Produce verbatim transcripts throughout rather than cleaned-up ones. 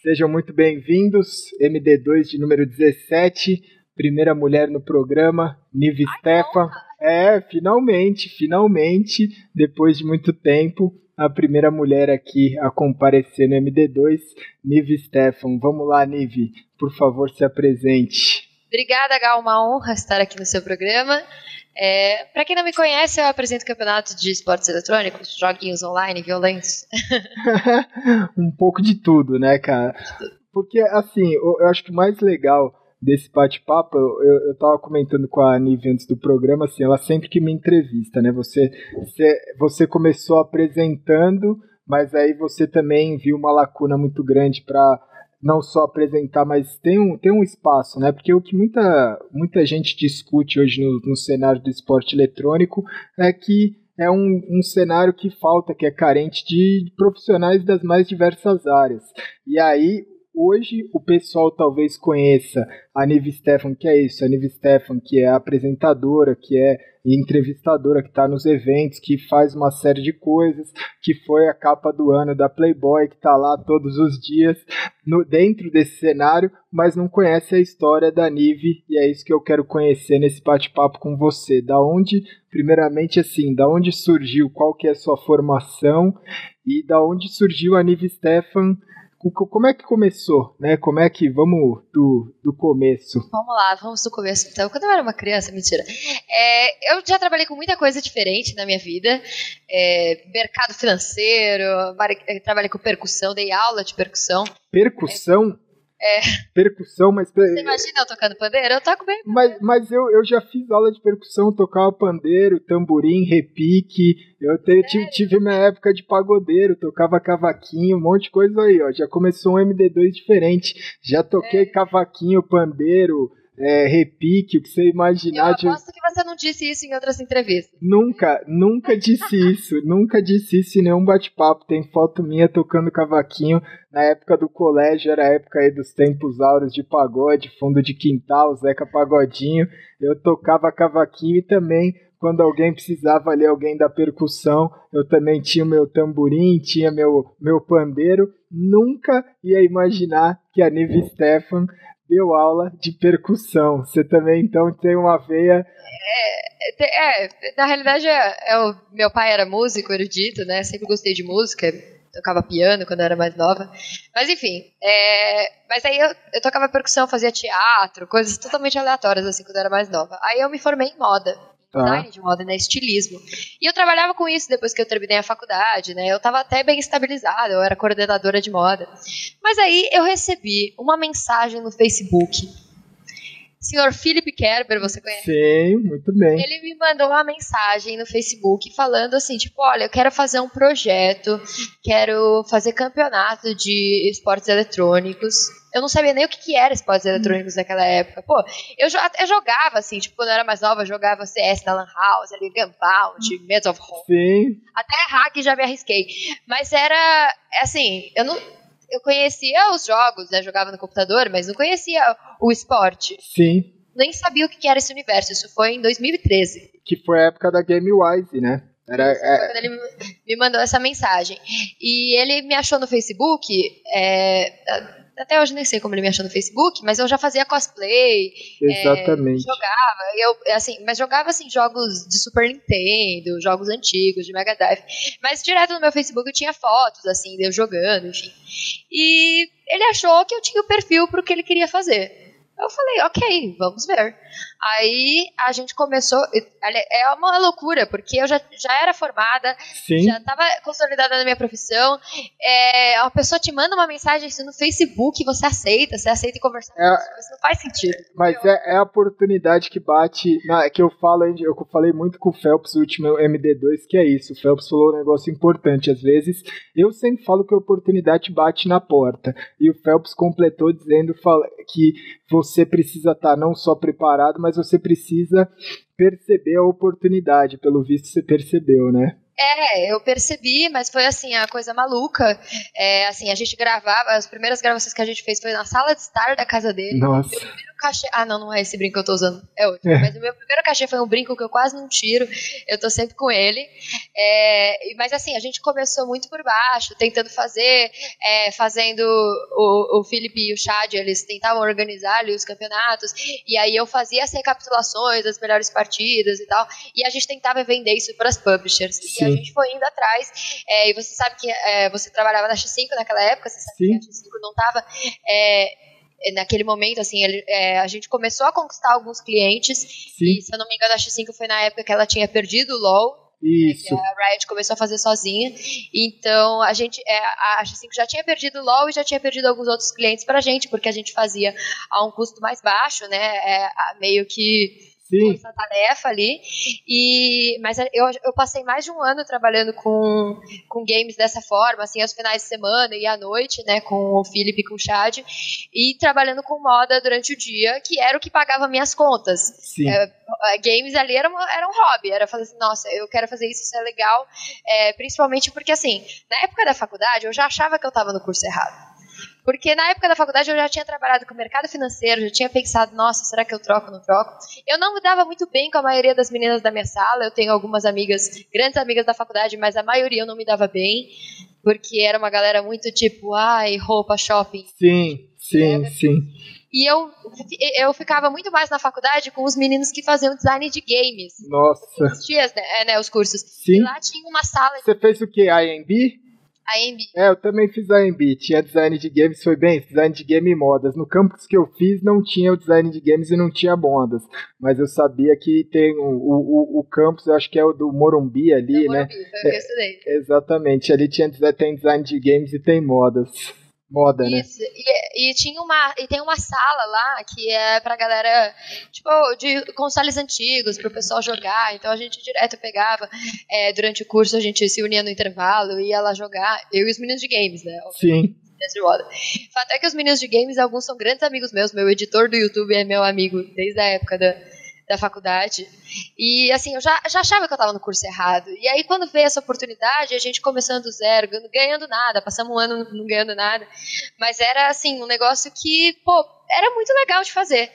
Sejam muito bem-vindos, M D dois de número dezessete, primeira mulher no programa, Nive Stefan. É, finalmente, finalmente, depois de muito tempo, a primeira mulher aqui a comparecer no M D dois, Nive Stefan. Vamos lá, Nive, por favor, se apresente. Obrigada, Gal, uma honra estar aqui no seu programa. É, para quem não me conhece, eu apresento campeonato de esportes eletrônicos, joguinhos online violentos. Um pouco de tudo, né, cara? Porque, assim, eu, eu acho que o mais legal desse bate-papo, eu, eu tava comentando com a Nive antes do programa, assim, ela sempre que me entrevista, né? Você, você, você começou apresentando, mas aí você também viu uma lacuna muito grande para não só apresentar, mas tem um, tem um espaço, né? Porque o que muita, muita gente discute hoje no, no cenário do esporte eletrônico é que é um, um cenário que falta, que é carente de profissionais das mais diversas áreas. E aí, hoje, o pessoal talvez conheça a Nive Stefan, que é isso, a Nive Stefan, que é apresentadora, que é entrevistadora, que está nos eventos, que faz uma série de coisas, que foi a capa do ano da Playboy, que está lá todos os dias no, dentro desse cenário, mas não conhece a história da Nive, e é isso que eu quero conhecer nesse bate-papo com você. Da onde, primeiramente assim, da onde surgiu, qual que é a sua formação, e da onde surgiu a Nive Stefan. Como é que começou, né? Como é que, vamos do, do começo. Vamos lá, vamos do começo então. Quando eu era uma criança, mentira. É, eu já trabalhei com muita coisa diferente na minha vida. É, mercado financeiro, trabalhei com percussão, dei aula de percussão. Percussão? É. Percussão, mas... Você imagina eu tocando pandeiro? Eu toco bem. Mas, mas eu, eu já fiz aula de percussão, tocava pandeiro, tamborim, repique. Eu te, tive, tive minha época de pagodeiro, tocava cavaquinho, um monte de coisa aí, ó. Já começou um M D dois diferente. Já toquei é. cavaquinho, pandeiro, é, repique, o que você imaginar. Eu aposto de... que você não disse isso em outras entrevistas. Nunca, nunca disse isso. Nunca disse isso em nenhum bate-papo. Tem foto minha tocando cavaquinho. Na época do colégio, era a época aí dos tempos áureos de pagode, fundo de quintal, Zeca Pagodinho. Eu tocava cavaquinho e também, quando alguém precisava ali, alguém da percussão, eu também tinha o meu tamborim, tinha meu, meu pandeiro. Nunca ia imaginar que a Nive Stefan deu aula de percussão. Você também, então, tem uma veia... É, é na realidade, é, é o, meu pai era músico, erudito, né? Sempre gostei de música, tocava piano quando eu era mais nova. Mas, enfim, é, mas aí eu, eu tocava percussão, fazia teatro, coisas totalmente aleatórias, assim, quando eu era mais nova. Aí eu me formei em moda. Design de moda, né, estilismo. E eu trabalhava com isso depois que eu terminei a faculdade, né, eu tava até bem estabilizada, eu era coordenadora de moda. Mas aí eu recebi uma mensagem no Facebook. Senhor Felipe Kerber, você conhece? Sim, muito bem. Ele me mandou uma mensagem no Facebook falando assim, tipo, olha, eu quero fazer um projeto, quero fazer campeonato de esportes eletrônicos. Eu não sabia nem o que, que era esportes eletrônicos naquela época. Pô, eu, eu jogava, assim, tipo, quando eu era mais nova, eu jogava C S na Lan House, ali, Gunbound, Medal of Honor. Sim. Até hack já me arrisquei. Mas era, assim, eu não... Eu conhecia os jogos, né? Jogava no computador, mas não conhecia o esporte. Sim. Nem sabia o que era esse universo. Isso foi em dois mil e treze. Que foi a época da GameWise, né? Era, Isso, é... quando ele me mandou essa mensagem. E ele me achou no Facebook. É... Até hoje nem sei como ele me achou no Facebook, mas eu já fazia cosplay. Exatamente. É, jogava, eu, assim, mas jogava assim, jogos de Super Nintendo, jogos antigos, de Mega Drive. Mas direto no meu Facebook eu tinha fotos, assim, de eu jogando, enfim. E ele achou que eu tinha o perfil pro que ele queria fazer. Eu falei, ok, vamos ver. Aí a gente começou. É uma loucura, porque eu já, já era formada, Sim. já estava consolidada na minha profissão. É, a pessoa te manda uma mensagem assim, no Facebook, você aceita, você aceita e conversar com é, isso não faz sentido. Mas é, é a oportunidade que bate. Na, que eu falo, eu falei muito com o Phelps, o último M D dois, que é isso. O Phelps falou um negócio importante. Às vezes, eu sempre falo que a oportunidade bate na porta. E o Phelps completou dizendo que você precisa estar não só preparado, mas você precisa perceber a oportunidade. Pelo visto, você percebeu, né? É, eu percebi, mas foi assim, a coisa maluca. É, assim, a gente gravava, as primeiras gravações que a gente fez foi na sala de estar da casa dele. Nossa. Meu primeiro cachê. Ah, não, não é esse brinco que eu tô usando. É outro. É. Mas o meu primeiro cachê foi um brinco que eu quase não tiro. Eu tô sempre com ele. É, mas assim, a gente começou muito por baixo, tentando fazer, é, fazendo o, o Felipe e o Chad, eles tentavam organizar ali os campeonatos. E aí eu fazia as recapitulações das melhores partidas e tal. E a gente tentava vender isso para as publishers. Sim. E a gente foi indo atrás. É, e você sabe que é, você trabalhava na X cinco naquela época, você sabe Sim. que a X cinco não estava... É, naquele momento, assim, ele, é, a gente começou a conquistar alguns clientes. Sim. E, se eu não me engano, a X cinco foi na época que ela tinha perdido o LoL. Isso. Né, a Riot começou a fazer sozinha. Então, a gente, é, a X cinco já tinha perdido o LoL e já tinha perdido alguns outros clientes pra gente, porque a gente fazia a um custo mais baixo, né? É, meio que... Sim. essa tarefa ali, e, mas eu, eu passei mais de um ano trabalhando com, com games dessa forma, assim, aos finais de semana e à noite, né, com o Felipe e com o Chad, e trabalhando com moda durante o dia, que era o que pagava minhas contas. Sim. É, games ali era, uma, era um hobby, era fazer assim, nossa, eu quero fazer isso, isso é legal, é, principalmente porque, assim, na época da faculdade, eu já achava que eu estava no curso errado. Porque na época da faculdade eu já tinha trabalhado com o mercado financeiro, já tinha pensado, nossa, será que eu troco ou não troco? Eu não me dava muito bem com a maioria das meninas da minha sala, eu tenho algumas amigas, grandes amigas da faculdade, mas a maioria eu não me dava bem, porque era uma galera muito tipo, ai, roupa, shopping. Sim, sim, né? Sim. E eu, eu ficava muito mais na faculdade com os meninos que faziam design de games. Nossa. Existia, né, né, os cursos. Sim. E lá tinha uma sala... Você fez o quê? I M B? A M B. É, eu também fiz a M B, tinha design de games, foi bem, design de game e modas. No campus que eu fiz não tinha o design de games e não tinha modas, mas eu sabia que tem o, o, o campus, eu acho que é o do Morumbi ali, do né? Morumbi, foi o que eu estudei. É, exatamente, ali tinha, tem design de games e tem modas. Moda, Isso, né? e, e, tinha uma, e tem uma sala lá que é pra galera, tipo, de consoles antigos, pro pessoal jogar, então a gente direto pegava, é, durante o curso a gente se unia no intervalo, ia lá jogar, eu e os meninos de games, né? Sim. O fato é que os meninos de games, alguns são grandes amigos meus, meu editor do YouTube é meu amigo desde a época da... da faculdade, e assim, eu já, já achava que eu tava no curso errado, e aí quando veio essa oportunidade, a gente começando do zero, ganhando nada, passamos um ano não ganhando nada, mas era assim, um negócio que, pô, era muito legal de fazer,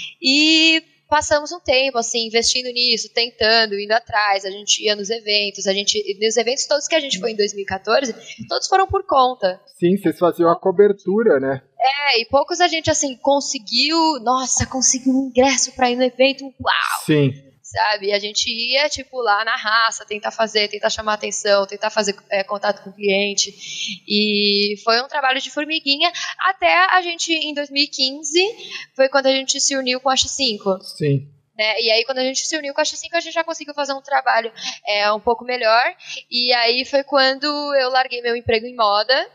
e passamos um tempo, assim, investindo nisso, tentando, indo atrás, a gente ia nos eventos, a gente, nos eventos todos que a gente foi em dois mil e catorze, todos foram por conta. Sim, vocês faziam a cobertura, né? É, e poucos a gente, assim, conseguiu, nossa, conseguiu um ingresso pra ir no evento, uau! Sim. Sabe, e a gente ia, tipo, lá na raça, tentar fazer, tentar chamar atenção, tentar fazer é, contato com o cliente, e foi um trabalho de formiguinha, até a gente, em dois mil e quinze, foi quando a gente se uniu com a X cinco. Sim. Né? E aí, quando a gente se uniu com a X cinco, a gente já conseguiu fazer um trabalho é, um pouco melhor, e aí foi quando eu larguei meu emprego em moda,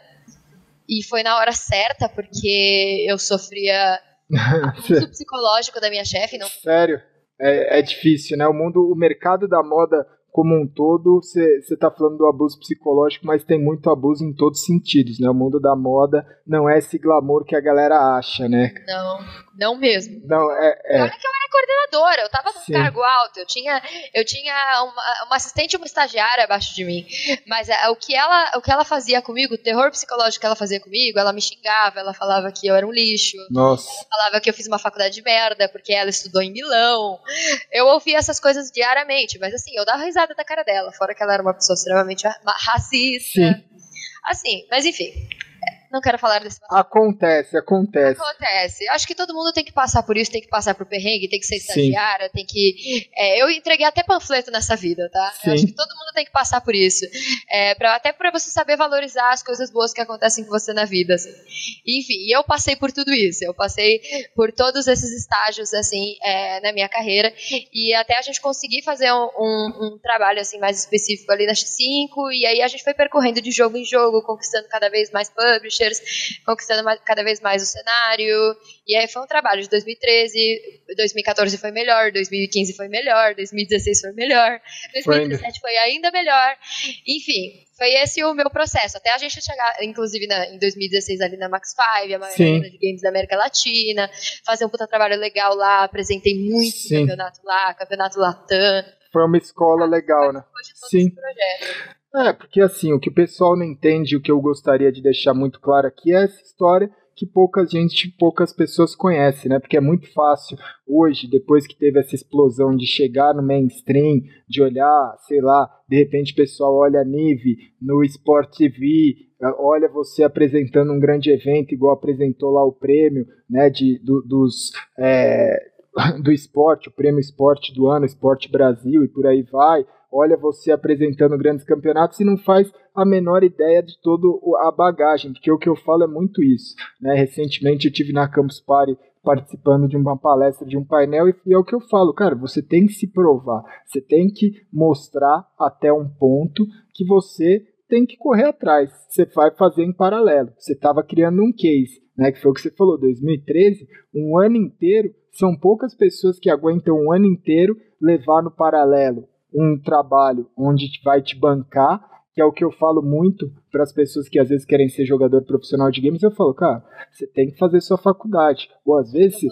e foi na hora certa, porque eu sofria abuso psicológico da minha chefe. Não... Sério? É, é difícil, né? O mundo, o mercado da moda como um todo, você está falando do abuso psicológico, mas tem muito abuso em todos os sentidos, né? O mundo da moda não é esse glamour que a galera acha, né? Não, não mesmo. Não, é... é. Olha que eu era coordenadora, eu tava num Sim. cargo alto, eu tinha, eu tinha uma, uma assistente e uma estagiária abaixo de mim, mas é, o, que ela, o que ela fazia comigo, o terror psicológico que ela fazia comigo, ela me xingava, ela falava que eu era um lixo, Nossa. Ela falava que eu fiz uma faculdade de merda, porque ela estudou em Milão, eu ouvia essas coisas diariamente, mas assim, eu dava risada da cara dela, fora que ela era uma pessoa extremamente racista, Sim. assim, mas enfim... Não quero falar desse assunto. Acontece, acontece. Acontece. Acho que todo mundo tem que passar por isso, tem que passar por perrengue, tem que ser estagiária, Sim. tem que... É, eu entreguei até panfleto nessa vida, tá? Eu acho que todo mundo tem que passar por isso. É, pra, até pra você saber valorizar as coisas boas que acontecem com você na vida, assim. Enfim, eu passei por tudo isso. Eu passei por todos esses estágios, assim, é, na minha carreira. E até a gente conseguir fazer um, um, um trabalho, assim, mais específico ali na X cinco. E aí a gente foi percorrendo de jogo em jogo, conquistando cada vez mais publishers, conquistando cada vez mais o cenário, e aí foi um trabalho de dois mil e treze, dois mil e catorze foi melhor, dois mil e quinze foi melhor, dois mil e dezesseis foi melhor, dois mil e dezessete foi ainda melhor, enfim, foi esse o meu processo, até a gente chegar, inclusive na, em dois mil e dezesseis ali na Max cinco, a maior arena de games da América Latina, fazer um puta trabalho legal lá, apresentei muito Sim. campeonato lá, campeonato Latam, foi uma escola legal, né? Sim. Esse projeto. É, porque assim, o que o pessoal não entende, o que eu gostaria de deixar muito claro aqui é essa história que pouca gente, poucas pessoas conhecem, né? Porque é muito fácil hoje, depois que teve essa explosão de chegar no mainstream, de olhar, sei lá, de repente o pessoal olha a Nive no Sport T V, olha você apresentando um grande evento, igual apresentou lá o prêmio, né, de, do, dos, é, do esporte, o prêmio esporte do ano, Esporte Brasil, e por aí vai. Olha você apresentando grandes campeonatos e não faz a menor ideia de toda a bagagem, porque o que eu falo é muito isso, né? Recentemente eu tive na Campus Party participando de uma palestra, de um painel, e é o que eu falo, cara, você tem que se provar, você tem que mostrar até um ponto que você tem que correr atrás, você vai fazer em paralelo, você estava criando um case, né, que foi o que você falou, dois mil e treze, um ano inteiro, são poucas pessoas que aguentam um ano inteiro levar no paralelo um trabalho onde vai te bancar, que é o que eu falo muito para as pessoas que às vezes querem ser jogador profissional de games. Eu falo, cara, você tem que fazer sua faculdade, ou às vezes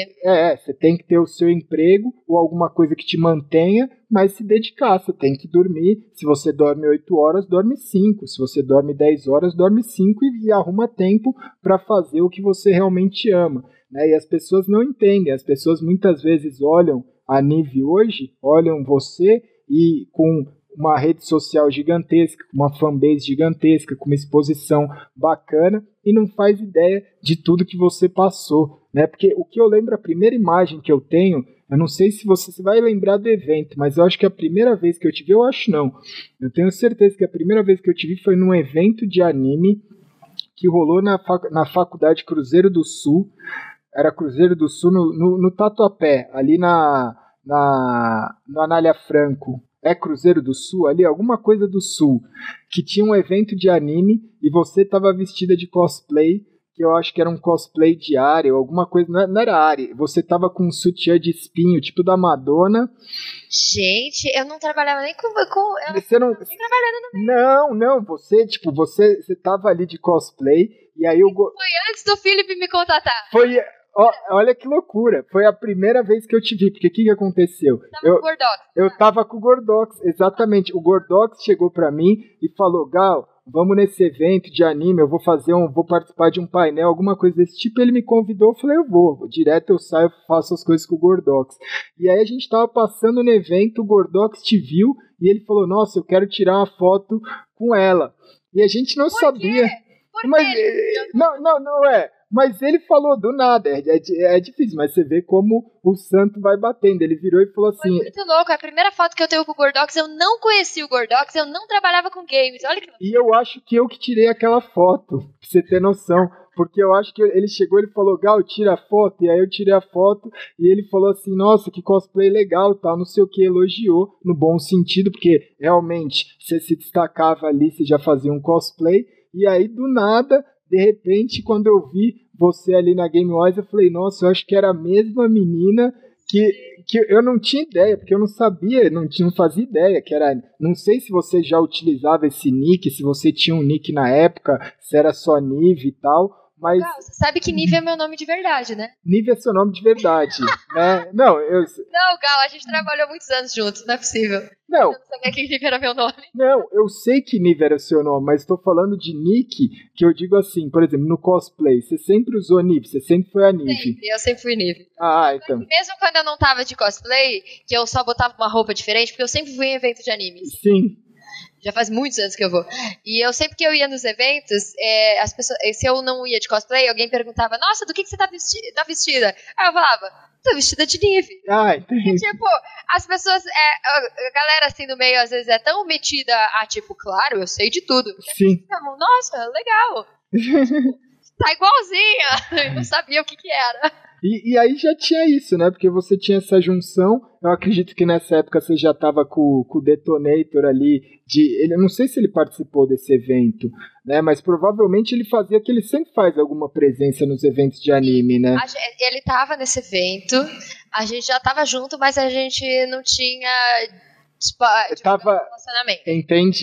é, você tem que ter o seu emprego ou alguma coisa que te mantenha, mas se dedicar, você tem que dormir. Se você dorme oito horas, dorme cinco. Se você dorme dez horas, dorme cinco e, e arruma tempo para fazer o que você realmente ama, né? E as pessoas não entendem, as pessoas muitas vezes olham a Nive hoje, olham você e com uma rede social gigantesca, uma fanbase gigantesca, com uma exposição bacana e não faz ideia de tudo que você passou, né? Porque o que eu lembro, a primeira imagem que eu tenho, eu não sei se você, você vai lembrar do evento, mas eu acho que a primeira vez que eu te vi, eu acho não, eu tenho certeza que a primeira vez que eu te vi foi num evento de anime que rolou na, fac, na Faculdade Cruzeiro do Sul, era Cruzeiro do Sul, no, no, no Tatuapé, ali na, na, na Anália Franco, é Cruzeiro do Sul, ali, alguma coisa do Sul, que tinha um evento de anime e você estava vestida de cosplay, que eu acho que era um cosplay de Ari, ou alguma coisa, não era Ari, você estava com um sutiã de espinho, tipo da Madonna. Gente, eu não trabalhava nem com... com eu você não, nem trabalhando no meio. Não, não, você, tipo, você, você tava ali de cosplay, e aí eu... Foi antes do Felipe me contratar. Foi... Ó, olha que loucura, foi a primeira vez que eu te vi, porque o que, que aconteceu? Tava eu, com o Gordox. Eu tava com o Gordox, exatamente, o Gordox chegou pra mim e falou, Gal, vamos nesse evento de anime, eu vou fazer um, vou participar de um painel, alguma coisa desse tipo, ele me convidou, eu falei, eu vou, direto eu saio, faço as coisas com o Gordox. E aí a gente tava passando no evento, o Gordox te viu, e ele falou, nossa, eu quero tirar uma foto com ela. E a gente não Por sabia... Quê? Por mas, quê? não, não, não é... Mas ele falou do nada, é, é, é difícil, mas você vê como o santo vai batendo. Ele virou e falou assim... Foi muito louco, a primeira foto que eu tenho com o Gordox, eu não conheci o Gordox, eu não trabalhava com games, olha que louco. E eu acho que eu que tirei aquela foto, pra você ter noção. Porque eu acho que ele chegou, ele falou, Gal, tira a foto, e aí eu tirei a foto, e ele falou assim, nossa, que cosplay legal, tal, não sei o que, elogiou, no bom sentido, porque realmente, você se destacava ali, você já fazia um cosplay, e aí do nada... De repente, quando eu vi você ali na Game Wise, eu falei, nossa, eu acho que era a mesma menina que, que eu não tinha ideia, porque eu não sabia, não, não fazia ideia que era... Não sei se você já utilizava esse nick, se você tinha um nick na época, se era só Nive e tal, mas... Gal, você sabe que Nive é meu nome de verdade, né? Nive é seu nome de verdade, né? Não, eu... Não, Gal, a gente trabalhou muitos anos juntos, não é possível. Não. Eu não sabia que Nive era meu nome. Não, eu sei que Nive era seu nome, mas estou falando de nick, que eu digo assim, por exemplo, no cosplay, você sempre usou Nive, você sempre foi a Nive. Sempre, eu sempre fui Nive. Ah, então. Mesmo quando eu não tava de cosplay, que eu só botava uma roupa diferente, porque eu sempre fui em evento de animes. Sim. Já faz muitos anos que eu vou. E eu sempre que eu ia nos eventos, é, as pessoas, se eu não ia de cosplay, alguém perguntava, nossa, do que, que você tá, vesti tá vestida? Aí eu falava, tô vestida de Nive. Ah, entendi. E, tipo, as pessoas, é, a galera assim do meio, às vezes, é tão metida a, tipo, claro, eu sei de tudo. Sim. Ficam, nossa, legal. Tipo, tá igualzinha. Eu não sabia o que que era. E, e aí já tinha isso, né? Porque você tinha essa junção. Eu acredito que nessa época você já estava com, com o Detonator ali. De, ele, eu não sei se ele participou desse evento, né? Mas provavelmente ele fazia, que ele sempre faz alguma presença nos eventos de anime, né? A gente, ele tava nesse evento, a gente já tava junto, mas a gente não tinha tipo, tipo, tava, relacionamento. Entendi.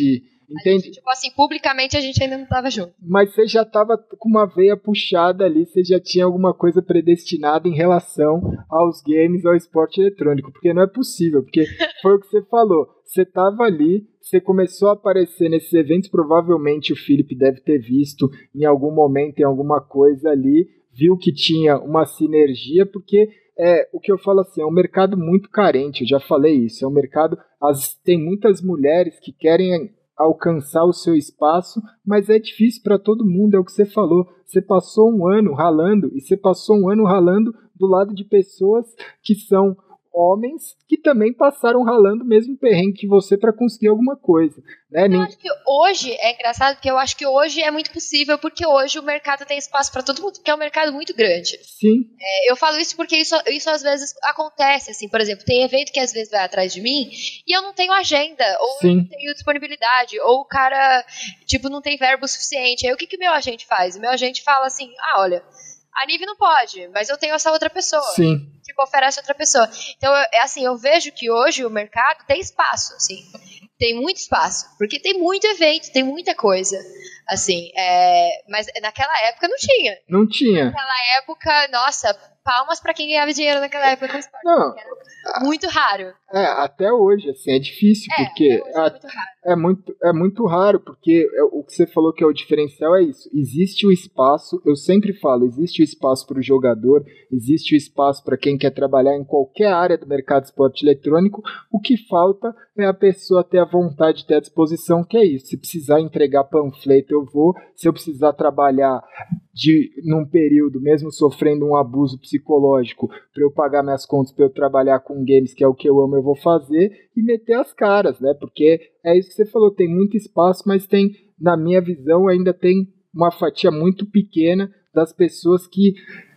Entende? Gente, tipo assim, publicamente a gente ainda não tava junto. Mas você já tava com uma veia puxada ali, você já tinha alguma coisa predestinada em relação aos games, ao esporte eletrônico, porque não é possível, porque foi o que você falou, você tava ali, você começou a aparecer nesses eventos, provavelmente o Felipe deve ter visto em algum momento, em alguma coisa ali, viu que tinha uma sinergia, porque é o que eu falo assim, é um mercado muito carente, eu já falei isso, é um mercado, as, tem muitas mulheres que querem alcançar o seu espaço, mas é difícil para todo mundo, é o que você falou, você passou um ano ralando, e você passou um ano ralando do lado de pessoas que são homens que também passaram ralando o mesmo perrengue que você para conseguir alguma coisa. Né? Eu acho que hoje é engraçado, porque eu acho que hoje é muito possível, porque hoje o mercado tem espaço para todo mundo, porque é um mercado muito grande. Sim. É, eu falo isso porque isso, isso às vezes acontece, assim, por exemplo, tem evento que às vezes vai atrás de mim e eu não tenho agenda, ou Sim. eu não tenho disponibilidade, ou o cara, tipo, não tem verbo suficiente. Aí o que que meu agente faz? O meu agente fala assim, ah, olha, a Nive não pode, mas eu tenho essa outra pessoa. Sim. Tipo, oferece outra pessoa. Então, é assim, eu vejo que hoje o mercado tem espaço, assim. Tem muito espaço, porque tem muito evento, tem muita coisa, assim, é, mas naquela época não tinha. Não tinha. Naquela época, nossa, palmas pra quem ganhava dinheiro naquela época com esporte. Não. Era muito raro. É, até hoje, assim, é difícil, É, porque até hoje é muito raro. É muito, é muito raro, porque é, o que você falou que é o diferencial é isso. Existe o espaço, eu sempre falo, existe o espaço para o jogador, existe o espaço para quem quer trabalhar em qualquer área do mercado de esporte eletrônico. O que falta é a pessoa ter a vontade, ter a disposição, que é isso. Se precisar entregar panfleto, eu vou. Se eu precisar trabalhar de, num período, mesmo sofrendo um abuso psicológico, para eu pagar minhas contas, para eu trabalhar com games, que é o que eu amo, eu vou fazer, e meter as caras, né? Porque é isso que você falou, tem muito espaço, mas tem, na minha visão, ainda tem uma fatia muito pequena das pessoas que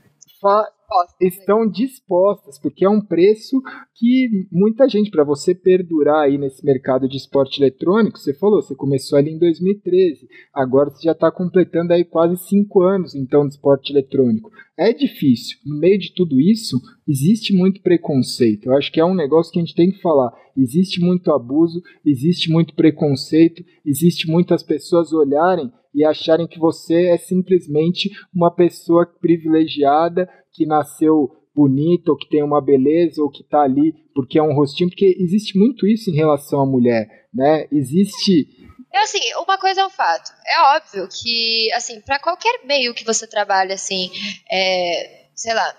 fa- estão dispostas, porque é um preço que muita gente, para você perdurar aí nesse mercado de esporte eletrônico, você falou, você começou ali em dois mil e treze, agora você já está completando aí quase cinco anos, então, de esporte eletrônico. É difícil. No meio de tudo isso, existe muito preconceito. Eu acho que é um negócio que a gente tem que falar. Existe muito abuso, existe muito preconceito, existe muitas pessoas olharem e acharem que você é simplesmente uma pessoa privilegiada, que nasceu bonita, ou que tem uma beleza, ou que está ali porque é um rostinho, porque existe muito isso em relação à mulher, né? Existe... É assim, uma coisa é um fato. É óbvio que, assim, para qualquer meio que você trabalhe, assim, é, sei lá,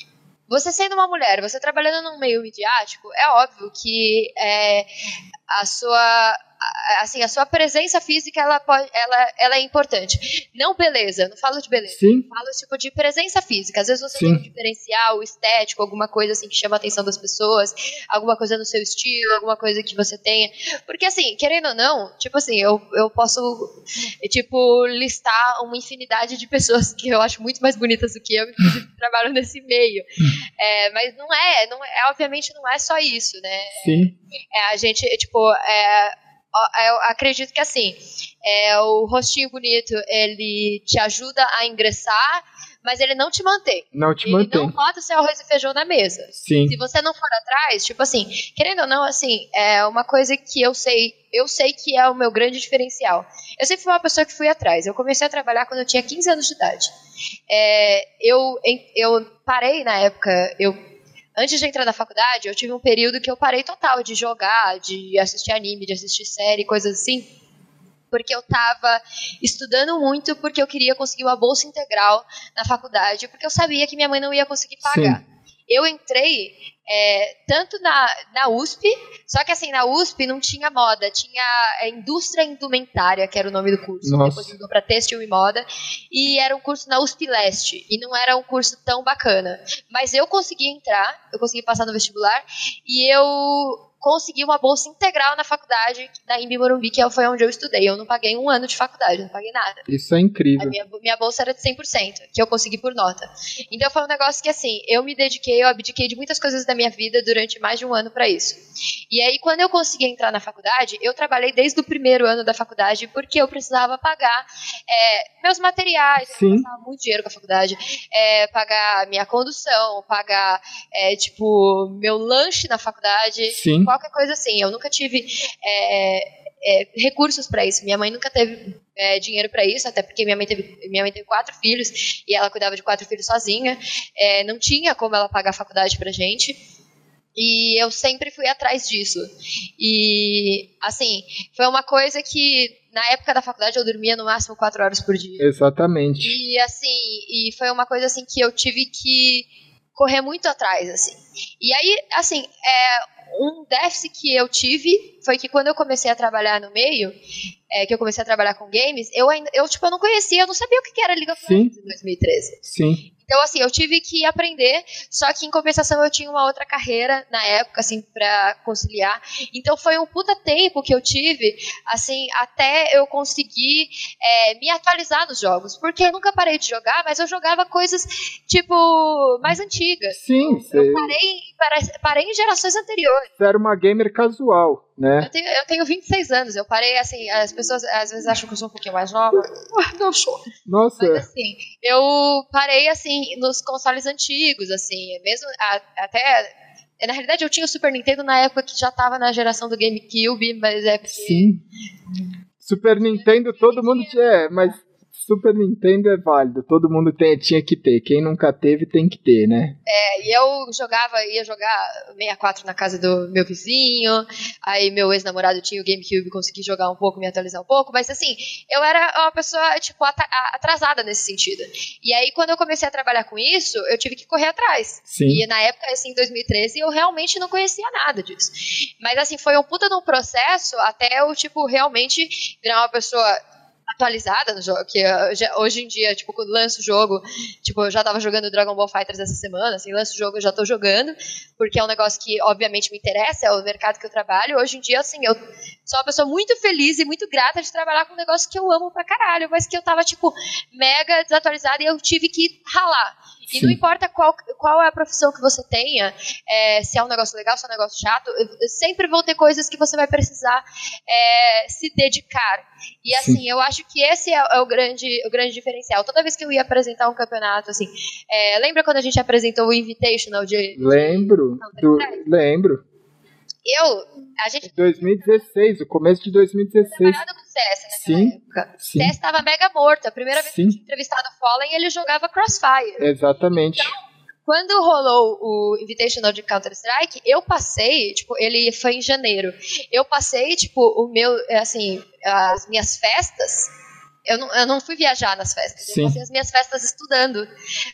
você sendo uma mulher, você trabalhando num meio midiático, é óbvio que é, a sua... assim, a sua presença física, ela, pode, ela, ela é importante. Não beleza, eu não falo de beleza. Sim. Eu falo, tipo, de presença física. Às vezes você Sim. tem um diferencial estético, alguma coisa, assim, que chama a atenção das pessoas, alguma coisa no seu estilo, alguma coisa que você tenha. Porque, assim, querendo ou não, tipo assim, eu, eu posso, tipo, listar uma infinidade de pessoas que eu acho muito mais bonitas do que eu, inclusive, que trabalham nesse meio. É, mas não é, não é, obviamente não é só isso, né? Sim. É, a gente, tipo, é... eu acredito que assim, é, o rostinho bonito, ele te ajuda a ingressar, mas ele não te mantém. Não te ele mantém. não bota seu arroz e feijão na mesa. Sim. Se você não for atrás, tipo assim, querendo ou não, assim, é uma coisa que eu sei, eu sei que é o meu grande diferencial. Eu sempre fui uma pessoa que fui atrás. Eu comecei a trabalhar quando eu tinha quinze anos de idade. É, eu, eu parei na época, eu antes de entrar na faculdade, eu tive um período que eu parei total de jogar, de assistir anime, de assistir série, coisas assim, porque eu tava estudando muito, porque eu queria conseguir uma bolsa integral na faculdade, porque eu sabia que minha mãe não ia conseguir pagar. Sim. Eu entrei é, tanto na, na U S P, só que assim, na U S P não tinha moda, tinha é, Indústria Indumentária, que era o nome do curso. Nossa. Depois mudou para Têxtil e Moda, e era um curso na U S P Leste, e não era um curso tão bacana. Mas eu consegui entrar, eu consegui passar no vestibular, e eu consegui uma bolsa integral na faculdade da Imbi Morumbi, que foi onde eu estudei. Eu não paguei um ano de faculdade, eu não paguei nada. Isso é incrível. A minha, minha bolsa era de cem por cento, que eu consegui por nota. Então foi um negócio que, assim, eu me dediquei, eu abdiquei de muitas coisas da minha vida durante mais de um ano para isso. E aí, quando eu consegui entrar na faculdade, eu trabalhei desde o primeiro ano da faculdade, porque eu precisava pagar é, meus materiais, Sim. eu gastava muito dinheiro com a faculdade, é, pagar minha condução, pagar, é, tipo, meu lanche na faculdade, Sim. qualquer coisa assim. Eu nunca tive... É, é, recursos para isso. Minha mãe nunca teve é, dinheiro para isso, até porque minha mãe teve, minha mãe teve quatro filhos e ela cuidava de quatro filhos sozinha. É, não tinha como ela pagar a faculdade pra gente. E eu sempre fui atrás disso. E, assim, foi uma coisa que, na época da faculdade, eu dormia no máximo quatro horas por dia. Exatamente. E, assim, e foi uma coisa, assim, que eu tive que correr muito atrás, assim. E aí, assim, é, um déficit que eu tive foi que quando eu comecei a trabalhar no meio, é, que eu comecei a trabalhar com games, eu ainda, eu, tipo, eu não conhecia, eu não sabia o que era League of Legends em dois mil e treze. Sim. Então, assim, eu tive que aprender, só que em compensação eu tinha uma outra carreira na época, assim, pra conciliar. Então foi um puta tempo que eu tive, assim, até eu conseguir é, me atualizar nos jogos. Porque eu nunca parei de jogar, mas eu jogava coisas, tipo, mais antigas. Sim, eu, eu parei, parei em gerações anteriores. Você era uma gamer casual, né? Eu tenho, eu tenho vinte e seis anos, eu parei, assim, as pessoas às vezes acham que eu sou um pouquinho mais nova. Não sou. Nossa. Mas, assim, eu parei, assim, nos consoles antigos, assim, mesmo a, até... Na realidade, eu tinha o Super Nintendo na época que já tava na geração do GameCube, mas é porque... Sim. Super Nintendo todo mundo tinha, é, mas Super Nintendo é válido, todo mundo tem, tinha que ter. Quem nunca teve, tem que ter, né? É, e eu jogava, ia jogar sessenta e quatro na casa do meu vizinho, aí meu ex-namorado tinha o GameCube, consegui jogar um pouco, me atualizar um pouco, mas assim, eu era uma pessoa, tipo, atrasada nesse sentido. E aí, quando eu comecei a trabalhar com isso, eu tive que correr atrás. Sim. E na época, assim, em dois mil e treze, eu realmente não conhecia nada disso. Mas assim, foi um puta de um processo até eu, tipo, realmente virar uma pessoa atualizada no jogo, que eu, já, hoje em dia, tipo, quando lanço o jogo, tipo, eu já tava jogando Dragon Ball FighterZ essa semana, assim, lanço o jogo, eu já tô jogando, porque é um negócio que, obviamente, me interessa, é o mercado que eu trabalho. Hoje em dia, assim, eu sou uma pessoa muito feliz e muito grata de trabalhar com um negócio que eu amo pra caralho, mas que eu tava, tipo, mega desatualizada e eu tive que ralar. E Sim. Não importa qual, qual é a profissão que você tenha, é, se é um negócio legal, se é um negócio chato, sempre vão ter coisas que você vai precisar é, se dedicar. E assim, Sim. eu acho que esse é, é o, grande, o grande diferencial. Toda vez que eu ia apresentar um campeonato, assim, é, lembra quando a gente apresentou o Invitational de... Lembro, de do, lembro. Eu, a gente... dois mil e dezesseis, o começo de dois mil e dezesseis. Trabalhado com o C S naquela sim, época. Sim. O C S estava mega morto. A primeira vez sim. que eu tinha entrevistado o Fallen, ele jogava Crossfire. Exatamente. Então, quando rolou o Invitational de Counter-Strike, eu passei, tipo, ele foi em janeiro. Eu passei, tipo, o meu, assim, as minhas festas... Eu não, eu não fui viajar nas festas, Sim. eu passei as minhas festas estudando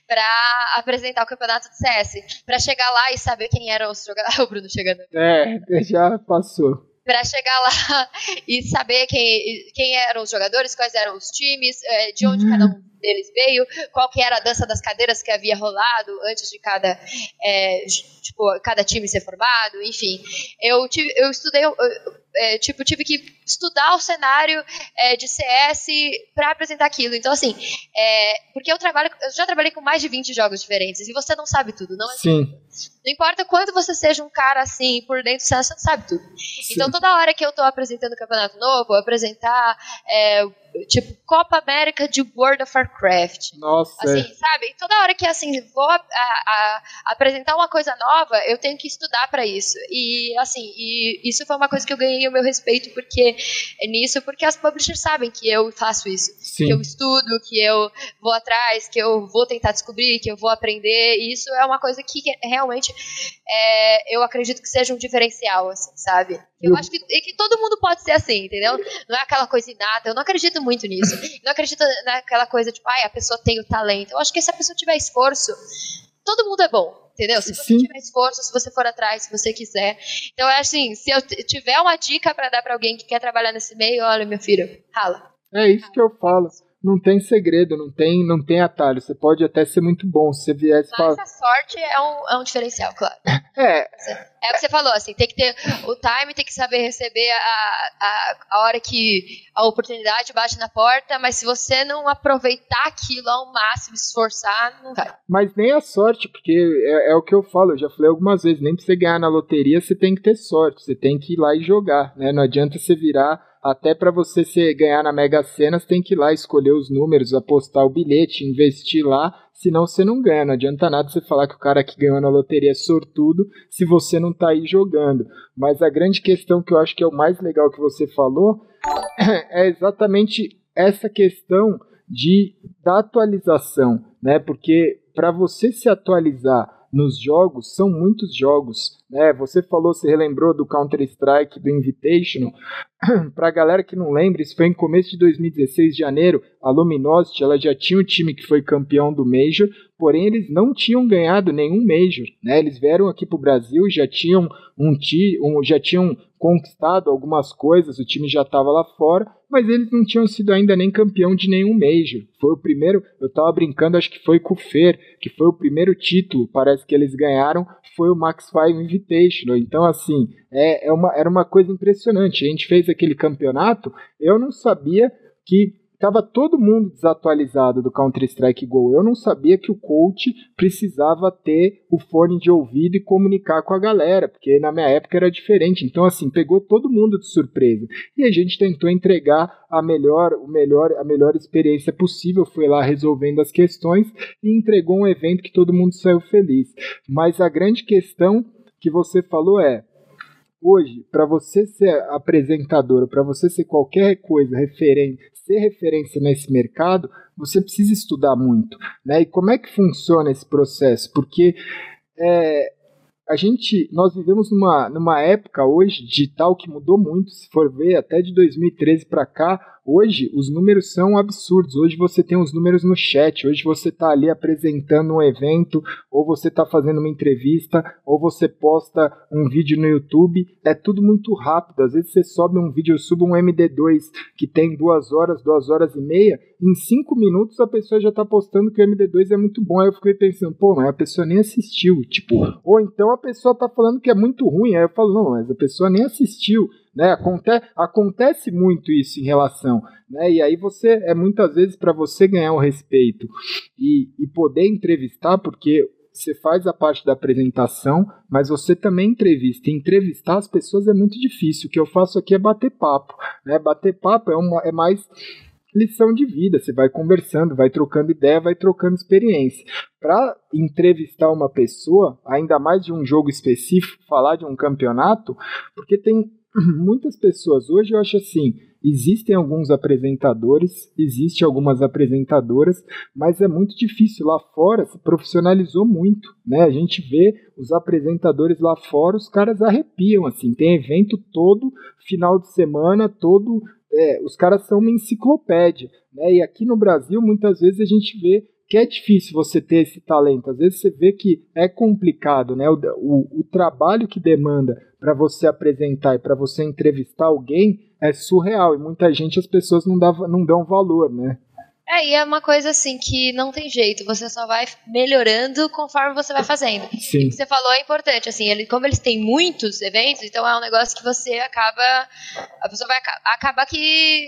pra apresentar o campeonato de C S, pra chegar lá e saber quem eram os jogadores. O Bruno chegando. É, já passou. Pra chegar lá e saber quem, quem eram os jogadores, quais eram os times, de onde uhum. cada um deles veio, qual que era a dança das cadeiras que havia rolado antes de cada, é, tipo, cada time ser formado, enfim. Eu, tive, eu estudei, eu, é, tipo, tive que estudar o cenário é, de C S para apresentar aquilo. Então, assim, é, porque eu trabalho, eu já trabalhei com mais de vinte jogos diferentes e você não sabe tudo, não é? Sim. Não importa quanto você seja um cara assim por dentro, você não sabe tudo. Sim. Então, toda hora que eu tô apresentando um campeonato novo, apresentar é, tipo Copa América de World of Warcraft. Nossa. Assim, é. sabe? Toda hora que assim vou a, a, a apresentar uma coisa nova, eu tenho que estudar para isso. E assim, e isso foi uma coisa que eu ganhei o meu respeito porque é nisso, porque as publishers sabem que eu faço isso, Sim. que eu estudo, que eu vou atrás, que eu vou tentar descobrir, que eu vou aprender. E isso é uma coisa que realmente é, eu acredito que seja um diferencial, assim, sabe? Eu acho que, que todo mundo pode ser assim, entendeu? Não é aquela coisa inata, eu não acredito muito nisso. Não acredito naquela coisa tipo, ai, a pessoa tem o talento. Eu acho que se a pessoa tiver esforço, todo mundo é bom, entendeu? Se você Sim. tiver esforço, se você for atrás, se você quiser. Então, é assim, se eu tiver uma dica pra dar pra alguém que quer trabalhar nesse meio, olha, meu filho, rala. É isso que eu falo. Não tem segredo, não tem, não tem atalho. Você pode até ser muito bom. Se você viesse Mas falar... a sorte é um, é um diferencial, claro. É. É o que você falou, assim, tem que ter o time, tem que saber receber a, a, a hora que a oportunidade bate na porta, mas se você não aproveitar aquilo ao máximo, esforçar, não vai. Mas nem a sorte, porque é, é o que eu falo, eu já falei algumas vezes, nem pra você ganhar na loteria, você tem que ter sorte, você tem que ir lá e jogar, né? Não adianta você virar até para você se ganhar na Mega Sena, você tem que ir lá escolher os números, apostar o bilhete, investir lá, senão você não ganha. Não adianta nada você falar que o cara que ganhou na loteria é sortudo se você não tá aí jogando. Mas a grande questão que eu acho que é o mais legal que você falou é exatamente essa questão de, da atualização, né? Porque para você se atualizar nos jogos, são muitos jogos, né? Você falou, você relembrou do Counter-Strike, do Invitational. Para a galera que não lembra, isso foi em começo de dois mil e dezesseis, de janeiro, a Luminosity, ela já tinha um time que foi campeão do Major, porém eles não tinham ganhado nenhum Major, né? Eles vieram aqui para o Brasil, já tinham, um, um, já tinham conquistado algumas coisas, o time já estava lá fora, mas eles não tinham sido ainda nem campeão de nenhum Major. Foi o primeiro, eu estava brincando, acho que foi com o Fer, que foi o primeiro título, parece que eles ganharam, foi o Max cinco Invitational. Então, assim, é, é uma, era uma coisa impressionante. A gente fez aquele campeonato, eu não sabia que estava todo mundo desatualizado do Counter-Strike Go. Eu não sabia que o coach precisava ter o fone de ouvido e comunicar com a galera, porque na minha época era diferente. Então, assim, pegou todo mundo de surpresa. E a gente tentou entregar a melhor, o melhor, a melhor experiência possível, foi lá resolvendo as questões e entregou um evento que todo mundo saiu feliz. Mas a grande questão que você falou é, hoje, para você ser apresentador, para você ser qualquer coisa referente, ser referência nesse mercado, você precisa estudar muito, né? E como é que funciona esse processo? Porque é, a gente, nós vivemos numa, numa época hoje digital que mudou muito, se for ver, até de dois mil e treze para cá, hoje os números são absurdos. Hoje você tem os números no chat, hoje você está ali apresentando um evento, ou você está fazendo uma entrevista, ou você posta um vídeo no YouTube, é tudo muito rápido. Às vezes você sobe um vídeo, eu subo um M D dois que tem duas horas, duas horas e meia, em cinco minutos a pessoa já está postando que o M D dois é muito bom. Aí eu fiquei pensando, pô, mas a pessoa nem assistiu, tipo, ou então a pessoa está falando que é muito ruim, aí eu falo, não, mas a pessoa nem assistiu. Né, acontece, acontece muito isso em relação, né, e aí você, é muitas vezes para você ganhar o respeito e, e poder entrevistar, porque você faz a parte da apresentação, mas você também entrevista, e entrevistar as pessoas é muito difícil. O que eu faço aqui é bater papo, né, bater papo é, uma, é mais lição de vida, você vai conversando, vai trocando ideia, vai trocando experiência. Para entrevistar uma pessoa, ainda mais de um jogo específico, falar de um campeonato, porque tem muitas pessoas, hoje eu acho assim, existem alguns apresentadores, existem algumas apresentadoras, mas é muito difícil. Lá fora se profissionalizou muito, né? A gente vê os apresentadores lá fora, os caras arrepiam, assim, tem evento todo final de semana, todo, é, os caras são uma enciclopédia, né? E aqui no Brasil, muitas vezes a gente vê que é difícil você ter esse talento. Às vezes você vê que é complicado, né? O, o, o trabalho que demanda para você apresentar e para você entrevistar alguém é surreal, e muita gente, as pessoas não, dá, não dão valor, né? É, e é uma coisa assim que não tem jeito, você só vai melhorando conforme você vai fazendo. Sim. E o que você falou é importante, assim, ele, como eles têm muitos eventos, então é um negócio que você acaba, a pessoa vai acabar que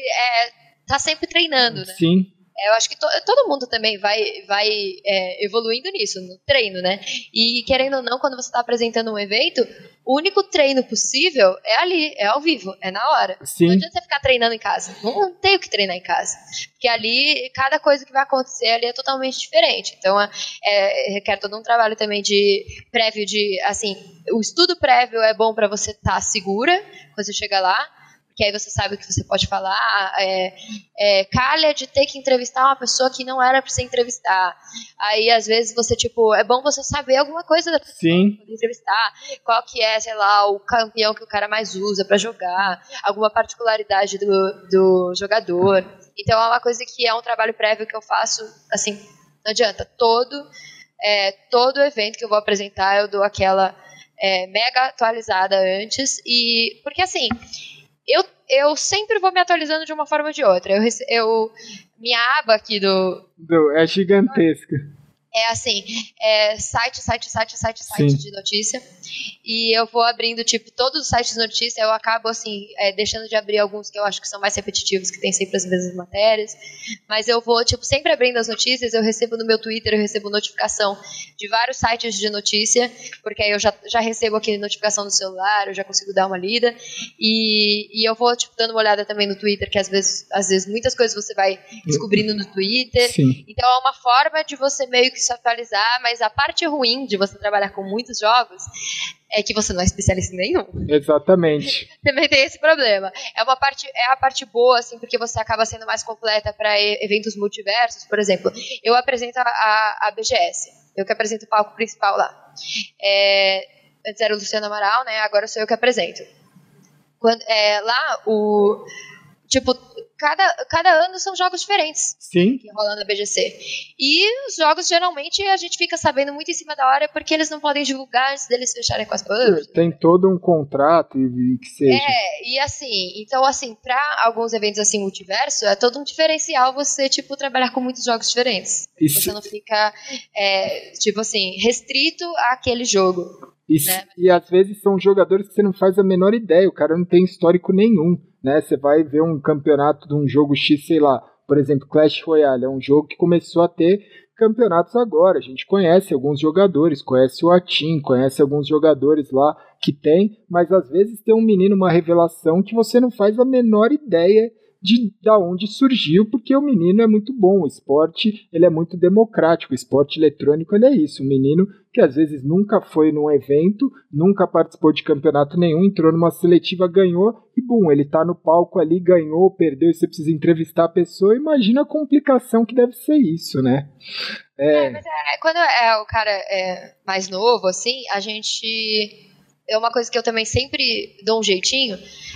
é, tá sempre treinando, né? Sim. Eu acho que to, todo mundo também vai, vai é, evoluindo nisso, no treino, né? E querendo ou não, quando você está apresentando um evento, o único treino possível é ali, é ao vivo, é na hora. Sim. Não adianta você ficar treinando em casa. Não tem o que treinar em casa. Porque ali, cada coisa que vai acontecer ali é totalmente diferente. Então, é, requer todo um trabalho também de prévio de, assim, o estudo prévio é bom para você estar tá segura quando você chega lá. Que aí você sabe o que você pode falar, é, é, calha de ter que entrevistar uma pessoa que não era pra você entrevistar. Aí, às vezes, você, tipo, é bom você saber alguma coisa da pessoa Sim. pra entrevistar, qual que é, sei lá, o campeão que o cara mais usa pra jogar, alguma particularidade do, do jogador. Então, é uma coisa que é um trabalho prévio que eu faço, assim, não adianta, todo, é, todo evento que eu vou apresentar, eu dou aquela é, mega atualizada antes, e, porque assim... Eu, eu sempre vou me atualizando de uma forma ou de outra. Eu, eu, minha aba aqui do... do é gigantesca. É assim, é site, site, site, site, site Sim. de notícia. E eu vou abrindo, tipo, todos os sites de notícia. Eu acabo, assim, é, deixando de abrir alguns que eu acho que são mais repetitivos, que tem sempre as mesmas matérias. Mas eu vou, tipo, sempre abrindo as notícias. Eu recebo no meu Twitter, eu recebo notificação de vários sites de notícia, porque aí eu já, já recebo aqui notificação no celular, eu já consigo dar uma lida. E, e eu vou, tipo, dando uma olhada também no Twitter, que às vezes, às vezes muitas coisas você vai descobrindo no Twitter. Sim. Então é uma forma de você meio que se atualizar, mas a parte ruim de você trabalhar com muitos jogos é que você não é especialista em nenhum. Exatamente. Também tem esse problema. É uma parte, é a parte boa, assim, porque você acaba sendo mais completa para eventos multiversos. Por exemplo, eu apresento a, a, a B G S, eu que apresento o palco principal lá. É, antes era o Luciano Amaral, né? Agora sou eu que apresento. Quando, é, lá, o... Tipo, cada, cada ano são jogos diferentes. Sim. Que rolam na B G C. E os jogos, geralmente, a gente fica sabendo muito em cima da hora, porque eles não podem divulgar antes deles fecharem com as publishers. Tem todo um contrato e que seja. É, e assim, então assim, pra alguns eventos assim, multiverso, é todo um diferencial você, tipo, trabalhar com muitos jogos diferentes. Isso. Você não fica, é, tipo assim, restrito àquele jogo. E, né? e às vezes são jogadores que você não faz a menor ideia, o cara não tem histórico nenhum, né? Você vai ver um campeonato de um jogo X, sei lá, por exemplo, Clash Royale, é um jogo que começou a ter campeonatos agora, a gente conhece alguns jogadores, conhece o Atim, conhece alguns jogadores lá que tem, mas às vezes tem um menino, uma revelação que você não faz a menor ideia de da onde surgiu, porque o menino é muito bom, o esporte ele é muito democrático, o esporte eletrônico ele é isso, um menino que às vezes nunca foi num evento, nunca participou de campeonato nenhum, entrou numa seletiva, ganhou e bum, ele tá no palco ali, ganhou, perdeu e você precisa entrevistar a pessoa, imagina a complicação que deve ser isso, né? É, é mas é, quando é, o cara é mais novo, assim, a gente... É uma coisa que eu também sempre dou um jeitinho,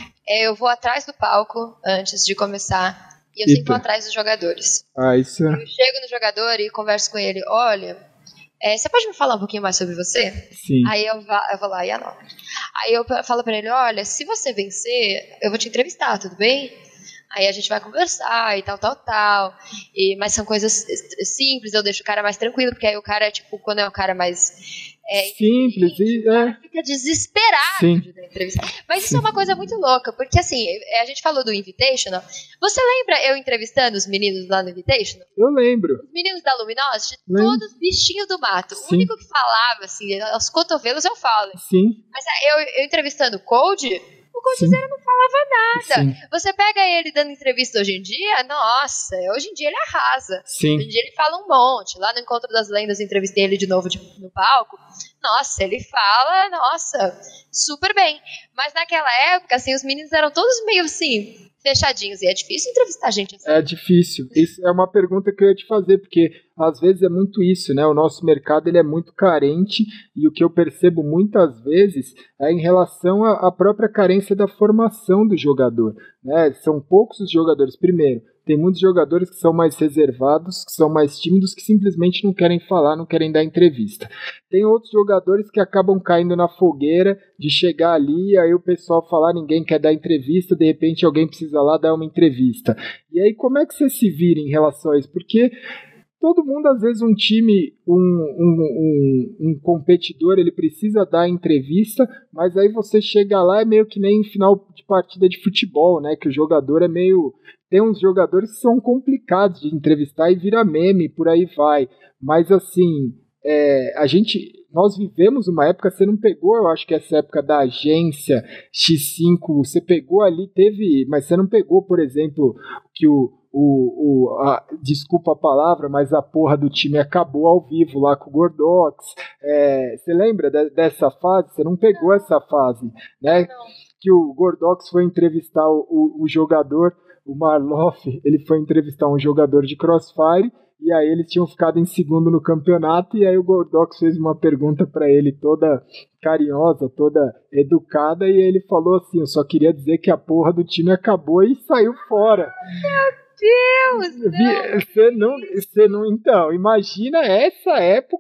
é eu vou atrás do palco antes de começar e eu Eita. sempre vou atrás dos jogadores. Ah, isso... Eu chego no jogador e converso com ele, olha, é, você pode me falar um pouquinho mais sobre você? Sim. Aí eu, va- eu vou lá e anoto. Aí eu falo pra ele, olha, se você vencer, eu vou te entrevistar, tudo bem? Aí a gente vai conversar e tal, tal, tal. E, mas são coisas simples, eu deixo o cara mais tranquilo, porque aí o cara, tipo, quando é um cara mais... É, simples e o cara é. fica desesperado Sim. de dar entrevista. Mas Sim. isso é uma coisa muito louca, porque assim, a gente falou do Invitational. Você lembra eu entrevistando os meninos lá no Invitational? Eu lembro. Os meninos da Luminosity, Lembro. todos bichinhos do mato. Sim. O único que falava, assim, aos cotovelos eu falo. Sim. Mas eu, eu entrevistando o Code, o Coldzera não falava nada. Sim. Você pega ele dando entrevista hoje em dia, nossa, hoje em dia ele arrasa. Sim. Hoje em dia ele fala um monte. Lá no Encontro das Lendas, entrevistei ele de novo de, no palco. Nossa, ele fala, nossa, super bem. Mas naquela época, assim, os meninos eram todos meio assim, fechadinhos. E é difícil entrevistar gente assim. É difícil. Isso é uma pergunta que eu ia te fazer, porque às vezes é muito isso, né? O nosso mercado ele é muito carente e o que eu percebo muitas vezes é em relação à própria carência da formação do jogador, né? São poucos os jogadores. Primeiro, tem muitos jogadores que são mais reservados, que são mais tímidos, que simplesmente não querem falar, não querem dar entrevista. Tem outros jogadores que acabam caindo na fogueira de chegar ali, aí o pessoal falar, ninguém quer dar entrevista, de repente alguém precisa lá dar uma entrevista. E aí como é que você se vira em relação a isso? Porque todo mundo, às vezes, um time, um, um, um, um competidor, ele precisa dar entrevista, mas aí você chega lá, é meio que nem em final de partida de futebol, né? Que o jogador é meio... Tem uns jogadores que são complicados de entrevistar e vira meme, por aí vai. Mas, assim, é, a gente... Nós vivemos uma época, você não pegou, eu acho que essa época da agência X cinco, você pegou ali, teve... Mas você não pegou, por exemplo, que o... O, o, a, desculpa a palavra, mas a porra do time acabou ao vivo lá com o Gordox. É, você lembra de, dessa fase? Você não pegou não. essa fase, né? Não. Que o Gordox foi entrevistar o, o, o jogador, o Marloff, ele foi entrevistar um jogador de Crossfire, e aí eles tinham ficado em segundo no campeonato, e aí o Gordox fez uma pergunta para ele toda carinhosa, toda educada, e ele falou assim, eu só queria dizer que a porra do time acabou e saiu fora. Deus, Você não, você não, então, imagina essa época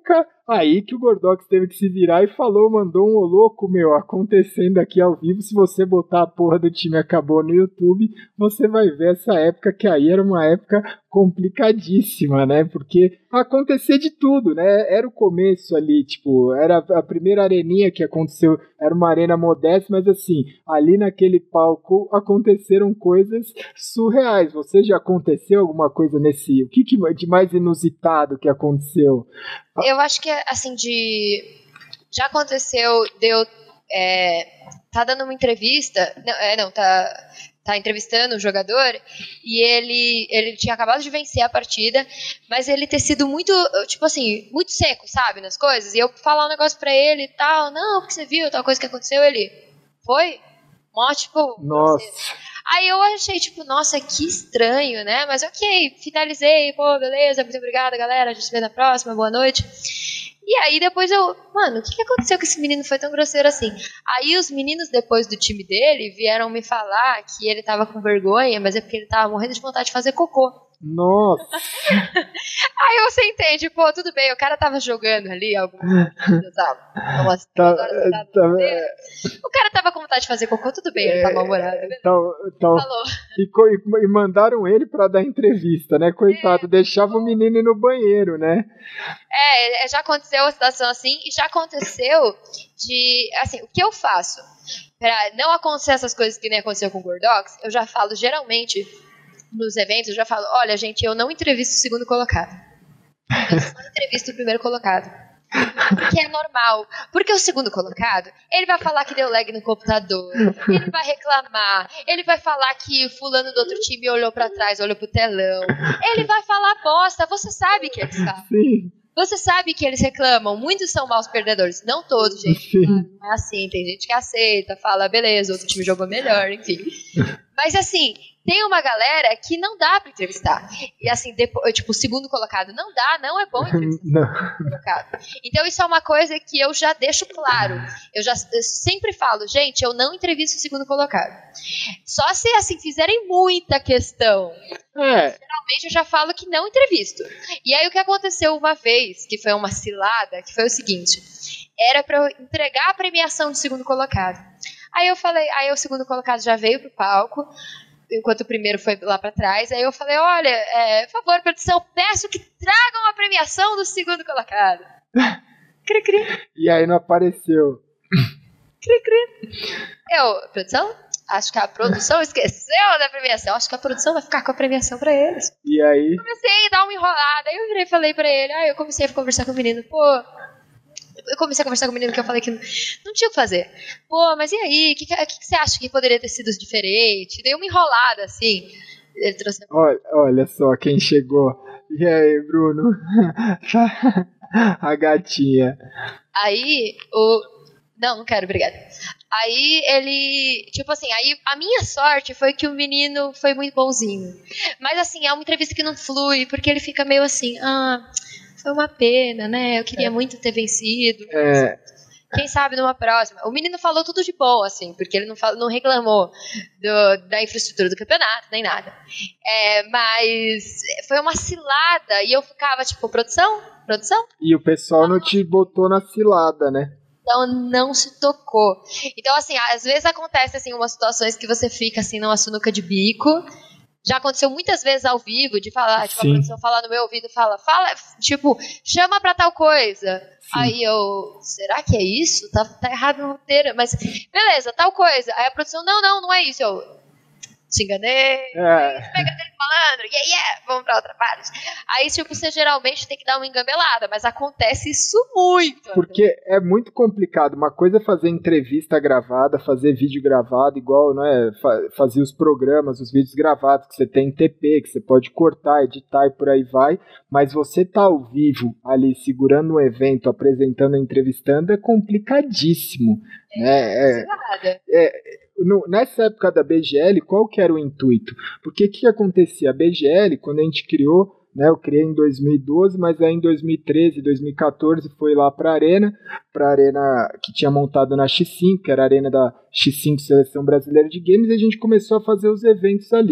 Aí que o Gordox teve que se virar e falou, mandou um ô louco, meu, acontecendo aqui ao vivo. Se você botar a porra do time acabou no YouTube, você vai ver essa época, que aí era uma época complicadíssima, né? Porque acontecia de tudo, né? Era o começo ali, tipo, era a primeira areninha que aconteceu, era uma arena modesta, mas assim, ali naquele palco aconteceram coisas surreais. Você já aconteceu alguma coisa nesse... O que, que de mais inusitado que aconteceu? Eu acho que, assim, de... Já aconteceu, deu... É, tá dando uma entrevista... Não, é, não tá, tá entrevistando um jogador e ele, ele tinha acabado de vencer a partida, mas ele ter sido muito, tipo assim, muito seco, sabe, nas coisas. E eu falar um negócio pra ele e tal, não, porque você viu tal coisa que aconteceu, ele... Foi? Mó, tipo... Nossa... Aí eu achei, tipo, nossa, que estranho, né? Mas ok, finalizei, pô, beleza, muito obrigada, galera, a gente se vê na próxima, boa noite. E aí depois eu, mano, o que, que aconteceu que esse menino foi tão grosseiro assim? Aí os meninos depois do time dele vieram me falar que ele tava com vergonha, mas é porque ele tava morrendo de vontade de fazer cocô. Nossa! Aí você entende, pô, tudo bem, o cara tava jogando ali algumas partidas, sabe? Umas tá, horas da tá, O cara tava com vontade de fazer cocô, tudo bem, ele tá mal-humorado. Então, então, e, e mandaram ele pra dar entrevista, né? Coitado, é, deixava o menino ir no banheiro, né? É, já aconteceu uma situação assim, e já aconteceu de, assim, o que eu faço pra não acontecer essas coisas que nem aconteceu com o Gordox, eu já falo geralmente... Nos eventos, eu já falo, olha, gente, eu não entrevisto o segundo colocado. Eu só entrevisto o primeiro colocado. Porque é normal. Porque o segundo colocado, ele vai falar que deu lag no computador, ele vai reclamar, ele vai falar que fulano do outro time olhou pra trás, olhou pro telão, ele vai falar bosta, você sabe que eles sabem. Sim. Você sabe que eles reclamam, muitos são maus perdedores. Não todos, gente. Claro, não é assim, tem gente que aceita, fala, beleza, outro time jogou melhor, enfim. Mas assim, tem uma galera que não dá pra entrevistar. E assim, depois, tipo, o segundo colocado não dá, não é bom entrevistar o segundo colocado. Então isso é uma coisa que eu já deixo claro. Eu já eu sempre falo, gente, eu não entrevisto o segundo colocado. Só se assim fizerem muita questão. É. Geralmente eu já falo que não entrevisto. E aí o que aconteceu uma vez, que foi uma cilada, que foi o seguinte, era pra eu entregar a premiação de segundo colocado. Aí eu falei, aí o segundo colocado já veio pro palco, enquanto o primeiro foi lá pra trás, aí eu falei, olha, é, por favor, produção, peço que tragam a premiação do segundo colocado. Cri, cri. E aí não apareceu. Cri, cri. Eu, produção? Acho que a produção esqueceu da premiação. Acho que a produção vai ficar com a premiação pra eles. E aí? Eu comecei a dar uma enrolada. Aí eu virei e falei pra ele. Aí eu comecei a conversar com o menino. Pô, eu comecei a conversar com o menino que eu falei que não, não tinha o que fazer. Pô, mas e aí? O que, que, que você acha que poderia ter sido diferente? Dei uma enrolada, assim. Ele trouxe... Olha, olha só quem chegou. E aí, Bruno? A gatinha. Aí, o... Não, não quero, obrigada. Aí ele, tipo assim, aí a minha sorte foi que o menino foi muito bonzinho. Mas assim, é uma entrevista que não flui, porque ele fica meio assim, ah, foi uma pena, né? Eu queria é. muito ter vencido. É. Quem sabe numa próxima. O menino falou tudo de bom, assim, porque ele não, falou, não reclamou do, da infraestrutura do campeonato, nem nada. É, mas foi uma cilada, e eu ficava, tipo, produção? Produção? E o pessoal não te botou na cilada, né? Então não se tocou. Então, assim, às vezes acontece assim, umas situações que você fica assim numa sinuca de bico. Já aconteceu muitas vezes ao vivo, de falar, tipo, Sim. a produção falar no meu ouvido, fala, fala, tipo, chama pra tal coisa. Sim. Aí eu, será que é isso? Tá, tá errado no roteiro, mas beleza, tal coisa. Aí a produção, não, não, não é isso. Eu, te enganei, é. pega dele falando, yeah, yeah, vamos pra outra parte. Aí, tipo, você geralmente tem que dar uma engambelada, mas acontece isso muito. Porque né? É muito complicado. Uma coisa é fazer entrevista gravada, fazer vídeo gravado, igual, né, fazer os programas, os vídeos gravados, que você tem em T P, que você pode cortar, editar e por aí vai, mas você tá ao vivo ali, segurando um evento, apresentando, entrevistando, é complicadíssimo. É, né? é, é, No, nessa época da B G L, qual que era o intuito? Porque o que, que acontecia? A B G L, quando a gente criou, né, eu criei em dois mil e doze, mas aí em dois mil e treze, dois mil e quatorze foi lá para a Arena, para a Arena que tinha montado na X cinco, que era a Arena da X cinco Seleção Brasileira de Games, e a gente começou a fazer os eventos ali.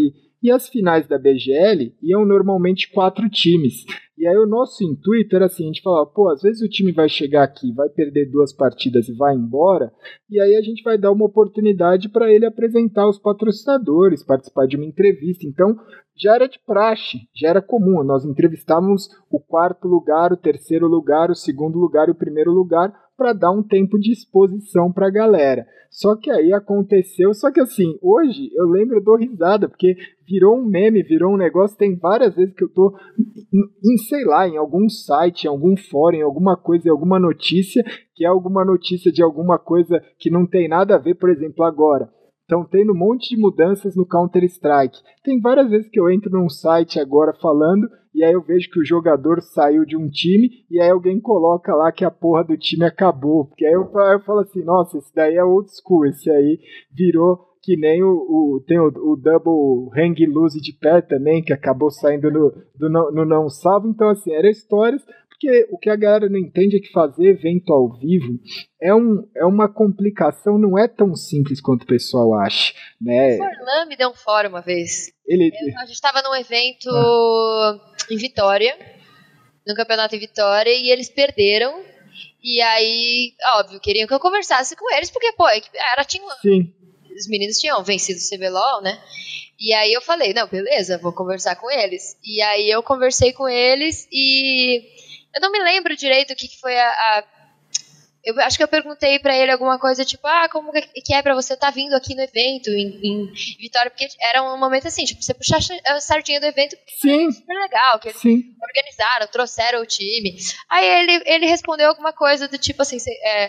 E as finais da B G L iam normalmente quatro times. E aí o nosso intuito era assim, a gente falava, pô, às vezes o time vai chegar aqui, vai perder duas partidas e vai embora, e aí a gente vai dar uma oportunidade para ele apresentar os patrocinadores, participar de uma entrevista. Então, já era de praxe, já era comum. Nós entrevistávamos o quarto lugar, o terceiro lugar, o segundo lugar e o primeiro lugar para dar um tempo de exposição para a galera. Só que aí aconteceu, só que assim, hoje eu lembro, eu dou risada, porque virou um meme, virou um negócio, tem várias vezes que eu tô em, sei lá, em algum site, em algum fórum, em alguma coisa, em alguma notícia, que é alguma notícia de alguma coisa que não tem nada a ver, por exemplo, agora. Estão tendo um monte de mudanças no Counter-Strike. Tem várias vezes que eu entro num site agora falando, e aí eu vejo que o jogador saiu de um time, e aí alguém coloca lá que a porra do time acabou. Porque aí eu, eu falo assim, nossa, esse daí é old school, esse aí virou que nem o, o tem o, o Double Hang Loose de pé também, que acabou saindo no, do, no não salvo. Então, assim, eram histórias, porque o que a galera não entende é que fazer evento ao vivo é, um, é uma complicação, não é tão simples quanto o pessoal acha, né? O Forlan me deu um fora uma vez. Ele... Eu, a gente estava num evento ah. em Vitória, num campeonato em Vitória, e eles perderam. E aí, óbvio, queriam que eu conversasse com eles, porque, pô, era tinha... Sim. Os meninos tinham vencido o C B L O L, né? E aí eu falei, não, beleza, vou conversar com eles. E aí eu conversei com eles e eu não me lembro direito o que, que foi a, a... Eu acho que eu perguntei pra ele alguma coisa, tipo, ah, como que é pra você estar tá vindo aqui no evento em, em Vitória? Porque era um momento assim, tipo, você puxar a sardinha do evento, sim, super legal, que eles sim. organizaram, trouxeram o time. Aí ele, ele respondeu alguma coisa do tipo assim, é,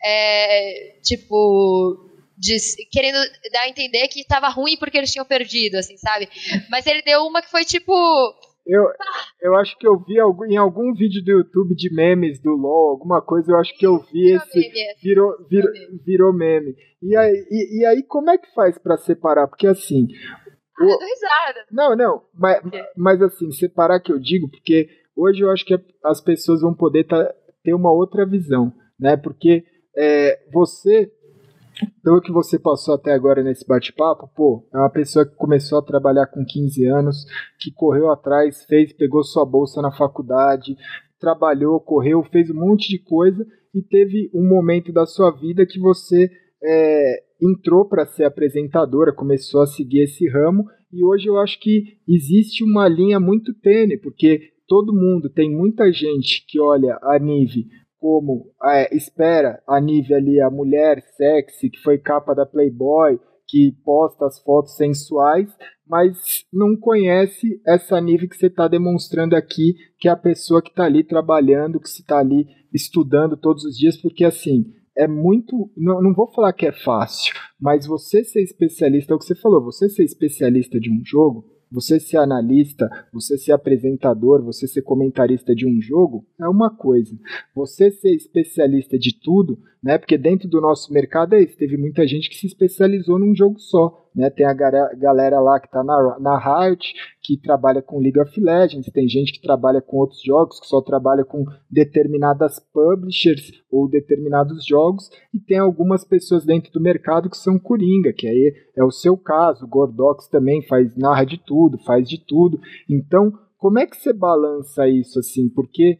é, tipo... De, querendo dar a entender que tava ruim porque eles tinham perdido, assim, sabe? Mas ele deu uma que foi tipo... Eu, eu acho que eu vi algum, em algum vídeo do YouTube de memes do LoL, alguma coisa, eu acho que eu vi virou esse... Meme, virou, virou, virou meme. E aí, e, e aí, como é que faz pra separar? Porque assim... O... Ah, eu dou risada. Não, não, mas, mas assim, separar que eu digo, porque hoje eu acho que as pessoas vão poder tá, ter uma outra visão, né? Porque é, você... Pelo que você passou até agora nesse bate-papo, pô, é uma pessoa que começou a trabalhar com quinze anos, que correu atrás, fez, pegou sua bolsa na faculdade, trabalhou, correu, fez um monte de coisa e teve um momento da sua vida que você é, entrou para ser apresentadora, começou a seguir esse ramo e hoje eu acho que existe uma linha muito tênue, porque todo mundo, tem muita gente que olha a Nive como é, espera a Nive ali, a mulher sexy, que foi capa da Playboy, que posta as fotos sensuais, mas não conhece essa Nive que você está demonstrando aqui, que é a pessoa que está ali trabalhando, que está ali estudando todos os dias, porque assim, é muito, não, não vou falar que é fácil, mas você ser especialista, é o que você falou, você ser especialista de um jogo, você ser analista, você ser apresentador, você ser comentarista de um jogo é uma coisa. Você ser especialista de tudo, né? Porque dentro do nosso mercado é isso, teve muita gente que se especializou num jogo só, né? Tem a galera lá que está na, na Riot, que trabalha com League of Legends, tem gente que trabalha com outros jogos, que só trabalha com determinadas publishers ou determinados jogos, e tem algumas pessoas dentro do mercado que são coringa, que aí é o seu caso, o Gordox também faz, narra de tudo, faz de tudo. Então, como é que você balança isso assim? Porque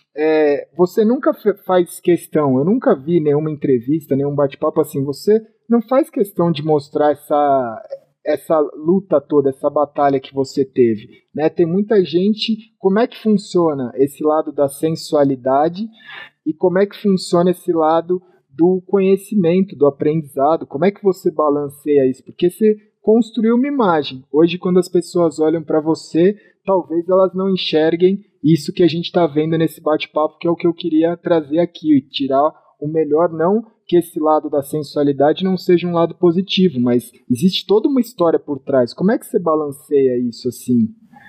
é, você nunca faz questão, eu nunca vi nenhuma entrevista, nenhum bate-papo assim, você não faz questão de mostrar essa, essa luta toda, essa batalha que você teve, né? Tem muita gente, como é que funciona esse lado da sensualidade e como é que funciona esse lado do conhecimento, do aprendizado, como é que você balanceia isso? Porque você construiu uma imagem, hoje quando as pessoas olham para você, talvez elas não enxerguem isso que a gente está vendo nesse bate-papo, que é o que eu queria trazer aqui, tirar o melhor, não que esse lado da sensualidade não seja um lado positivo, mas existe toda uma história por trás. Como é que você balanceia isso assim?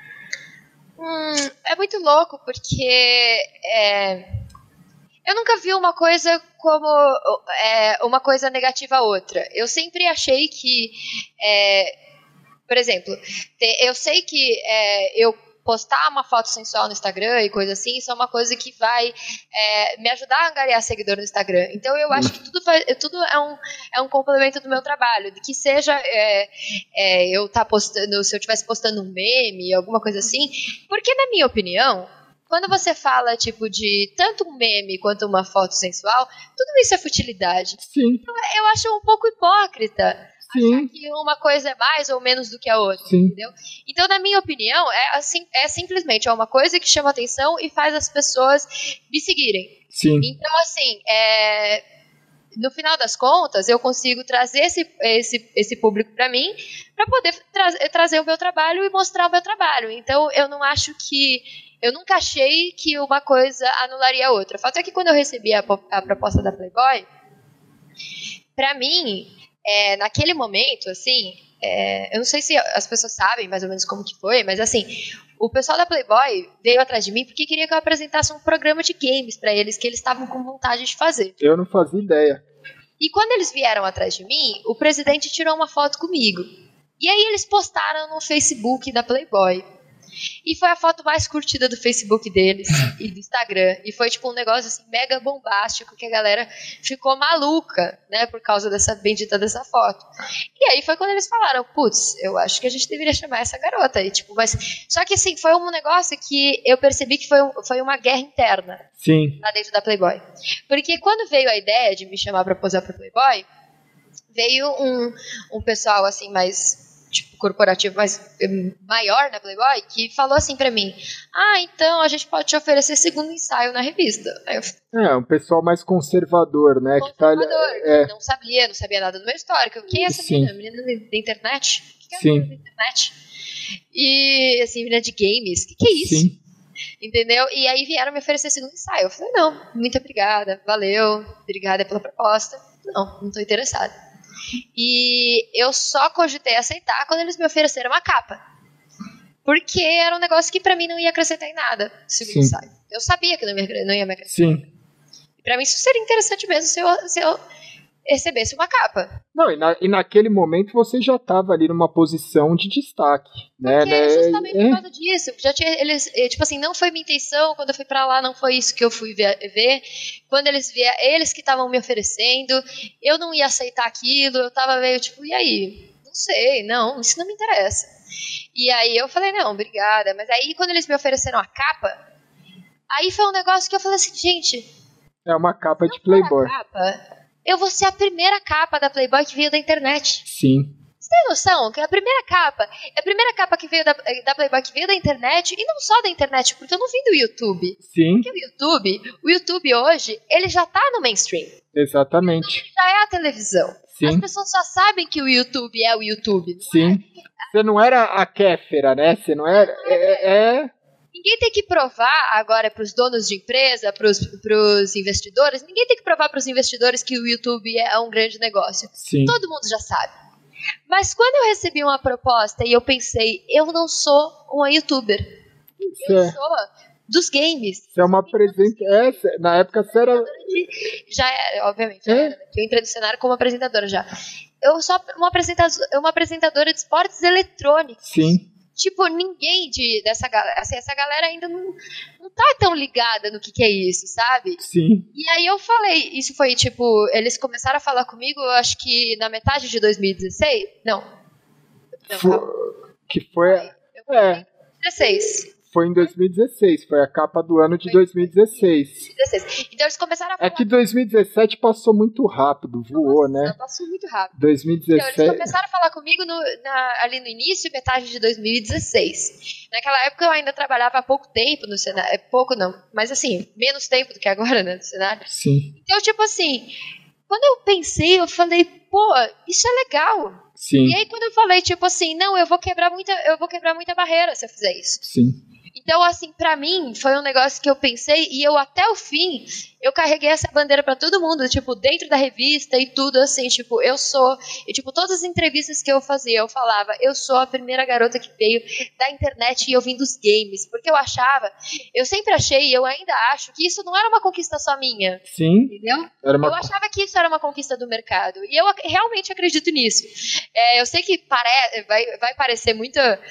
Hum, é muito louco, porque é, eu nunca vi uma coisa como é, uma coisa negativa a outra. Eu sempre achei que, é, por exemplo, eu sei que é, eu postar uma foto sensual no Instagram e coisa assim, isso é uma coisa que vai é, me ajudar a angariar seguidor no Instagram. Então eu acho que tudo, faz, tudo é, um, é um complemento do meu trabalho, de que seja é, é, eu tá postando, se eu estivesse postando um meme, alguma coisa assim, porque na minha opinião, quando você fala tipo de tanto um meme quanto uma foto sensual, tudo isso é futilidade. Sim. Então, eu acho um pouco hipócrita. Sim. Achar que uma coisa é mais ou menos do que a outra, Sim. entendeu? Então, na minha opinião, é, assim, é simplesmente é uma coisa que chama atenção e faz as pessoas me seguirem. Sim. Então, assim, é, no final das contas, eu consigo trazer esse, esse, esse público para mim, para poder tra- trazer o meu trabalho e mostrar o meu trabalho. Então, eu não acho que... Eu nunca achei que uma coisa anularia a outra. O fato é que quando eu recebi a, a proposta da Playboy, para mim... É, naquele momento, assim, é, eu não sei se as pessoas sabem mais ou menos como que foi, mas assim, o pessoal da Playboy veio atrás de mim porque queria que eu apresentasse um programa de games pra eles, que eles estavam com vontade de fazer. Eu não fazia ideia. E quando eles vieram atrás de mim, o presidente tirou uma foto comigo. E aí eles postaram no Facebook da Playboy. E foi a foto mais curtida do Facebook deles e do Instagram. E foi tipo um negócio assim mega bombástico que a galera ficou maluca, né, por causa dessa bendita dessa foto. E aí foi quando eles falaram, putz, eu acho que a gente deveria chamar essa garota aí, tipo, mas só que assim, foi um negócio que eu percebi que foi, foi uma guerra interna. Sim. Lá dentro da Playboy. Porque quando veio a ideia de me chamar pra posar pra Playboy, veio um, um pessoal assim mais tipo, corporativo mais maior na Playboy, que falou assim pra mim, ah, então a gente pode te oferecer segundo ensaio na revista. Aí eu, é, um pessoal mais conservador, né? Conservador, que, tá, é, é, que não sabia, não sabia nada do meu histórico. Quem é essa sim. menina? Menina da internet? O que é a Sim. menina da internet? E, assim, menina de games, o que, que é isso? Sim. Entendeu? E aí vieram me oferecer segundo ensaio. Eu falei, não, muito obrigada, valeu, obrigada pela proposta. Não, não tô interessada. E eu só cogitei aceitar quando eles me ofereceram uma capa. Porque era um negócio que pra mim não ia acrescentar em nada, segundo ensaio. Eu sabia que não ia, não ia me acrescentar. Sim. E pra mim isso seria interessante mesmo se eu, se eu recebesse uma capa. Não, e, na, e naquele momento você já estava ali numa posição de destaque, né? Porque né? justamente é. por causa disso. Já tinha, eles, tipo assim, não foi minha intenção, quando eu fui pra lá, não foi isso que eu fui ver. Quando eles vieram, eles que estavam me oferecendo, eu não ia aceitar aquilo, eu tava meio tipo, e aí? Não sei, não, isso não me interessa. E aí eu falei, não, obrigada. Mas aí quando eles me ofereceram a capa, aí foi um negócio que eu falei assim, gente... É uma capa de Playboy. Capa, eu vou ser a primeira capa da Playboy que veio da internet. Sim. Você tem noção que a primeira capa é a primeira capa que veio da, da Playboy que veio da internet, e não só da internet, porque eu não vim do YouTube. Sim. Porque o YouTube, o YouTube hoje, ele já tá no mainstream. Exatamente. O YouTube já é a televisão. Sim. As pessoas só sabem que o YouTube é o YouTube. Não Sim. É? Você não era a Kéfera, né? Você não era... É... é... Ninguém tem que provar agora para os donos de empresa, para os investidores, ninguém tem que provar para os investidores que o YouTube é um grande negócio. Sim. Todo mundo já sabe. Mas quando eu recebi uma proposta e eu pensei, eu não sou uma youtuber. Isso eu é. sou dos games. Você é uma apresentadora. É, na época você era... Já era, obviamente. Já é. era. Eu entrei no cenário como apresentadora já. Eu sou uma apresentadora, uma apresentadora de esportes eletrônicos. Sim. Tipo, ninguém de, dessa galera, assim, essa galera ainda não, não tá tão ligada no que que é isso, sabe? Sim. E aí eu falei, isso foi tipo, eles começaram a falar comigo, eu acho que na metade de dois mil e dezesseis, não. não foi, que foi, eu é. Em dois mil e dezesseis. Foi em dois mil e dezesseis, foi a capa do ano de dois mil e dezesseis. Então eles começaram a falar. É que dois mil e dezessete passou muito rápido, voou, Nossa, né? Passou muito rápido. dois mil e dezessete. Então, eles começaram a falar comigo no, na, ali no início, metade de dois mil e dezesseis. Naquela época eu ainda trabalhava há pouco tempo no cenário. É pouco não, mas assim, menos tempo do que agora, né, no cenário. Sim. Então, tipo assim, quando eu pensei, eu falei, pô, isso é legal. Sim. E aí quando eu falei, tipo assim, não, eu vou quebrar muita, eu vou quebrar muita barreira se eu fizer isso. Sim. Então, assim, pra mim, foi um negócio que eu pensei, e eu até o fim, eu carreguei essa bandeira pra todo mundo, tipo, dentro da revista e tudo, assim, tipo, eu sou, e tipo, todas as entrevistas que eu fazia, eu falava, eu sou a primeira garota que veio da internet e eu vim dos games, porque eu achava, eu sempre achei, e eu ainda acho, que isso não era uma conquista só minha. Sim. Entendeu? Era uma... Eu achava que isso era uma conquista do mercado, e eu realmente acredito nisso. É, eu sei que pare... vai, vai parecer muito...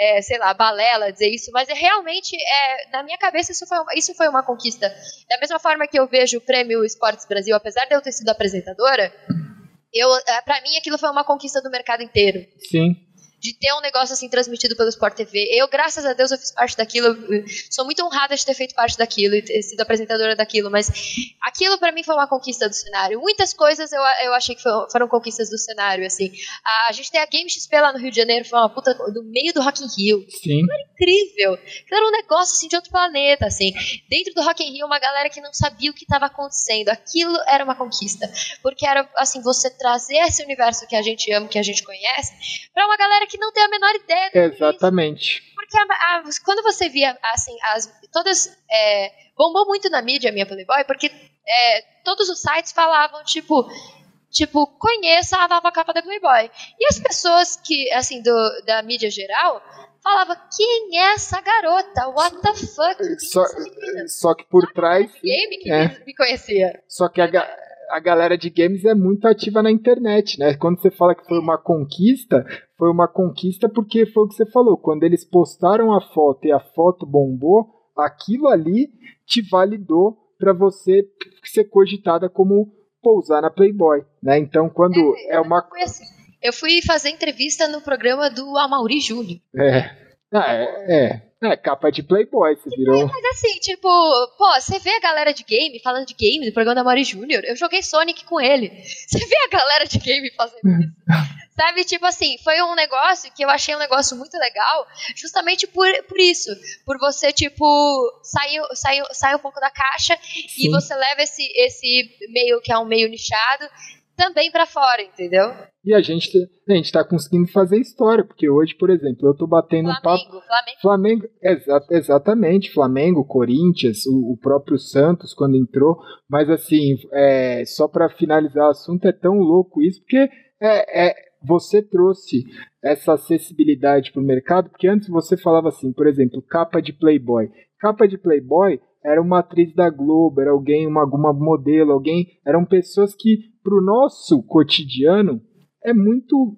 é, sei lá, balela dizer isso, mas é realmente, é, na minha cabeça, isso foi, uma, isso foi uma conquista. Da mesma forma que eu vejo o Prêmio Esportes Brasil, apesar de eu ter sido apresentadora, eu, pra mim aquilo foi uma conquista do mercado inteiro. Sim. De ter um negócio assim transmitido pelo Sport T V. Eu, graças a Deus, eu fiz parte daquilo. Eu sou muito honrada de ter feito parte daquilo e ter sido apresentadora daquilo, mas aquilo pra mim foi uma conquista do cenário. Muitas coisas eu, eu achei que foram, foram conquistas do cenário, assim. A, a gente tem a Game X P lá no Rio de Janeiro, foi uma puta do meio do Rock in Rio. Sim. Era incrível. Aquilo era um negócio assim de outro planeta, assim. Dentro do Rock in Rio, uma galera que não sabia o que estava acontecendo. Aquilo era uma conquista, porque era assim, você trazer esse universo que a gente ama, que a gente conhece, pra uma galera que não tem a menor ideia do que Exatamente. é isso. Porque a, a, quando você via, assim, as, todas... É, bombou muito na mídia a minha Playboy, porque é, todos os sites falavam, tipo... Tipo, conheça a nova capa da Playboy. E as pessoas que, assim, do, da mídia geral... Falava, quem é essa garota? What the fuck? Só, só que por trás... Game que é, me, me conhecia. Só que a, a galera de games é muito ativa na internet, né? Quando você fala que foi uma conquista, foi uma conquista porque foi o que você falou. Quando eles postaram a foto e a foto bombou, aquilo ali te validou para você ser cogitada como pousar na Playboy, né? Então, quando é, é uma... Foi assim. Eu fui fazer entrevista no programa do Amaury Júnior. É. Ah, é, é. É, capa de Playboy, você virou... Mas assim, tipo, pô, você vê a galera de game falando de game no programa do Amaury Júnior. Eu joguei Sonic com ele. Você vê a galera de game fazendo isso. Sabe, tipo assim, foi um negócio que eu achei um negócio muito legal, justamente por, por isso. Por você, tipo, sair, sair, sair um pouco da caixa. Sim. E você leva esse, esse meio que é um meio nichado também pra fora, entendeu? E a gente, a gente tá conseguindo fazer história, porque hoje, por exemplo, eu tô batendo Flamengo, um papo... Flamengo. Flamengo, exa exatamente, Flamengo, Corinthians, o, o próprio Santos quando entrou, mas assim, é, só pra finalizar o assunto, é tão louco isso, porque é, é, você trouxe essa acessibilidade pro mercado, porque antes você falava assim, por exemplo, capa de Playboy. Capa de Playboy era uma atriz da Globo, era alguém, uma, alguma modelo, alguém, eram pessoas que pro nosso cotidiano é muito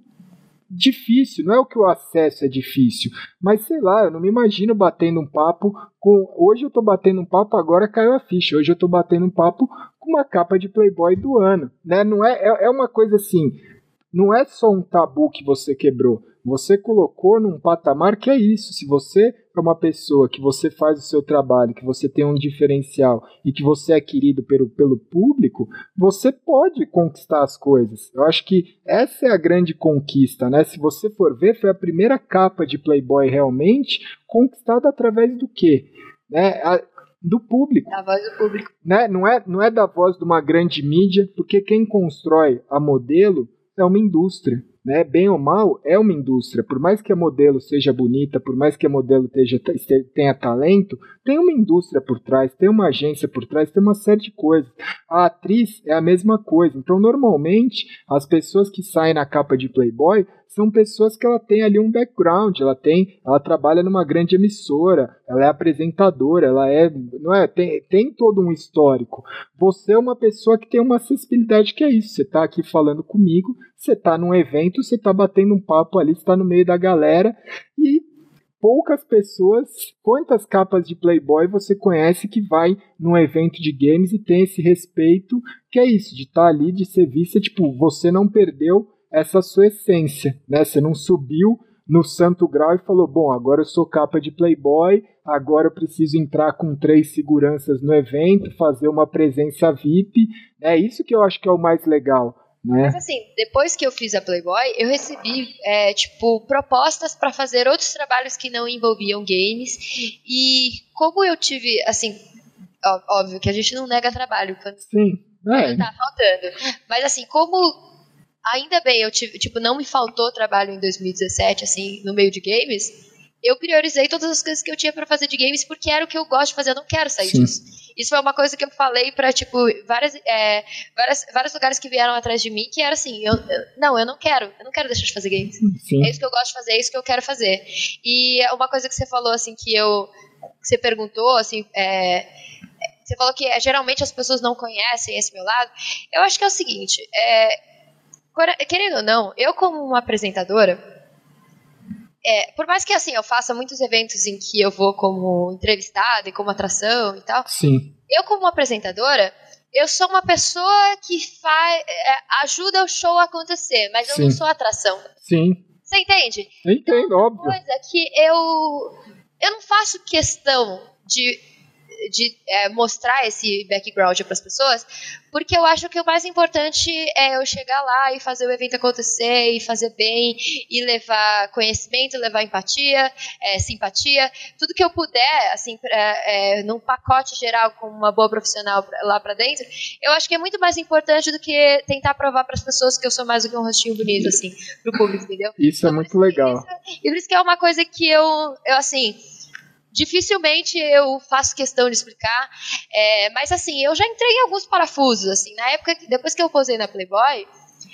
difícil, não é o que o acesso é difícil, mas sei lá, eu não me imagino batendo um papo com, hoje eu tô batendo um papo, agora caiu a ficha, hoje eu tô batendo um papo com uma capa de Playboy do ano, né, não é, é, é uma coisa assim, não é só um tabu que você quebrou, você colocou num patamar que é isso, se você é uma pessoa que você faz o seu trabalho, que você tem um diferencial e que você é querido pelo, pelo público, você pode conquistar as coisas. Eu acho que essa é a grande conquista, né? Se você for ver, foi a primeira capa de Playboy realmente conquistada através do quê? Né? A, do público. Da voz do público. Né? Não é, não é da voz de uma grande mídia, porque quem constrói a modelo é uma indústria. Né, bem ou mal, é uma indústria. Por mais que a modelo seja bonita, por mais que a modelo teja, tenha talento, tem uma indústria por trás, tem uma agência por trás, tem uma série de coisas. A atriz é a mesma coisa. Então, normalmente, as pessoas que saem na capa de Playboy são pessoas que ela tem ali um background, ela tem, ela trabalha numa grande emissora, ela é apresentadora, ela é, não é, tem, tem todo um histórico. Você é uma pessoa que tem uma acessibilidade que é isso. Você está aqui falando comigo, você está num evento, você está batendo um papo ali, você está no meio da galera e poucas pessoas, quantas capas de Playboy você conhece que vai num evento de games e tem esse respeito, que é isso, de estar tá ali, de ser vista, tipo, você não perdeu essa sua essência, né? Você não subiu no santo grau e falou, bom, agora eu sou capa de Playboy, agora eu preciso entrar com três seguranças no evento, fazer uma presença V I P, é isso que eu acho que é o mais legal. Né? Mas assim, depois que eu fiz a Playboy, eu recebi, é, tipo, propostas para fazer outros trabalhos que não envolviam games, e como eu tive, assim, ó, óbvio que a gente não nega trabalho quando, Sim, é. quando tá faltando, mas assim, como ainda bem eu tive, tipo, não me faltou trabalho em dois mil e dezessete, assim, no meio de games, eu priorizei todas as coisas que eu tinha pra fazer de games porque era o que eu gosto de fazer, eu não quero sair Sim. disso. Isso foi uma coisa que eu falei pra, tipo, várias, é, várias, vários lugares que vieram atrás de mim, que era assim, eu, eu, não, eu não quero, eu não quero deixar de fazer games. Sim. É isso que eu gosto de fazer, é isso que eu quero fazer. E uma coisa que você falou, assim, que eu, que você perguntou, assim, é, você falou que é, geralmente as pessoas não conhecem esse meu lado. Eu acho que é o seguinte, é, querendo ou não, eu como uma apresentadora, é, por mais que assim eu faça muitos eventos em que eu vou como entrevistada e como atração e tal, Sim. eu como apresentadora, eu sou uma pessoa que faz, é, ajuda o show a acontecer, mas eu Sim. não sou atração. Sim. Você entende? Eu entendo, então, óbvio. Uma coisa que eu, eu não faço questão de de é, mostrar esse background para as pessoas, porque eu acho que o mais importante é eu chegar lá e fazer o evento acontecer, e fazer bem, e levar conhecimento, levar empatia, é, simpatia, tudo que eu puder, assim, pra, é, num pacote geral com uma boa profissional pra, lá para dentro, eu acho que é muito mais importante do que tentar provar para as pessoas que eu sou mais do que um rostinho bonito, assim, pro público, entendeu? Isso então, é muito legal. Isso, e por isso que é uma coisa que eu, eu assim... dificilmente eu faço questão de explicar, é, mas assim, eu já entrei em alguns parafusos, assim, na época, depois que eu posei na Playboy,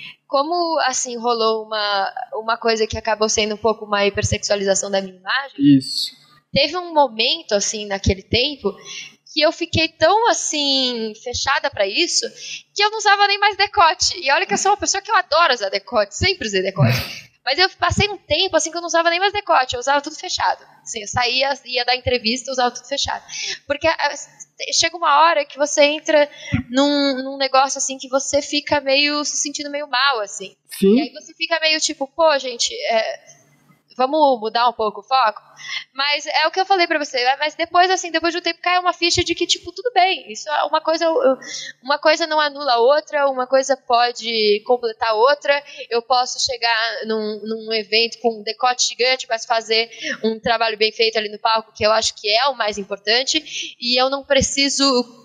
como assim, rolou uma, uma coisa que acabou sendo um pouco uma hipersexualização da minha imagem, isso. Teve um momento, assim, naquele tempo, que eu fiquei tão, assim, fechada pra isso, que eu não usava nem mais decote, e olha que eu sou uma pessoa que eu adoro usar decote, sempre usei decote. Mas eu passei um tempo, assim, que eu não usava nem mais decote, eu usava tudo fechado. Assim, eu saía, ia dar entrevista, eu usava tudo fechado. Porque a, chega uma hora que você entra num, num negócio, assim, que você fica meio, se sentindo meio mal, assim. Sim. E aí você fica meio tipo, pô, gente, é, vamos mudar um pouco o foco? Mas é o que eu falei pra você, mas depois, assim, depois de um tempo cai uma ficha de que, tipo, tudo bem, isso é uma coisa, uma coisa não anula a outra, uma coisa pode completar a outra, eu posso chegar num, num evento com um decote gigante, mas fazer um trabalho bem feito ali no palco, que eu acho que é o mais importante, e eu não preciso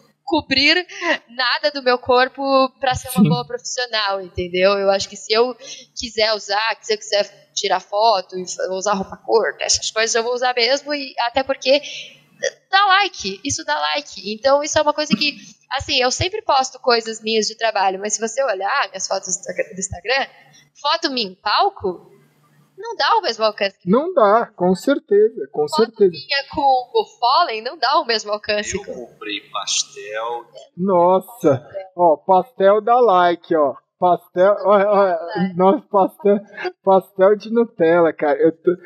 cobrir nada do meu corpo para ser uma Sim. boa profissional, entendeu? Eu acho que se eu quiser usar, se eu quiser tirar foto, usar roupa curta, essas coisas eu vou usar mesmo, e até porque dá like, isso dá like. Então isso é uma coisa que, assim, eu sempre posto coisas minhas de trabalho, mas se você olhar minhas fotos do Instagram, foto minha em palco, não dá o mesmo alcance. Não dá, com certeza, com foto certeza. Minha com o Follen não dá o mesmo alcance. Eu comprei pastel. Nossa, ó, pastel dá like, ó. Pastel, olha, olha, nossa, pastel, pastel de Nutella, cara. Eu tô...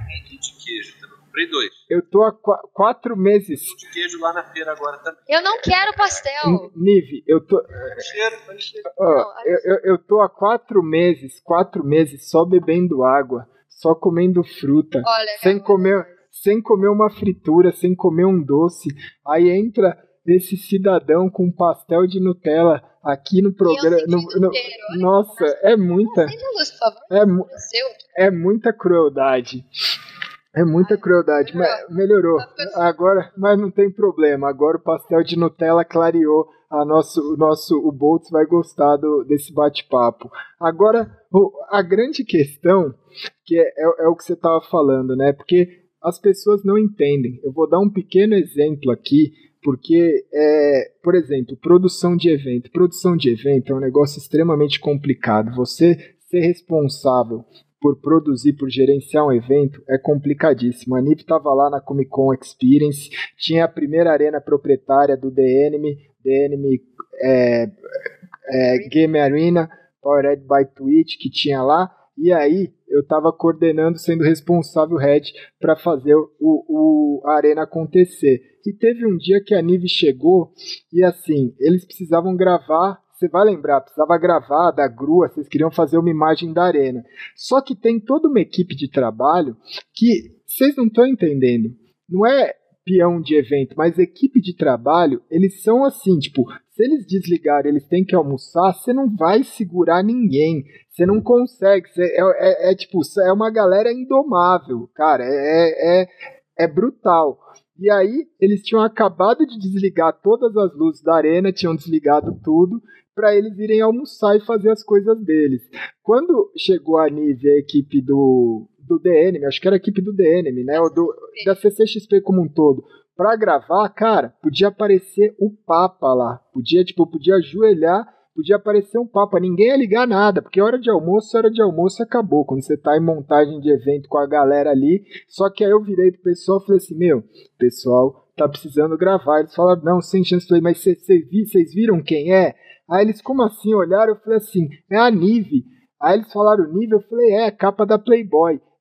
de queijo também. Comprei dois. Eu tô há qu- quatro meses. De queijo lá na feira agora também. Eu não quero pastel. Nive, eu tô. Cheiro, cheiro. Ó, não, eu, eu, eu tô há quatro meses, quatro meses só bebendo água, só comendo fruta, olha, sem comer, sem comer uma fritura, sem comer um doce. Aí entra esse cidadão com pastel de Nutella aqui no programa. No, no, nossa, é muita. Luz, por favor. É, mu- é muita crueldade. É muita Ai, crueldade. Melhorou. Mas melhorou. Agora, mas não tem problema. Agora o pastel de Nutella clareou. A nosso, o nosso o Boltz vai gostar do, desse bate-papo. Agora, o, a grande questão que é, é, é o que você estava falando, né? Porque as pessoas não entendem. Eu vou dar um pequeno exemplo aqui. Porque, é, por exemplo, produção de evento. Produção de evento é um negócio extremamente complicado. Você ser responsável por produzir, por gerenciar um evento é complicadíssimo. A Nive estava lá na Comic Con Experience, tinha a primeira arena proprietária do D N M, D N M é, é, Game Arena, Powered by Twitch, que tinha lá, e aí eu estava coordenando, sendo responsável head para fazer o, o, a arena acontecer. E teve um dia que a Nive chegou e assim, eles precisavam gravar, você vai lembrar, precisava gravar da grua, vocês queriam fazer uma imagem da arena. Só que tem toda uma equipe de trabalho que vocês não estão entendendo. Não é peão de evento, mas equipe de trabalho, eles são assim, tipo, se eles desligarem, eles têm que almoçar, você não vai segurar ninguém. Você não consegue. Você é, é, é tipo, é uma galera indomável, cara. É, é, é brutal. E aí, eles tinham acabado de desligar todas as luzes da arena, tinham desligado tudo, para eles irem almoçar e fazer as coisas deles. Quando chegou a Nive, a equipe do, do D N M, acho que era a equipe do D N M, né? Ou do, da C C X P como um todo, para gravar, cara, podia aparecer o Papa lá. Podia, tipo, podia ajoelhar, podia aparecer um Papa. Ninguém ia ligar nada, porque hora de almoço, hora de almoço acabou. Quando você tá em montagem de evento com a galera ali. Só que aí eu virei pro pessoal e falei assim, meu, pessoal tá precisando gravar. Eles falaram, não, sem chance. Eu falei, mas vocês viram quem é? Aí eles, como assim, olharam? Eu falei assim, é a Nive. Aí eles falaram Nive, eu falei, é, capa da Playboy.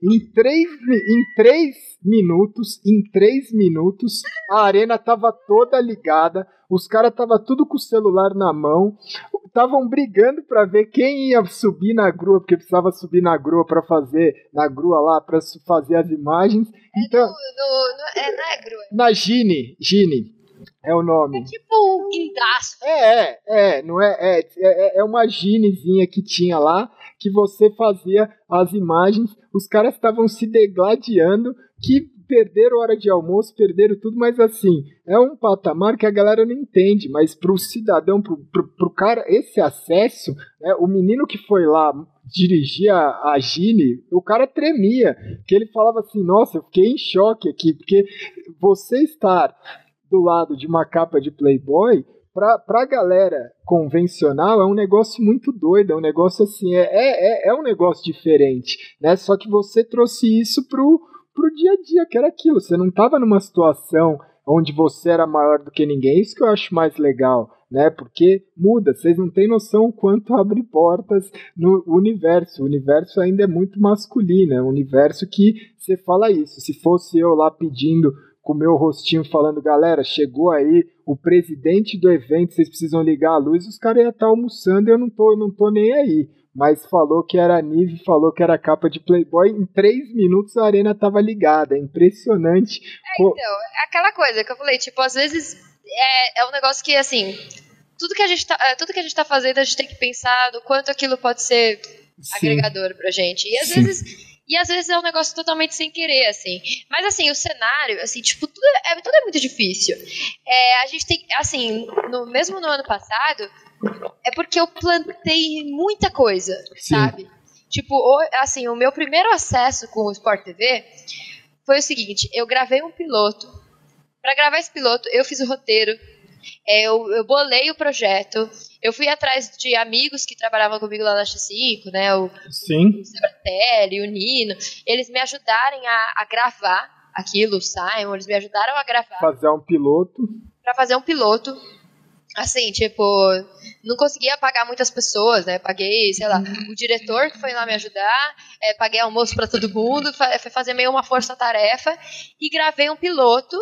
Em três, em três minutos, em três minutos, a arena tava toda ligada, os caras tava tudo com o celular na mão, estavam brigando para ver quem ia subir na grua, porque precisava subir na grua para fazer, na grua lá, para fazer as imagens. Então, é, no, no, no, é, não é grua. Na Gine, Gine. É o nome. É tipo um guindaço. É, é, é, não é, é, é, é uma ginezinha que tinha lá, que você fazia as imagens, os caras estavam se degladiando, que perderam hora de almoço, perderam tudo, mas assim, é um patamar que a galera não entende, mas pro cidadão, pro, pro, pro cara, esse acesso, né, o menino que foi lá dirigir a, a Gine, o cara tremia, que ele falava assim, nossa, eu fiquei em choque aqui, porque você estar do lado de uma capa de Playboy, pra, pra galera convencional, é um negócio muito doido, é um negócio assim, é, é, é um negócio diferente, né? Só que você trouxe isso pro, pro dia a dia, que era aquilo, você não tava numa situação onde você era maior do que ninguém, isso que eu acho mais legal, né? Porque muda, vocês não têm noção o quanto abre portas no universo, o universo ainda é muito masculino, é um universo que você fala isso, se fosse eu lá pedindo com o meu rostinho falando, galera, chegou aí o presidente do evento, vocês precisam ligar a luz, os caras iam estar almoçando e eu não tô, não tô nem aí. Mas falou que era a Nive, falou que era capa de Playboy, em três minutos a arena tava ligada, é impressionante. É, então, é aquela coisa que eu falei, tipo, às vezes é, é um negócio que, assim, tudo que, a gente tá, tudo que a gente tá fazendo, a gente tem que pensar do quanto aquilo pode ser Sim. agregador pra gente. E às Sim. vezes... E às vezes é um negócio totalmente sem querer, assim. Mas, assim, o cenário, assim, tipo, tudo é, tudo é muito difícil. É, a gente tem, assim, no, mesmo no ano passado, é porque eu plantei muita coisa, Sim. sabe? Tipo, o, assim, o meu primeiro acesso com o Sport T V foi o seguinte, eu gravei um piloto. Pra gravar esse piloto, eu fiz o roteiro, é, eu, eu bolei o projeto, eu fui atrás de amigos que trabalhavam comigo lá na X cinco, né, o, Sim. o Sebratelli, o Nino, eles me ajudarem a, a gravar aquilo, o Simon, eles me ajudaram a gravar. Fazer um piloto. Pra fazer um piloto. Assim, tipo, não conseguia pagar muitas pessoas, né, paguei, sei lá, o diretor que foi lá me ajudar, é, paguei almoço pra todo mundo, foi fazer meio uma força-tarefa, e gravei um piloto.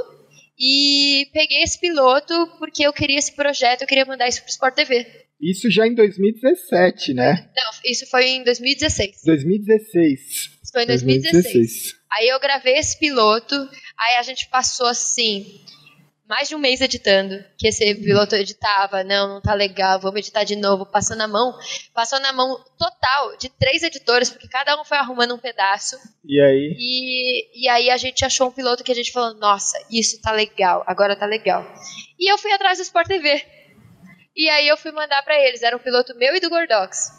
E peguei esse piloto porque eu queria esse projeto, eu queria mandar isso pro Sport T V. Isso já em dois mil e dezessete, né? Não, isso foi em dois mil e dezesseis. dois mil e dezesseis. Isso foi em dois mil e dezesseis. Aí eu gravei esse piloto, aí a gente passou assim, mais de um mês editando, que esse piloto editava, não, não tá legal, vamos editar de novo, passou na mão, passou na mão total de três editores, porque cada um foi arrumando um pedaço. E aí? E, e aí a gente achou um piloto que a gente falou, nossa, isso tá legal, agora tá legal. E eu fui atrás do Sport T V. E aí eu fui mandar pra eles, era um piloto meu e do Gordox.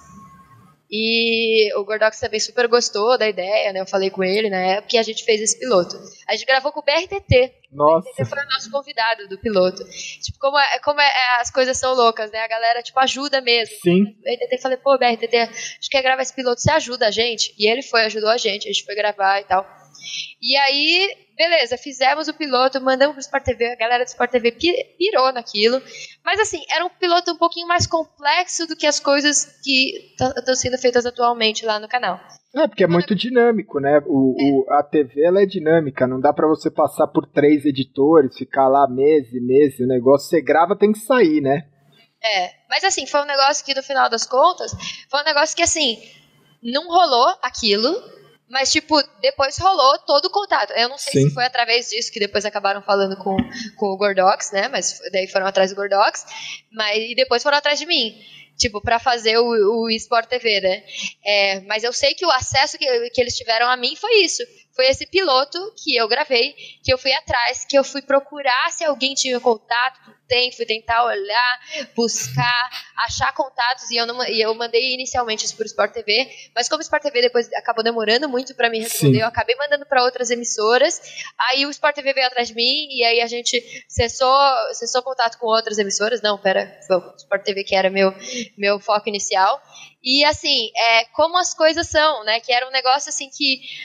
E o Gordox também super gostou da ideia, né? Eu falei com ele na época e a gente fez esse piloto. A gente gravou com o B R T T. Nossa. O B R T T foi o nosso convidado do piloto. Tipo, como, é, como é, as coisas são loucas, né? A galera, tipo, ajuda mesmo. Sim. O B R T T falei, pô, B R T T, a gente quer gravar esse piloto, você ajuda a gente? E ele foi, ajudou a gente, a gente foi gravar e tal. E aí, beleza, fizemos o piloto, mandamos pro Sport T V, a galera do Sport T V pirou naquilo. Mas assim, era um piloto um pouquinho mais complexo do que as coisas que estão sendo feitas atualmente lá no canal. É, porque é muito dinâmico, né? O, é. o, a T V, ela é dinâmica, não dá pra você passar por três editores, ficar lá meses e meses, o negócio você grava tem que sair, né? É, mas assim, foi um negócio que no final das contas, foi um negócio que assim, não rolou aquilo. Mas, tipo, depois rolou todo o contato. Eu não sei Sim. se foi através disso que depois acabaram falando com, com o Gordox, né? Mas daí foram atrás do Gordox. Mas, e depois foram atrás de mim. Tipo, pra fazer o, o Sport T V, né? É, mas eu sei que o acesso que, que eles tiveram a mim foi isso. Foi esse piloto que eu gravei, que eu fui atrás, que eu fui procurar se alguém tinha contato, tem, fui tentar olhar, buscar, achar contatos, e eu, não, e eu mandei inicialmente isso pro Sport T V, mas como o Sport T V depois acabou demorando muito pra me responder, Sim. eu acabei mandando pra outras emissoras, aí o Sport T V veio atrás de mim, e aí a gente cessou, cessou contato com outras emissoras, não, pera, foi o Sport T V que era meu, meu foco inicial, e assim, é, como as coisas são, né, que era um negócio assim que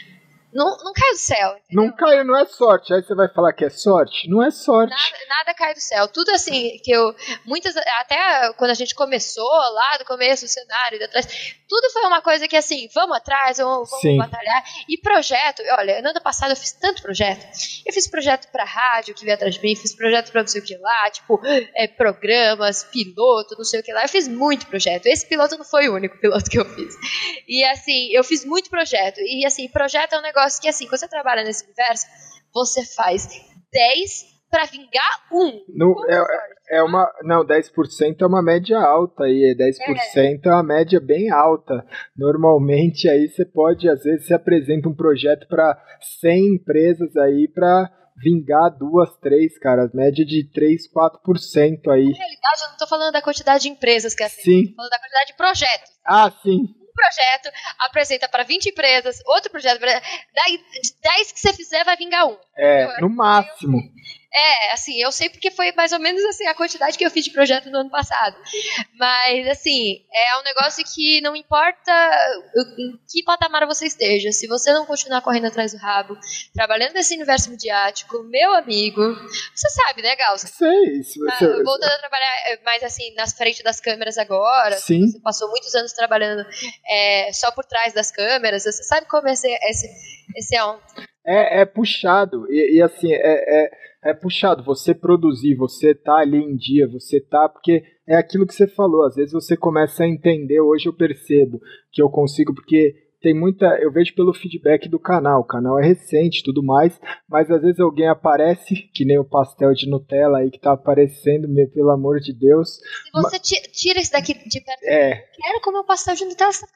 Não, não cai do céu, entendeu? Não caiu, não é sorte. Aí você vai falar que é sorte? Não é sorte. Nada, nada cai do céu. Tudo assim, que eu. Muitas. Até quando a gente começou lá do começo, o cenário, de atrás. Tudo foi uma coisa que assim, vamos atrás, vamos, vamos batalhar. E projeto, olha, no ano passado eu fiz tanto projeto. Eu fiz projeto pra rádio que veio atrás de mim, fiz projeto pra não sei o que lá, tipo, é, programas, piloto, não sei o que lá. Eu fiz muito projeto. Esse piloto não foi o único piloto que eu fiz. E assim, eu fiz muito projeto. E assim, projeto é um negócio que assim, quando você trabalha nesse universo, você faz dez pra vingar um. No, é, é uma, não, dez por cento é uma média alta aí, dez por cento é. é uma média bem alta. Normalmente aí você pode, às vezes você apresenta um projeto para cem empresas aí para vingar duas, três, cara, média de três, quatro por cento aí. Na realidade, eu não tô falando da quantidade de empresas que é assim, sim. Eu tô falando da quantidade de projetos. Ah, sim. Projeto, apresenta para vinte empresas, outro projeto, daí de dez que você fizer vai vingar um. É, eu, no máximo. É, assim, eu sei porque foi mais ou menos assim a quantidade que eu fiz de projeto no ano passado. Mas, assim, é um negócio que não importa em que patamar você esteja, se você não continuar correndo atrás do rabo, trabalhando nesse universo midiático, meu amigo, você sabe, né, Gal? Sei. Se você... ah, voltando a trabalhar mais, assim, nas frente das câmeras agora, sim. Você passou muitos anos trabalhando é, só por trás das câmeras, você sabe como é esse, esse, esse é um... É, é puxado, e, e assim, é, é, é puxado, você produzir, você tá ali em dia, você tá, porque é aquilo que você falou, às vezes você começa a entender, hoje eu percebo que eu consigo, porque tem muita, eu vejo pelo feedback do canal, o canal é recente e tudo mais, mas às vezes alguém aparece, que nem o pastel de Nutella aí que tá aparecendo, meu, pelo amor de Deus. Se você ma... tira isso daqui de perto, é. Quero comer o pastel de Nutella, você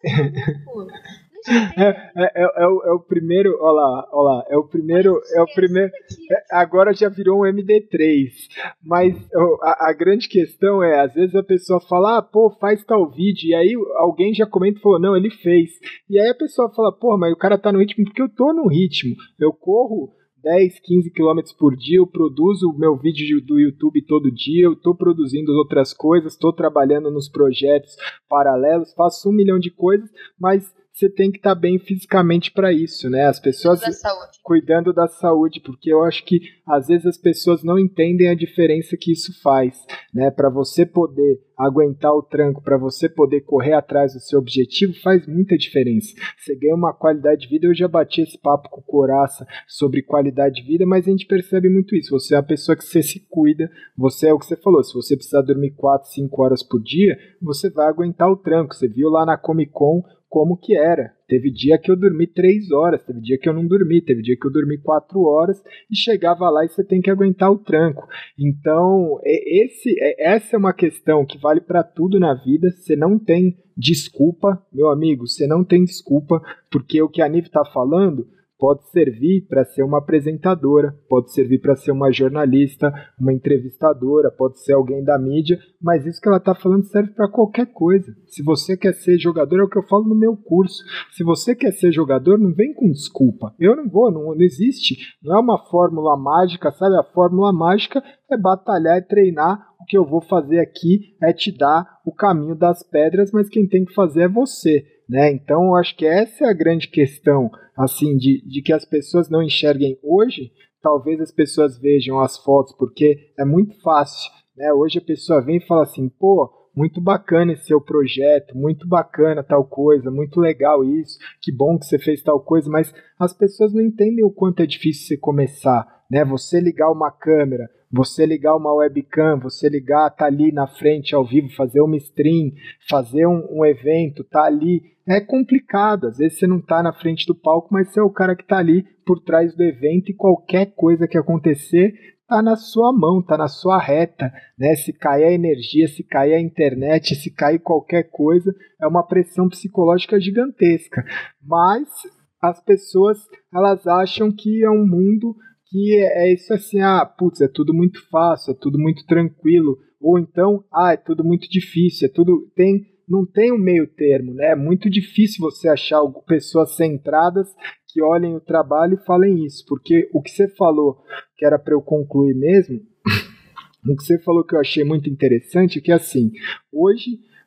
É, é, é, é, o, é o primeiro, olha lá, olha lá, é o primeiro, é o primeiro, é, agora já virou um M D três, mas a, a grande questão é, às vezes a pessoa fala, ah, pô, faz tal vídeo, e aí alguém já comenta e falou, não, ele fez, e aí a pessoa fala, pô, mas o cara tá no ritmo, porque eu tô no ritmo, eu corro dez, quinze quilômetros por dia, eu produzo o meu vídeo do YouTube todo dia, eu tô produzindo outras coisas, tô trabalhando nos projetos paralelos, faço um milhão de coisas, mas você tem que estar bem fisicamente para isso, né? As pessoas da saúde. Cuidando da saúde, porque eu acho que às vezes as pessoas não entendem a diferença que isso faz, né? Para você poder aguentar o tranco, para você poder correr atrás do seu objetivo, faz muita diferença. Você ganha uma qualidade de vida, eu já bati esse papo com o Coraça sobre qualidade de vida, mas a gente percebe muito isso. Você é uma pessoa que você se cuida, você é o que você falou, se você precisar dormir quatro, cinco horas por dia, você vai aguentar o tranco. Você viu lá na Comic Con como que era. Teve dia que eu dormi três horas, teve dia que eu não dormi, teve dia que eu dormi quatro horas e chegava lá e você tem que aguentar o tranco. Então, esse, essa é uma questão que vale para tudo na vida. Você não tem desculpa, meu amigo, você não tem desculpa, porque o que a Nive está falando pode servir para ser uma apresentadora, pode servir para ser uma jornalista, uma entrevistadora, pode ser alguém da mídia, mas isso que ela está falando serve para qualquer coisa. Se você quer ser jogador, é o que eu falo no meu curso. Se você quer ser jogador, não vem com desculpa. Eu não vou, não, não existe. Não é uma fórmula mágica, sabe? A fórmula mágica é batalhar, é treinar. O que eu vou fazer aqui é te dar o caminho das pedras, mas quem tem que fazer é você. Né? Então, eu acho que essa é a grande questão, assim, de, de que as pessoas não enxerguem hoje. Talvez as pessoas vejam as fotos, porque é muito fácil, né? Hoje a pessoa vem e fala assim, pô, muito bacana esse seu projeto, muito bacana tal coisa, muito legal isso, que bom que você fez tal coisa, mas as pessoas não entendem o quanto é difícil você começar, né? Você ligar uma câmera, você ligar uma webcam, você ligar, tá ali na frente ao vivo, fazer uma stream, fazer um, um evento, tá ali, é complicado, às vezes você não tá na frente do palco, mas você é o cara que tá ali por trás do evento e qualquer coisa que acontecer tá na sua mão, tá na sua reta, né? Se cair a energia, se cair a internet, se cair qualquer coisa, é uma pressão psicológica gigantesca, mas as pessoas, elas acham que é um mundo que é isso assim, ah, putz, é tudo muito fácil, é tudo muito tranquilo, ou então, ah, é tudo muito difícil, é tudo, tem, não tem um meio termo, né? É muito difícil você achar pessoas centradas que olhem o trabalho e falem isso, porque o que você falou, que era para eu concluir mesmo, o que você falou que eu achei muito interessante é que assim, hoje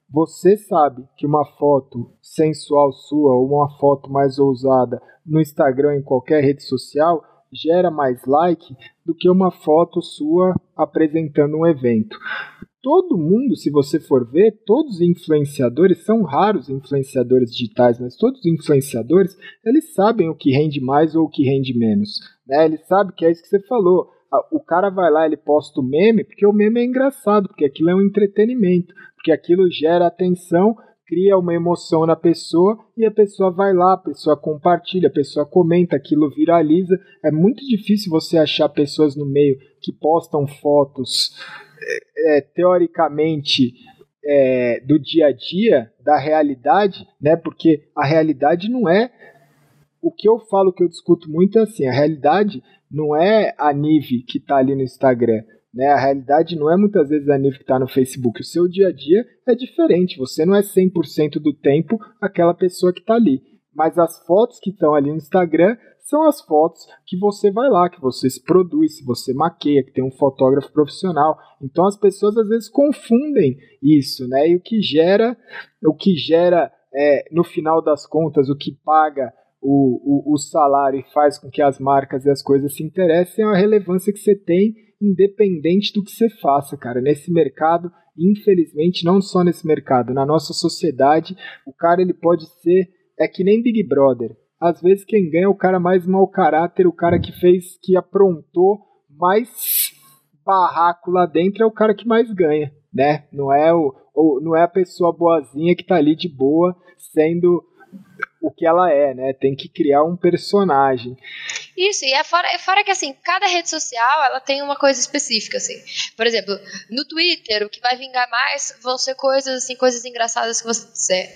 Você sabe que uma foto sensual sua ou uma foto mais ousada no Instagram, em qualquer rede social, gera mais like do que uma foto sua apresentando um evento. Todo mundo, se você for ver, todos os influenciadores, são raros influenciadores digitais, mas todos os influenciadores, eles sabem o que rende mais ou o que rende menos, né? Eles sabem que é isso que você falou. O cara vai lá, ele posta o meme, porque o meme é engraçado, porque aquilo é um entretenimento, porque aquilo gera atenção, cria uma emoção na pessoa, e a pessoa vai lá, a pessoa compartilha, a pessoa comenta, aquilo viraliza. É muito difícil você achar pessoas no meio que postam fotos É, teoricamente é, do dia a dia, da realidade, né? Porque a realidade não é o que eu falo, que eu discuto muito é assim, a realidade não é a Nive que está ali no Instagram, né? A realidade não é muitas vezes a Nive que está no Facebook. O seu dia a dia é diferente, você não é cem por cento do tempo aquela pessoa que está ali, mas as fotos que estão ali no Instagram são as fotos que você vai lá, que você se produz, se você maqueia, que tem um fotógrafo profissional. Então as pessoas às vezes confundem isso, né? E o que gera, o que gera é, no final das contas, o que paga o, o, o salário e faz com que as marcas e as coisas se interessem é a relevância que você tem, independente do que você faça, cara. Nesse mercado, infelizmente, não só nesse mercado, na nossa sociedade, o cara ele pode ser, é que nem Big Brother. Às vezes quem ganha é o cara mais mau caráter, o cara que fez, que aprontou mais barraco lá dentro é o cara que mais ganha, né? Não é, o, o, não é a pessoa boazinha que tá ali de boa sendo o que ela é, né? Tem que criar um personagem. Isso, e é fora, é fora que, assim, cada rede social, ela tem uma coisa específica, assim. Por exemplo, no Twitter, o que vai vingar mais vão ser coisas, assim, coisas engraçadas que você disser.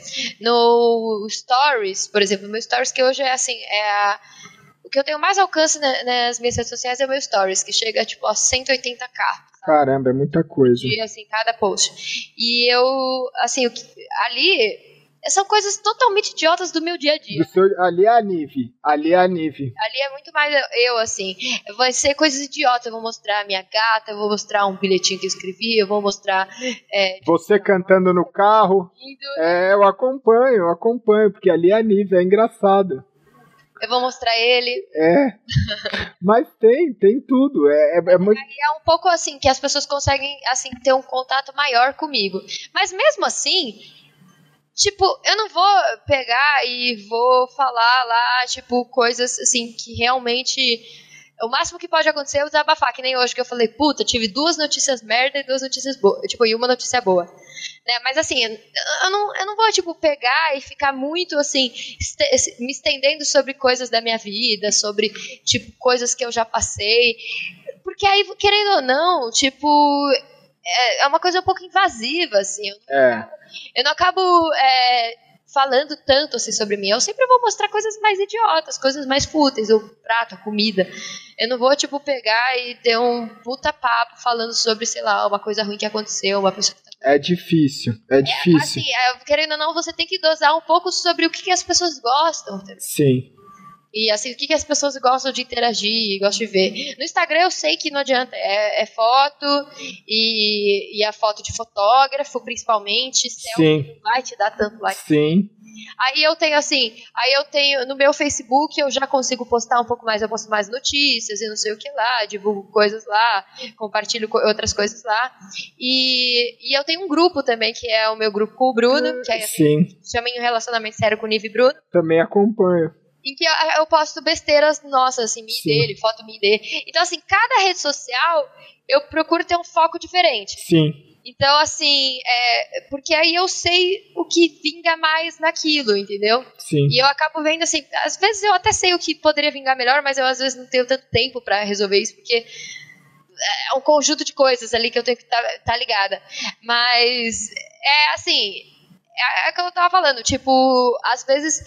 No Stories, por exemplo, meu Stories, que hoje é, assim, é a... O que eu tenho mais alcance na, nas minhas redes sociais é o meu Stories, que chega, tipo, a cento e oitenta k. Caramba, é muita coisa. Dia, assim, cada post. E eu, assim, o que, ali... São coisas totalmente idiotas do meu dia a dia. Do seu, ali é a Nive. Ali é a Nive. Ali é muito mais eu, assim. Vai ser coisas idiotas. Eu vou mostrar a minha gata, eu vou mostrar um bilhetinho que eu escrevi, eu vou mostrar... É, você tipo, cantando no carro. Indo, é, eu acompanho, eu acompanho, porque ali é a Nive, é engraçado. Eu vou mostrar ele. É. Mas tem, tem tudo. É, é, é muito... Aí é um pouco assim, que as pessoas conseguem, assim, ter um contato maior comigo. Mas mesmo assim... Tipo, eu não vou pegar e vou falar lá, tipo, coisas, assim, que realmente... O máximo que pode acontecer é eu desabafar, que nem hoje que eu falei, puta, tive duas notícias merda e duas notícias boas. Tipo, e uma notícia boa. Né? Mas, assim, eu não, eu não vou, tipo, pegar e ficar muito, assim, este- me estendendo sobre coisas da minha vida, sobre, tipo, coisas que eu já passei. Porque aí, querendo ou não, tipo... É uma coisa um pouco invasiva, assim. Eu não, é. eu não acabo é, falando tanto assim sobre mim. Eu sempre vou mostrar coisas mais idiotas, coisas mais fúteis, o prato, a comida. Eu não vou, tipo, pegar e ter um puta papo falando sobre, sei lá, uma coisa ruim que aconteceu, uma pessoa que tá... É difícil, é difícil. É, assim, é, querendo ou não, você tem que dosar um pouco sobre o que, que as pessoas gostam. Entendeu? Sim. E assim, o que, que as pessoas gostam de interagir, gostam de ver. No Instagram eu sei que não adianta, é, é foto e, e a foto de fotógrafo, principalmente. Selfie não vai te dar tanto like. Sim. Aí eu tenho assim, aí eu tenho, no meu Facebook eu já consigo postar um pouco mais, eu posto mais notícias e não sei o que lá, divulgo coisas lá, compartilho co- outras coisas lá. E, e eu tenho um grupo também, que é o meu grupo com o Bruno, que é Sim. chamei um relacionamento sério com o Nive e Bruno. Também acompanho. Em que eu, eu posto besteiras nossas, assim, minha e Sim. dele, foto minha e dele. Então, assim, cada rede social eu procuro ter um foco diferente. Sim. Então, assim, é, porque aí eu sei o que vinga mais naquilo, entendeu? Sim. E eu acabo vendo, assim, às vezes eu até sei o que poderia vingar melhor, mas eu às vezes não tenho tanto tempo pra resolver isso, porque é um conjunto de coisas ali que eu tenho que estar tá, tá ligada. Mas, é assim, é, é o que eu tava falando, tipo, às vezes...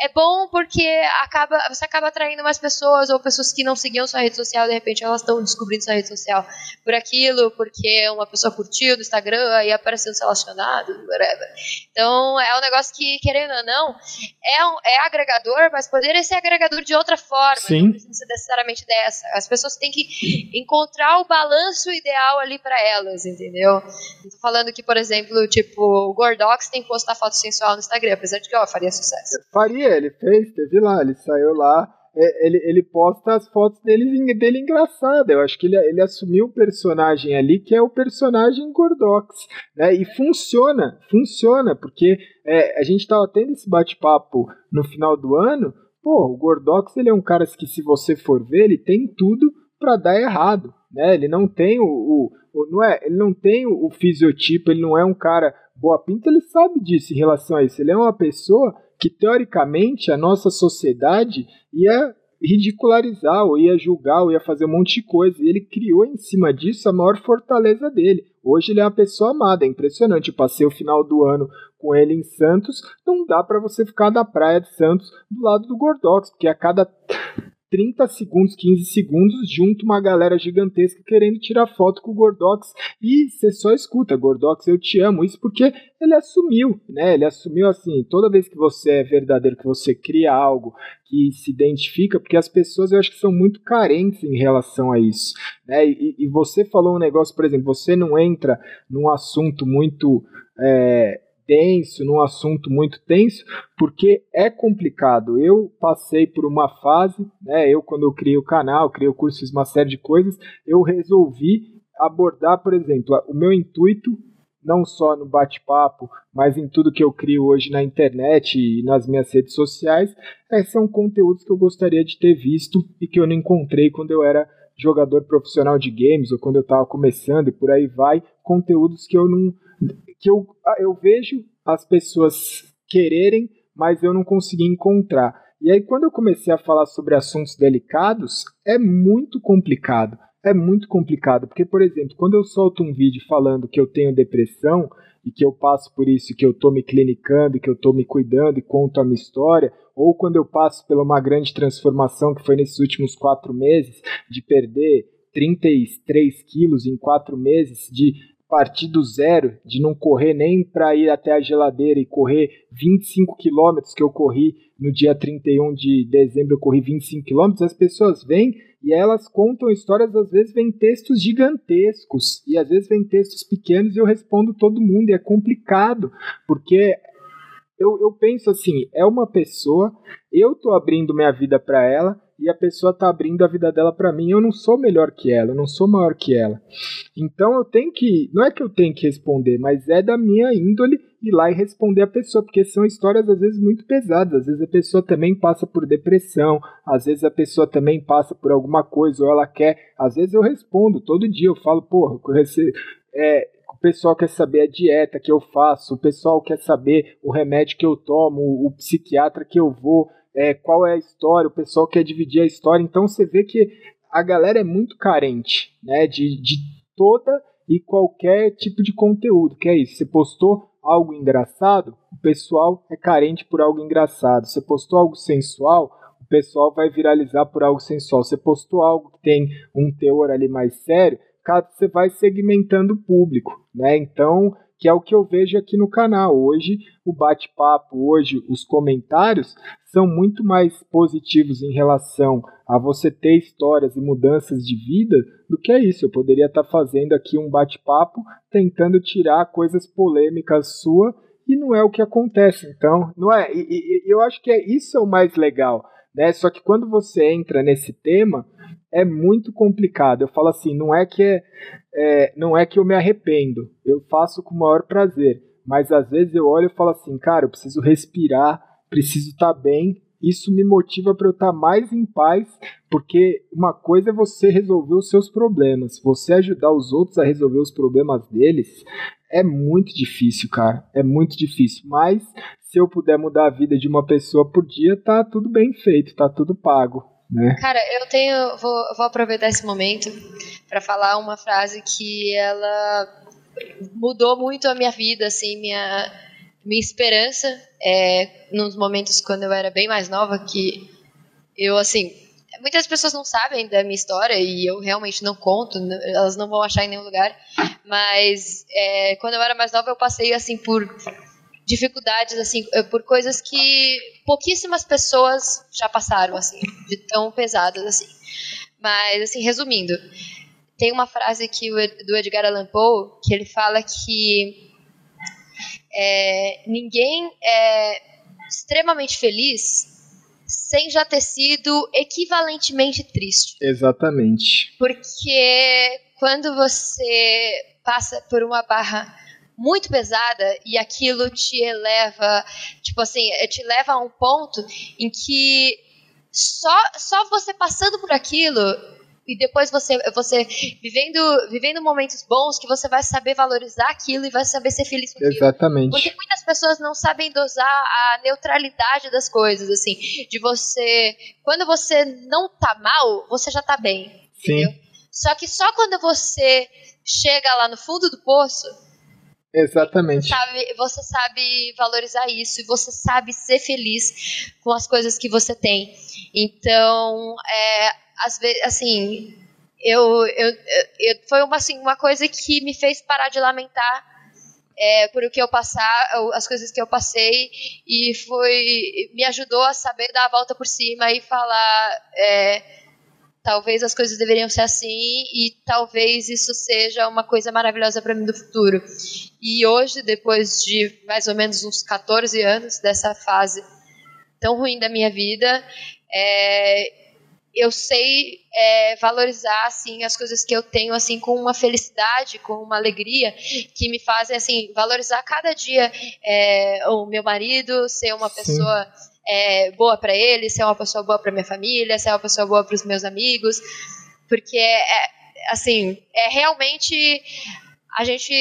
é bom porque acaba, você acaba atraindo mais pessoas, ou pessoas que não seguiam sua rede social, de repente elas estão descobrindo sua rede social por aquilo, porque uma pessoa curtiu no Instagram e apareceu relacionado, whatever. Então é um negócio que, querendo ou não, é, um, é agregador, mas poderia ser agregador de outra forma. Sim. Não precisa ser necessariamente dessa. As pessoas têm que encontrar o balanço ideal ali pra elas, entendeu? Não tô falando que, por exemplo, tipo, o Gordox tem que postar foto sensual no Instagram, apesar de que, ó, faria sucesso. Faria, ele fez, teve lá, ele saiu lá, ele, ele posta as fotos dele, dele engraçada. Eu acho que ele, ele assumiu o personagem ali, que é o personagem Gordox, né? E funciona, funciona, porque é, a gente tava tendo esse bate-papo no final do ano. Pô, o Gordox, ele é um cara que, se você for ver, ele tem tudo pra dar errado, né? Ele não tem o, o, o não é, ele não tem o, o fisiotipo, ele não é um cara boa pinta, ele sabe disso em relação a isso. Ele é uma pessoa que, teoricamente, a nossa sociedade ia ridicularizar, ou ia julgar, ou ia fazer um monte de coisa. E ele criou em cima disso a maior fortaleza dele. Hoje ele é uma pessoa amada, é impressionante. Eu passei o final do ano com ele em Santos, não dá pra você ficar na praia de Santos do lado do Gordox, porque a cada trinta segundos, quinze segundos, junto uma galera gigantesca querendo tirar foto com o Gordox, e você só escuta: Gordox, eu te amo. Isso porque ele assumiu, né? Ele assumiu assim, toda vez que você é verdadeiro, que você cria algo que se identifica, porque as pessoas, eu acho que são muito carentes em relação a isso, né? E, e você falou um negócio, por exemplo, você não entra num assunto muito é, denso, num assunto muito tenso, porque é complicado. Eu passei por uma fase, né, eu quando eu criei o canal, criei o curso, fiz uma série de coisas, eu resolvi abordar, por exemplo, o meu intuito, não só no bate-papo, mas em tudo que eu crio hoje na internet e nas minhas redes sociais, é, são conteúdos que eu gostaria de ter visto e que eu não encontrei quando eu era jogador profissional de games, ou quando eu estava começando, e por aí vai, conteúdos que eu não que eu, eu vejo as pessoas quererem, mas eu não consegui encontrar. E aí, quando eu comecei a falar sobre assuntos delicados, é muito complicado. É muito complicado, porque, por exemplo, quando eu solto um vídeo falando que eu tenho depressão, e que eu passo por isso, que eu estou me clinicando, que eu estou me cuidando e conto a minha história, ou quando eu passo por uma grande transformação, que foi nesses últimos quatro meses, de perder trinta e três quilos em quatro meses, de partir do zero, de não correr nem para ir até a geladeira e correr vinte e cinco quilômetros, que eu corri no dia trinta e um de dezembro, eu corri vinte e cinco quilômetros, as pessoas vêm e elas contam histórias, às vezes vem textos gigantescos, e às vezes vem textos pequenos, e eu respondo todo mundo, e é complicado, porque eu, eu penso assim, é uma pessoa, eu tô abrindo minha vida para ela, e a pessoa tá abrindo a vida dela para mim. Eu não sou melhor que ela, eu não sou maior que ela. Então eu tenho que, não é que eu tenho que responder, mas é da minha índole ir lá e responder a pessoa, porque são histórias às vezes muito pesadas. Às vezes a pessoa também passa por depressão, às vezes a pessoa também passa por alguma coisa, ou ela quer, às vezes eu respondo todo dia, eu falo, porra, eu recebo, é, o pessoal quer saber a dieta que eu faço, o pessoal quer saber o remédio que eu tomo, o psiquiatra que eu vou, É, qual é a história, o pessoal quer dividir a história. Então você vê que a galera é muito carente, né, de, de toda e qualquer tipo de conteúdo, que é isso, você postou algo engraçado, o pessoal é carente por algo engraçado, você postou algo sensual, o pessoal vai viralizar por algo sensual, você postou algo que tem um teor ali mais sério, você vai segmentando o público, né, então, que é o que eu vejo aqui no canal. Hoje o bate-papo, hoje os comentários são muito mais positivos em relação a você ter histórias e mudanças de vida do que é isso. Eu poderia estar fazendo aqui um bate-papo tentando tirar coisas polêmicas sua, e não é o que acontece. Então, não é? E, e eu acho que é, isso é o mais legal, né? Só que quando você entra nesse tema, é muito complicado. Eu falo assim, não é que é, é, não é que eu me arrependo, eu faço com o maior prazer, mas às vezes eu olho e falo assim, cara, eu preciso respirar, preciso estar bem, isso me motiva para eu estar mais em paz, porque uma coisa é você resolver os seus problemas, você ajudar os outros a resolver os problemas deles, é muito difícil, cara, é muito difícil, mas se eu puder mudar a vida de uma pessoa por dia, tá tudo bem feito, tá tudo pago. Né? Cara, eu tenho, vou, vou aproveitar esse momento para falar uma frase que ela mudou muito a minha vida, assim, minha, minha esperança, é, nos momentos quando eu era bem mais nova, que eu, assim, muitas pessoas não sabem da minha história e eu realmente não conto, elas não vão achar em nenhum lugar, mas é, quando eu era mais nova eu passei, assim, por dificuldades, assim, por coisas que pouquíssimas pessoas já passaram, assim, de tão pesadas, assim. Mas, assim, resumindo, tem uma frase que o, do Edgar Allan Poe, que ele fala que é, ninguém é extremamente feliz sem já ter sido equivalentemente triste. Exatamente. Porque quando você passa por uma barra muito pesada e aquilo te eleva, tipo assim, te leva a um ponto em que só, só você passando por aquilo e depois você, você vivendo, vivendo momentos bons que você vai saber valorizar aquilo e vai saber ser feliz com aquilo. Exatamente. Porque muitas pessoas não sabem dosar a neutralidade das coisas, assim, de você, quando você não tá mal, você já tá bem, Sim. entendeu? Só que só quando você chega lá no fundo do poço, exatamente, Você sabe, você sabe valorizar isso e você sabe ser feliz com as coisas que você tem. Então, é, às vezes, assim, eu, eu, eu, foi uma, assim, uma coisa que me fez parar de lamentar é, por o que eu passar, as coisas que eu passei, e foi, me ajudou a saber dar a volta por cima e falar... É, talvez as coisas deveriam ser assim e talvez isso seja uma coisa maravilhosa para mim do futuro. E hoje, depois de mais ou menos uns catorze anos dessa fase tão ruim da minha vida, é, eu sei é, valorizar assim, as coisas que eu tenho assim, com uma felicidade, com uma alegria, que me fazem assim, valorizar cada dia é, o meu marido, ser uma pessoa... É, boa para ele, ser uma pessoa boa para minha família, ser uma pessoa boa para os meus amigos, porque é, assim, é realmente a gente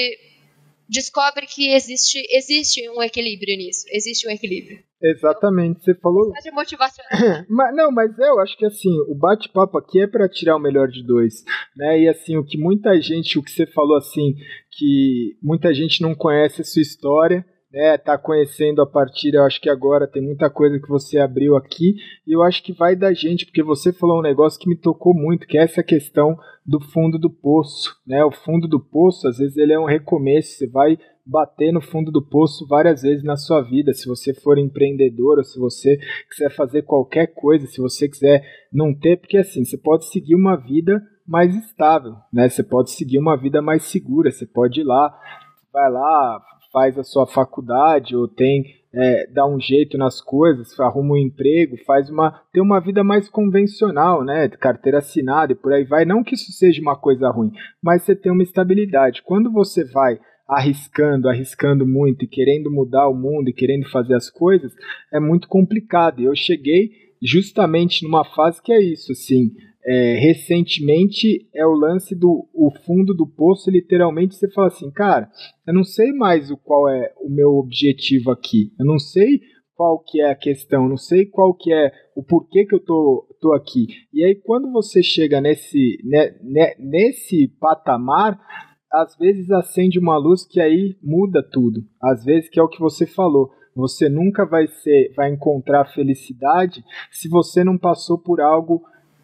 descobre que existe, existe um equilíbrio nisso, existe um equilíbrio. Exatamente, você falou... Mensagem motivacional. mas, não, mas eu acho que assim, o bate-papo aqui é para tirar o melhor de dois, né? E assim, o que muita gente, o que você falou assim, que muita gente não conhece a sua história, né, tá conhecendo a partir, eu acho que agora tem muita coisa que você abriu aqui, e eu acho que vai da gente, porque você falou um negócio que me tocou muito, que é essa questão do fundo do poço, né? O fundo do poço, às vezes ele é um recomeço, você vai bater no fundo do poço várias vezes na sua vida, se você for empreendedor, ou se você quiser fazer qualquer coisa, se você quiser não ter, porque assim, você pode seguir uma vida mais estável, né? Você pode seguir uma vida mais segura, você pode ir lá, vai lá, faz a sua faculdade ou tem é, dá um jeito nas coisas, arruma um emprego, faz uma tem uma vida mais convencional, né, carteira assinada e por aí vai. Não que isso seja uma coisa ruim, mas você tem uma estabilidade. Quando você vai arriscando, arriscando muito e querendo mudar o mundo e querendo fazer as coisas, é muito complicado. E eu cheguei justamente numa fase que é isso, assim. É, recentemente é o lance do o fundo do poço, literalmente você fala assim, cara, eu não sei mais o qual é o meu objetivo aqui, eu não sei qual que é a questão, não sei qual que é o porquê que eu tô, tô aqui. E aí quando você chega nesse, né, né, nesse patamar, às vezes acende uma luz que aí muda tudo, às vezes que é o que você falou. Você nunca vai ser, vai encontrar felicidade se você não passou por algo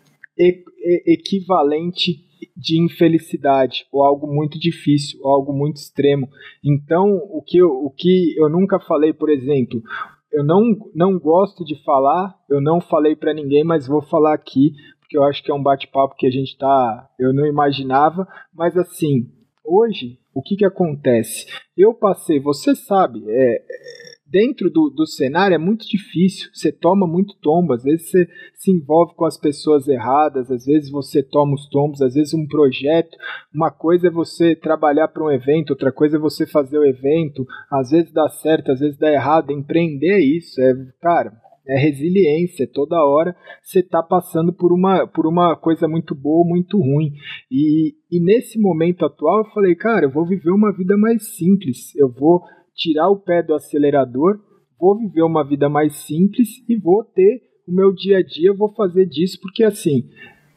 equivalente de infelicidade, ou algo muito difícil, ou algo muito extremo. Então, o que eu, o que eu nunca falei, por exemplo, eu não, não gosto de falar, eu não falei para ninguém, mas vou falar aqui, porque eu acho que é um bate-papo que a gente tá, eu não imaginava, mas assim, hoje, o que que acontece? Eu passei, você sabe, é... dentro do, do cenário é muito difícil, você toma muito tombo, às vezes você se envolve com as pessoas erradas, às vezes você toma os tombos, às vezes um projeto, uma coisa é você trabalhar para um evento, outra coisa é você fazer o evento, às vezes dá certo, às vezes dá errado, empreender é isso, é, cara, é resiliência, toda hora você está passando por uma, por uma coisa muito boa, muito ruim, e, e nesse momento atual eu falei, cara, eu vou viver uma vida mais simples, eu vou tirar o pé do acelerador, vou viver uma vida mais simples e vou ter o meu dia a dia, vou fazer disso, porque assim,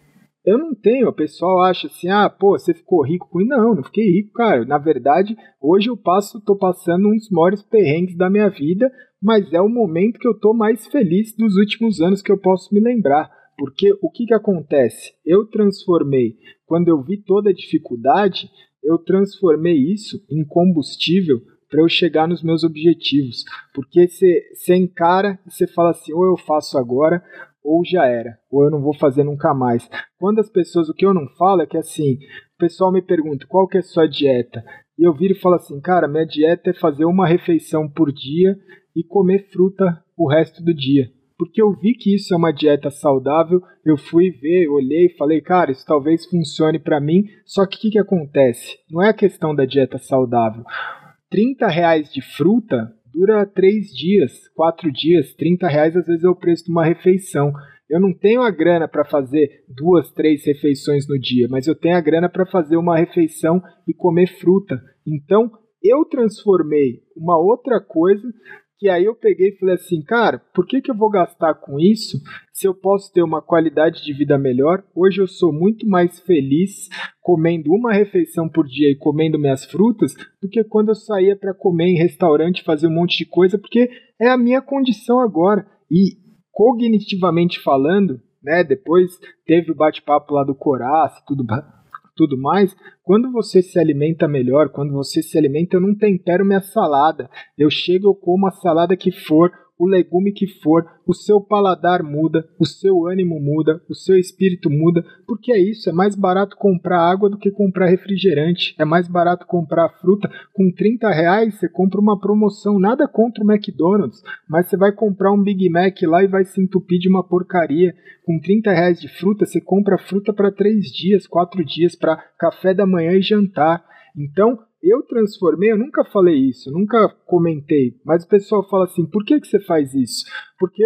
eu não tenho, o pessoal acha assim, ah, pô, você ficou rico com isso. Não, não fiquei rico, cara. Na verdade, hoje eu passo, tô passando um dos maiores perrengues da minha vida, mas é o momento que eu tô mais feliz dos últimos anos que eu posso me lembrar. Porque o que que acontece? Eu transformei, quando eu vi toda a dificuldade, eu transformei isso em combustível para eu chegar nos meus objetivos. Porque você encara e você fala assim, ou eu faço agora, ou já era, ou eu não vou fazer nunca mais. Quando as pessoas, o que eu não falo é que assim, o pessoal me pergunta, qual que é a sua dieta? E eu viro e falo assim, cara, minha dieta é fazer uma refeição por dia e comer fruta o resto do dia. Porque eu vi que isso é uma dieta saudável, eu fui ver, olhei e falei, cara, isso talvez funcione para mim, só que o que, que acontece? Não é a questão da dieta saudável. trinta reais de fruta dura três dias, quatro dias, trinta reais às vezes é o preço de uma refeição. Eu não tenho a grana para fazer duas, três refeições no dia, mas eu tenho a grana para fazer uma refeição e comer fruta. Então, eu transformei uma outra coisa que aí eu peguei e falei assim, cara, por que que eu vou gastar com isso se eu posso ter uma qualidade de vida melhor? Hoje eu sou muito mais feliz comendo uma refeição por dia e comendo minhas frutas do que quando eu saía para comer em restaurante, fazer um monte de coisa, porque é a minha condição agora. E cognitivamente falando, né, depois teve o bate-papo lá do Coraça e tudo tudo mais, quando você se alimenta melhor, quando você se alimenta, eu não tempero minha salada, eu chego, eu como a salada que for, o legume que for, o seu paladar muda, o seu ânimo muda, o seu espírito muda, porque é isso, é mais barato comprar água do que comprar refrigerante, é mais barato comprar fruta, com trinta reais você compra uma promoção, nada contra o McDonald's, mas você vai comprar um Big Mac lá e vai se entupir de uma porcaria, com trinta reais de fruta, você compra fruta para três dias, quatro dias, para café da manhã e jantar, então eu transformei, eu nunca falei isso, nunca comentei, mas o pessoal fala assim, por que que você faz isso? Porque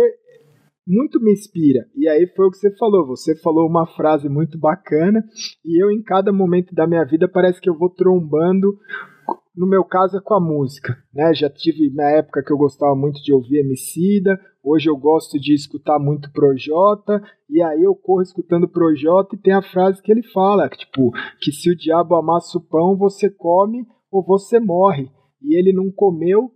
muito me inspira, e aí foi o que você falou, você falou uma frase muito bacana, e eu em cada momento da minha vida parece que eu vou trombando, no meu caso é com a música, né? Já tive na época que eu gostava muito de ouvir Emicida, hoje eu gosto de escutar muito Projota, e aí eu corro escutando Projota e tem a frase que ele fala, que, tipo, que se o diabo amassa o pão, você come ou você morre. E ele não comeu,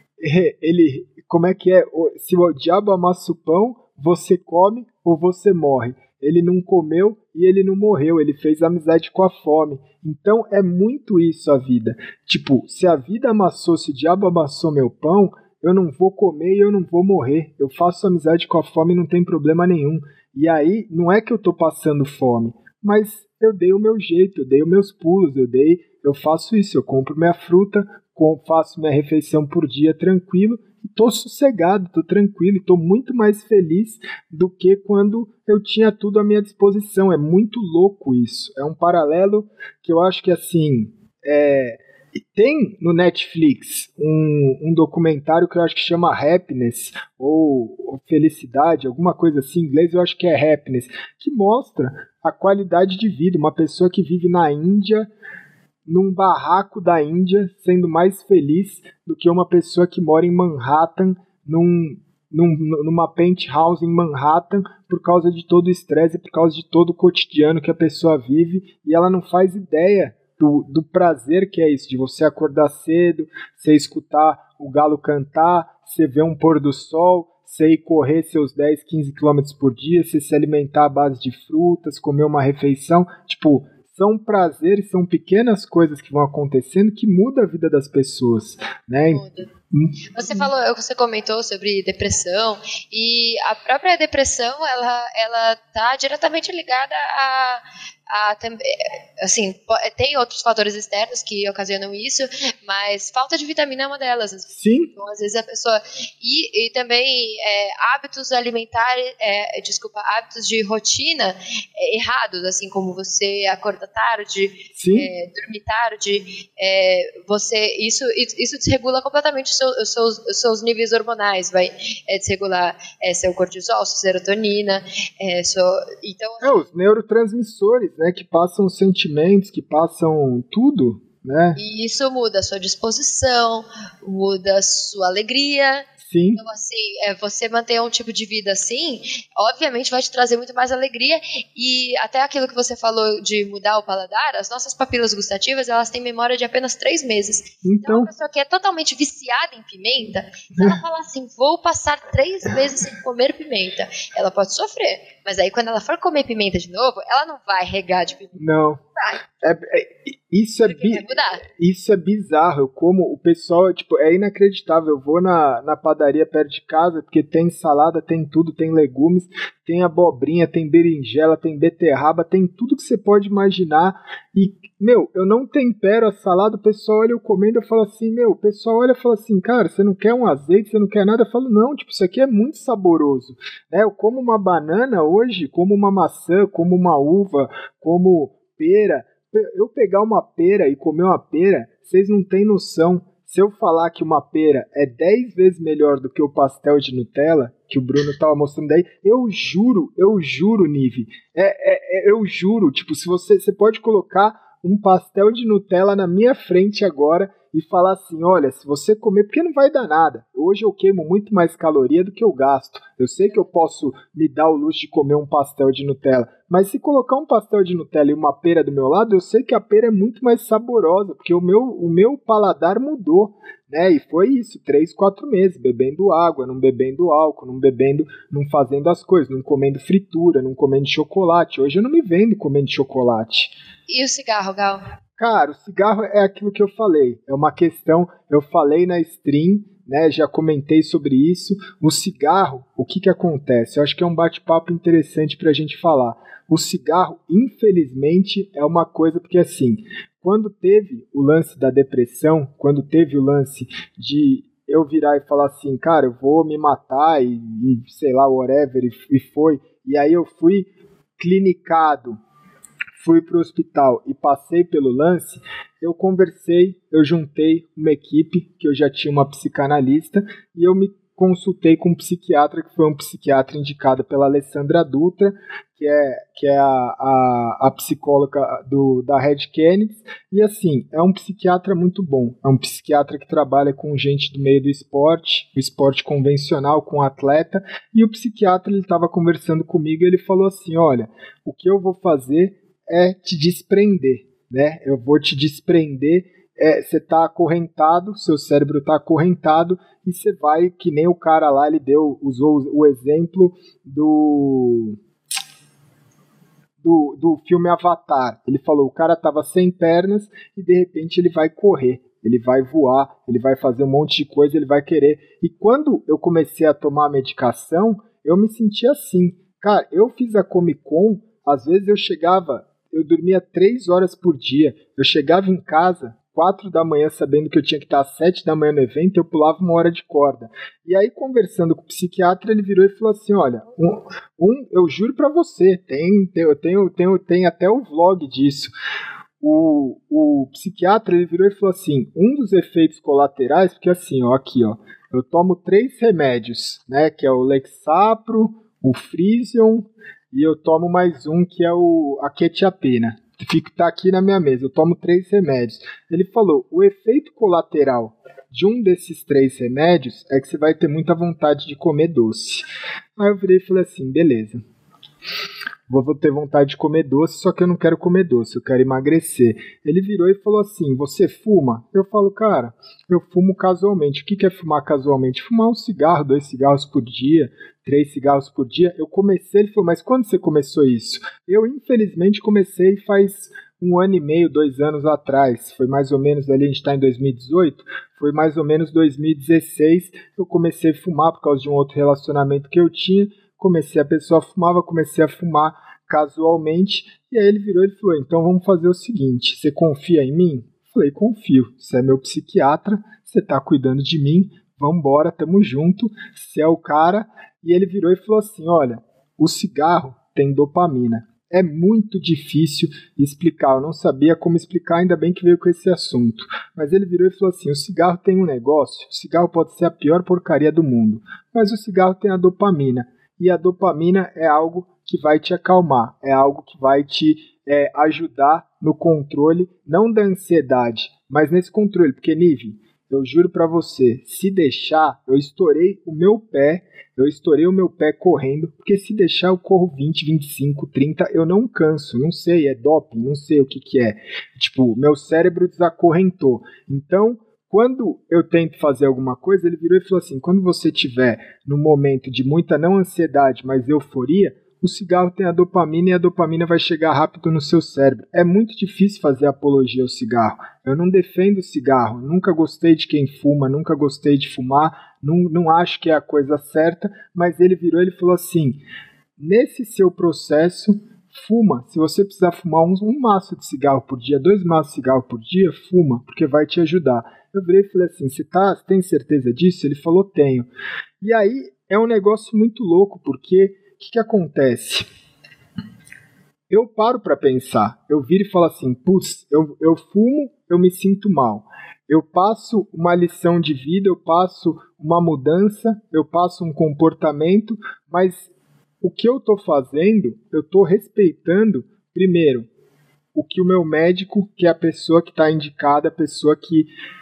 ele, como é que é? Se o diabo amassa o pão, você come ou você morre. Ele não comeu e ele não morreu, ele fez amizade com a fome. Então é muito isso a vida. Tipo, se a vida amassou, se o diabo amassou meu pão, eu não vou comer e eu não vou morrer. Eu faço amizade com a fome e não tem problema nenhum. E aí, não é que eu tô passando fome, mas eu dei o meu jeito, eu dei os meus pulos, eu dei, eu faço isso, eu compro minha fruta, faço minha refeição por dia tranquilo, e tô sossegado, tô tranquilo, e tô muito mais feliz do que quando eu tinha tudo à minha disposição. É muito louco isso. É um paralelo que eu acho que, assim, é... tem no Netflix um, um documentário que eu acho que chama Happiness, ou, ou Felicidade, alguma coisa assim, em inglês eu acho que é Happiness, que mostra a qualidade de vida. Uma pessoa que vive na Índia, num barraco da Índia, sendo mais feliz do que uma pessoa que mora em Manhattan, num, num, numa penthouse em Manhattan, por causa de todo o estresse, por causa de todo o cotidiano que a pessoa vive, e ela não faz ideia do, do prazer que é isso, de você acordar cedo, você escutar o galo cantar, você ver um pôr do sol, você ir correr seus dez, quinze quilômetros por dia, você se alimentar à base de frutas, comer uma refeição, tipo... são prazeres, são pequenas coisas que vão acontecendo que mudam a vida das pessoas, né? Muda. Você falou, você comentou sobre depressão, e a própria depressão, ela, ela tá diretamente ligada a, a assim, tem outros fatores externos que ocasionam isso, mas falta de vitamina é uma delas. Sim. Então, às vezes a pessoa, e, e também é, hábitos alimentares, é, desculpa, hábitos de rotina é, errados, assim como você acordar tarde, é, dormir tarde, é, você, isso, isso desregula completamente os seus, os seus, os seus níveis hormonais, vai é, desregular é, seu cortisol, sua serotonina, é, seu, então... É, os neurotransmissores, né, que passam os sentimentos, que passam tudo, né? E isso muda a sua disposição, muda a sua alegria. Sim. Então, assim, é, você manter um tipo de vida assim, obviamente vai te trazer muito mais alegria. E até aquilo que você falou de mudar o paladar, as nossas papilas gustativas, elas têm memória de apenas três meses. Então, Então, uma pessoa que é totalmente viciada em pimenta, se ela falar assim, vou passar três meses sem comer pimenta, ela pode sofrer. Mas aí, quando ela for comer pimenta de novo, ela não vai regar de pimenta. não. Vai. É, é, isso, é Porque bi- vai mudar. isso é bizarro. Eu como o pessoal, tipo, é inacreditável. Eu vou na, na padaria perto de casa, porque tem salada, tem tudo, tem legumes, tem abobrinha, tem berinjela, tem beterraba, tem tudo que você pode imaginar. E, meu, eu não tempero a salada, o pessoal olha eu comendo, eu falo assim, meu, o pessoal olha e fala assim, cara, você não quer um azeite, você não quer nada? Eu falo, não, tipo, isso aqui é muito saboroso. Né? Eu como uma banana hoje, como uma maçã, como uma uva, como pera. Eu pegar uma pera e comer uma pera, vocês não têm noção. Se eu falar que uma pera é dez vezes melhor do que o pastel de Nutella, que o Bruno tava mostrando daí, eu juro, eu juro, Nive. É, é, é, eu juro, tipo, se você, você pode colocar um pastel de Nutella na minha frente agora e falar assim, olha, se você comer, porque não vai dar nada. Hoje eu queimo muito mais caloria do que eu gasto. Eu sei que eu posso me dar o luxo de comer um pastel de Nutella, mas se colocar um pastel de Nutella e uma pera do meu lado, eu sei que a pera é muito mais saborosa, porque o meu, o meu paladar mudou, né? E foi isso, três, quatro meses, bebendo água, não bebendo álcool, não bebendo, não fazendo as coisas, não comendo fritura, não comendo chocolate. Hoje eu não me vendo comendo chocolate. E o cigarro, Gal? Cara, o cigarro é aquilo que eu falei, é uma questão, eu falei na stream, né, já comentei sobre isso. O cigarro, o que que acontece? Eu acho que é um bate-papo interessante pra gente falar. O cigarro, infelizmente, é uma coisa, porque assim, quando teve o lance da depressão, quando teve o lance de eu virar e falar assim, cara, eu vou me matar e, e sei lá, whatever, e, e foi, e aí eu fui clinicado, fui para o hospital e passei pelo lance, eu conversei, eu juntei uma equipe, que eu já tinha uma psicanalista, e eu me consultei com um psiquiatra, que foi um psiquiatra indicado pela Alessandra Dutra, que é, que é a, a, a psicóloga do, da Red Kennedy, e assim, é um psiquiatra muito bom, é um psiquiatra que trabalha com gente do meio do esporte, o esporte convencional, com atleta, e o psiquiatra, ele estava conversando comigo, e ele falou assim, olha, o que eu vou fazer é te desprender, né? Eu vou te desprender, é, você tá acorrentado, seu cérebro tá acorrentado, e você vai, que nem o cara lá, ele deu, usou o exemplo do, do, do filme Avatar. Ele falou, o cara tava sem pernas, e de repente ele vai correr, ele vai voar, ele vai fazer um monte de coisa, ele vai querer. E quando eu comecei a tomar a medicação, eu me senti assim. Cara, eu fiz a Comic Con, às vezes eu chegava, eu dormia três horas por dia. Eu chegava em casa, quatro da manhã, sabendo que eu tinha que estar às sete da manhã no evento, eu pulava uma hora de corda. E aí, conversando com o psiquiatra, ele virou e falou assim, olha, um, um eu juro pra você, tem, tem, eu tenho, tenho, tem até o vlog disso. O, o psiquiatra, ele virou e falou assim, um dos efeitos colaterais, porque assim, ó, aqui, ó, eu tomo três remédios, né, que é o Lexapro, o Frisium, e eu tomo mais um que é o, a quetiapina. Fico, tá aqui na minha mesa, eu tomo três remédios. Ele falou, o efeito colateral de um desses três remédios é que você vai ter muita vontade de comer doce. Aí eu virei e falei assim, beleza. Vou, vou ter vontade de comer doce, só que eu não quero comer doce, eu quero emagrecer. Ele virou e falou assim, você fuma? Eu falo, cara, eu fumo casualmente. O que é fumar casualmente? Fumar um cigarro, dois cigarros por dia, três cigarros por dia. Eu comecei, ele falou, mas quando você começou isso? Eu, infelizmente, comecei faz um ano e meio, dois anos atrás. Foi mais ou menos, ali a gente está em dois mil e dezoito, foi mais ou menos dois mil e dezesseis, eu comecei a fumar por causa de um outro relacionamento que eu tinha. Comecei, a pessoa fumava, comecei a fumar casualmente, e aí ele virou e falou, então vamos fazer o seguinte, você confia em mim? Falei, confio, você é meu psiquiatra, você tá cuidando de mim, vambora, tamo junto, você é o cara. E ele virou e falou assim, olha, o cigarro tem dopamina, é muito difícil explicar, eu não sabia como explicar, ainda bem que veio com esse assunto, mas ele virou e falou assim, o cigarro tem um negócio, o cigarro pode ser a pior porcaria do mundo, mas o cigarro tem a dopamina, e a dopamina é algo que vai te acalmar, é algo que vai te é, ajudar no controle, não da ansiedade, mas nesse controle, porque, Nive, eu juro pra você, se deixar, eu estourei o meu pé, eu estourei o meu pé correndo, porque se deixar eu corro vinte, vinte e cinco, trinta, eu não canso, não sei, é doping, não sei o que que é. Tipo, meu cérebro desacorrentou. Então, quando eu tento fazer alguma coisa, ele virou e falou assim, quando você tiver no momento de muita não ansiedade, mas euforia, o cigarro tem a dopamina e a dopamina vai chegar rápido no seu cérebro. É muito difícil fazer apologia ao cigarro. Eu não defendo o cigarro, nunca gostei de quem fuma, nunca gostei de fumar, não, não acho que é a coisa certa, mas ele virou e falou assim, nesse seu processo, fuma. Se você precisar fumar um, um maço de cigarro por dia, dois maços de cigarro por dia, fuma, porque vai te ajudar. Eu virei e falei assim, você tá, tem certeza disso? Ele falou, tenho. E aí é um negócio muito louco, porque o que, que acontece? Eu paro para pensar, eu viro e falo assim, putz, eu, eu fumo, eu me sinto mal. Eu passo uma lição de vida, eu passo uma mudança, eu passo um comportamento, mas o que eu estou fazendo, eu estou respeitando, primeiro, o que o meu médico, que é a pessoa que está indicada, a pessoa que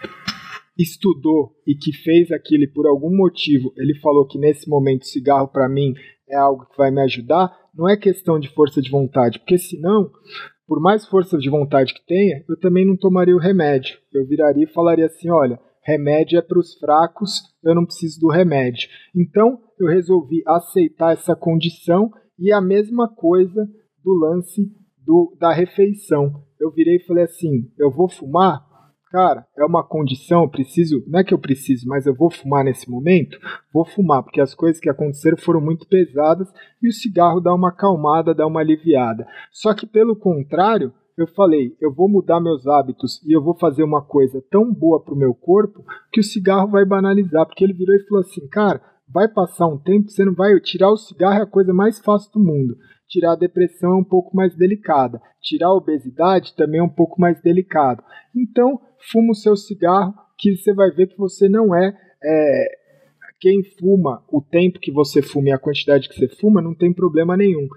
estudou e que fez aquilo e por algum motivo ele falou que nesse momento o cigarro para mim é algo que vai me ajudar, não é questão de força de vontade, porque senão, por mais força de vontade que tenha, eu também não tomaria o remédio. Eu viraria e falaria assim, olha, remédio é para os fracos, eu não preciso do remédio. Então, eu resolvi aceitar essa condição e a mesma coisa do lance do, da refeição. Eu virei e falei assim, eu vou fumar? Cara, é uma condição, eu preciso, não é que eu preciso, mas eu vou fumar nesse momento? Vou fumar, porque as coisas que aconteceram foram muito pesadas e o cigarro dá uma acalmada, dá uma aliviada. Só que pelo contrário, eu falei, eu vou mudar meus hábitos e eu vou fazer uma coisa tão boa pro meu corpo que o cigarro vai banalizar, porque ele virou e falou assim, cara, vai passar um tempo, você não vai, tirar o cigarro é a coisa mais fácil do mundo. Tirar a depressão é um pouco mais delicada. Tirar a obesidade também é um pouco mais delicado. Então, fuma o seu cigarro, que você vai ver que você não é, é... Quem fuma, o tempo que você fuma e a quantidade que você fuma, não tem problema nenhum.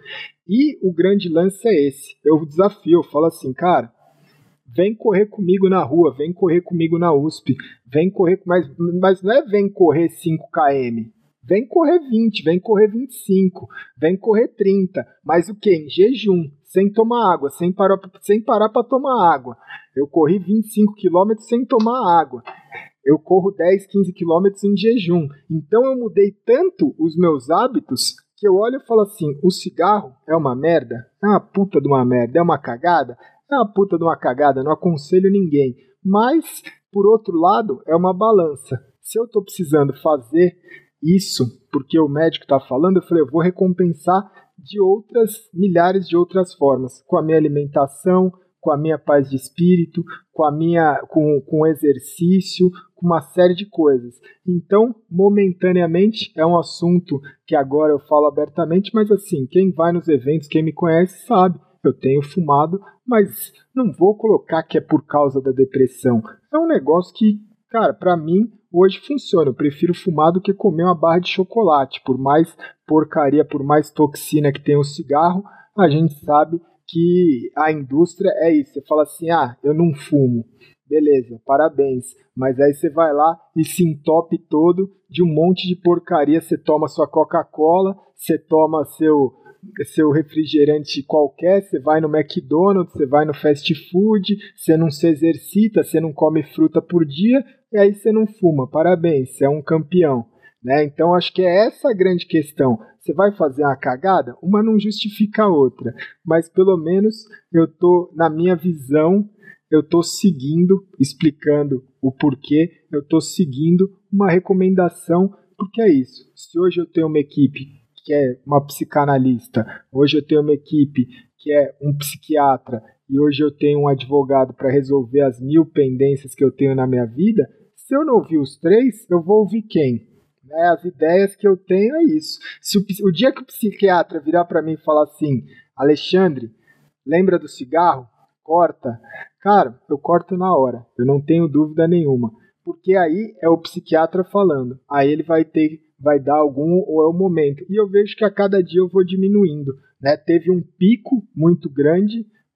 E o grande lance é esse. Eu desafio, eu falo assim, cara, vem correr comigo na rua, vem correr comigo na U S P, vem correr, mas, mas não é vem correr cinco quilômetros. Vem correr vinte, vem correr vinte e cinco, vem correr trinta, mas o que? Em jejum, sem tomar água, sem parar, sem parar para tomar água. Eu corri vinte e cinco quilômetros sem tomar água. Eu corro dez, quinze quilômetros em jejum. Então eu mudei tanto os meus hábitos que eu olho e falo assim, o cigarro é uma merda? É uma puta de uma merda, é uma cagada? É uma puta de uma cagada, não aconselho ninguém. Mas, por outro lado, é uma balança. Se eu estou precisando fazer isso, porque o médico está falando, eu falei, eu vou recompensar de outras, milhares de outras formas, com a minha alimentação, com a minha paz de espírito, com a minha, com, com exercício, com uma série de coisas. Então, momentaneamente, é um assunto que agora eu falo abertamente, mas assim, quem vai nos eventos, quem me conhece sabe, eu tenho fumado, mas não vou colocar que é por causa da depressão. É um negócio que, cara, pra mim, hoje funciona. Eu prefiro fumar do que comer uma barra de chocolate. Por mais porcaria, por mais toxina que tem o cigarro, a gente sabe que a indústria é isso. Você fala assim, ah, eu não fumo. Beleza, parabéns. Mas aí você vai lá e se entope todo de um monte de porcaria. Você toma sua Coca-Cola, você toma seu... seu refrigerante qualquer, você vai no McDonald's, você vai no fast food, você não se exercita, você não come fruta por dia, e aí você não fuma. Parabéns, você é um campeão. Né? Então acho que é essa a grande questão. Você vai fazer uma cagada? Uma não justifica a outra, mas pelo menos eu tô, na minha visão, eu tô seguindo, explicando o porquê, eu tô seguindo uma recomendação, porque é isso. Se hoje eu tenho uma equipe que é uma psicanalista, hoje eu tenho uma equipe que é um psiquiatra e hoje eu tenho um advogado para resolver as mil pendências que eu tenho na minha vida, se eu não ouvir os três, eu vou ouvir quem? Né? As ideias que eu tenho é isso. Se o, o dia que o psiquiatra virar para mim e falar assim, Alexandre, lembra do cigarro? Corta. Cara, eu corto na hora, eu não tenho dúvida nenhuma, porque aí é o psiquiatra falando, aí ele vai ter vai dar algum, ou é o momento. E eu vejo que a cada dia eu vou diminuindo. Né? Teve um pico muito grande,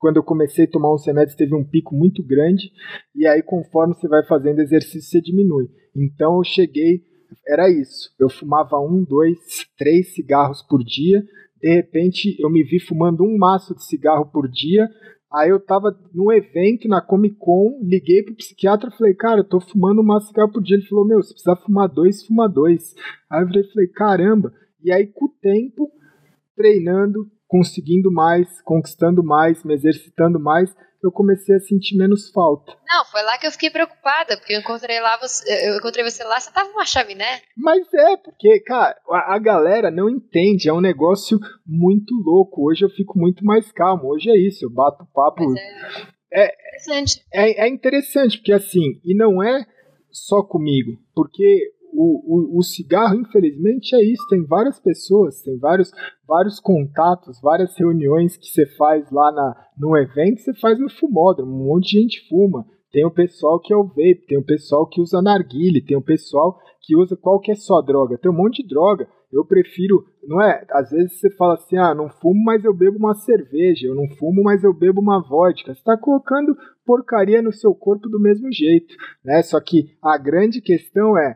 quando eu comecei a tomar uns remédios, teve um pico muito grande, e aí conforme você vai fazendo exercício, você diminui. Então eu cheguei, era isso, eu fumava um, dois, três cigarros por dia, de repente eu me vi fumando um maço de cigarro por dia. Aí eu tava num evento na Comic Con, liguei pro psiquiatra e falei, cara, eu tô fumando um maço de cigarro por dia. Ele falou, meu, se precisar fumar dois, fuma dois. Aí eu virei, falei, caramba. E aí com o tempo, treinando, conseguindo mais, conquistando mais, me exercitando mais, eu comecei a sentir menos falta. Não, foi lá que eu fiquei preocupada, porque eu encontrei lá você, eu encontrei você lá, você tava numa chaminé. Mas é, porque, cara, a, a galera não entende, é um negócio muito louco. Hoje eu fico muito mais calmo, hoje é isso, eu bato papo. Mas é, é interessante. É, é interessante, porque assim, e não é só comigo, porque o, o, o cigarro, infelizmente, é isso, tem várias pessoas, tem vários, vários contatos, várias reuniões que você faz lá na, no evento, você faz no fumódromo, um monte de gente fuma. Tem o pessoal que é o vape, tem o pessoal que usa narguile, tem o pessoal que usa qual que é só droga, tem um monte de droga. Eu prefiro, não é? Às vezes você fala assim, ah, não fumo, mas eu bebo uma cerveja, eu não fumo, mas eu bebo uma vodka. Você está colocando porcaria no seu corpo do mesmo jeito, né? Só que a grande questão é,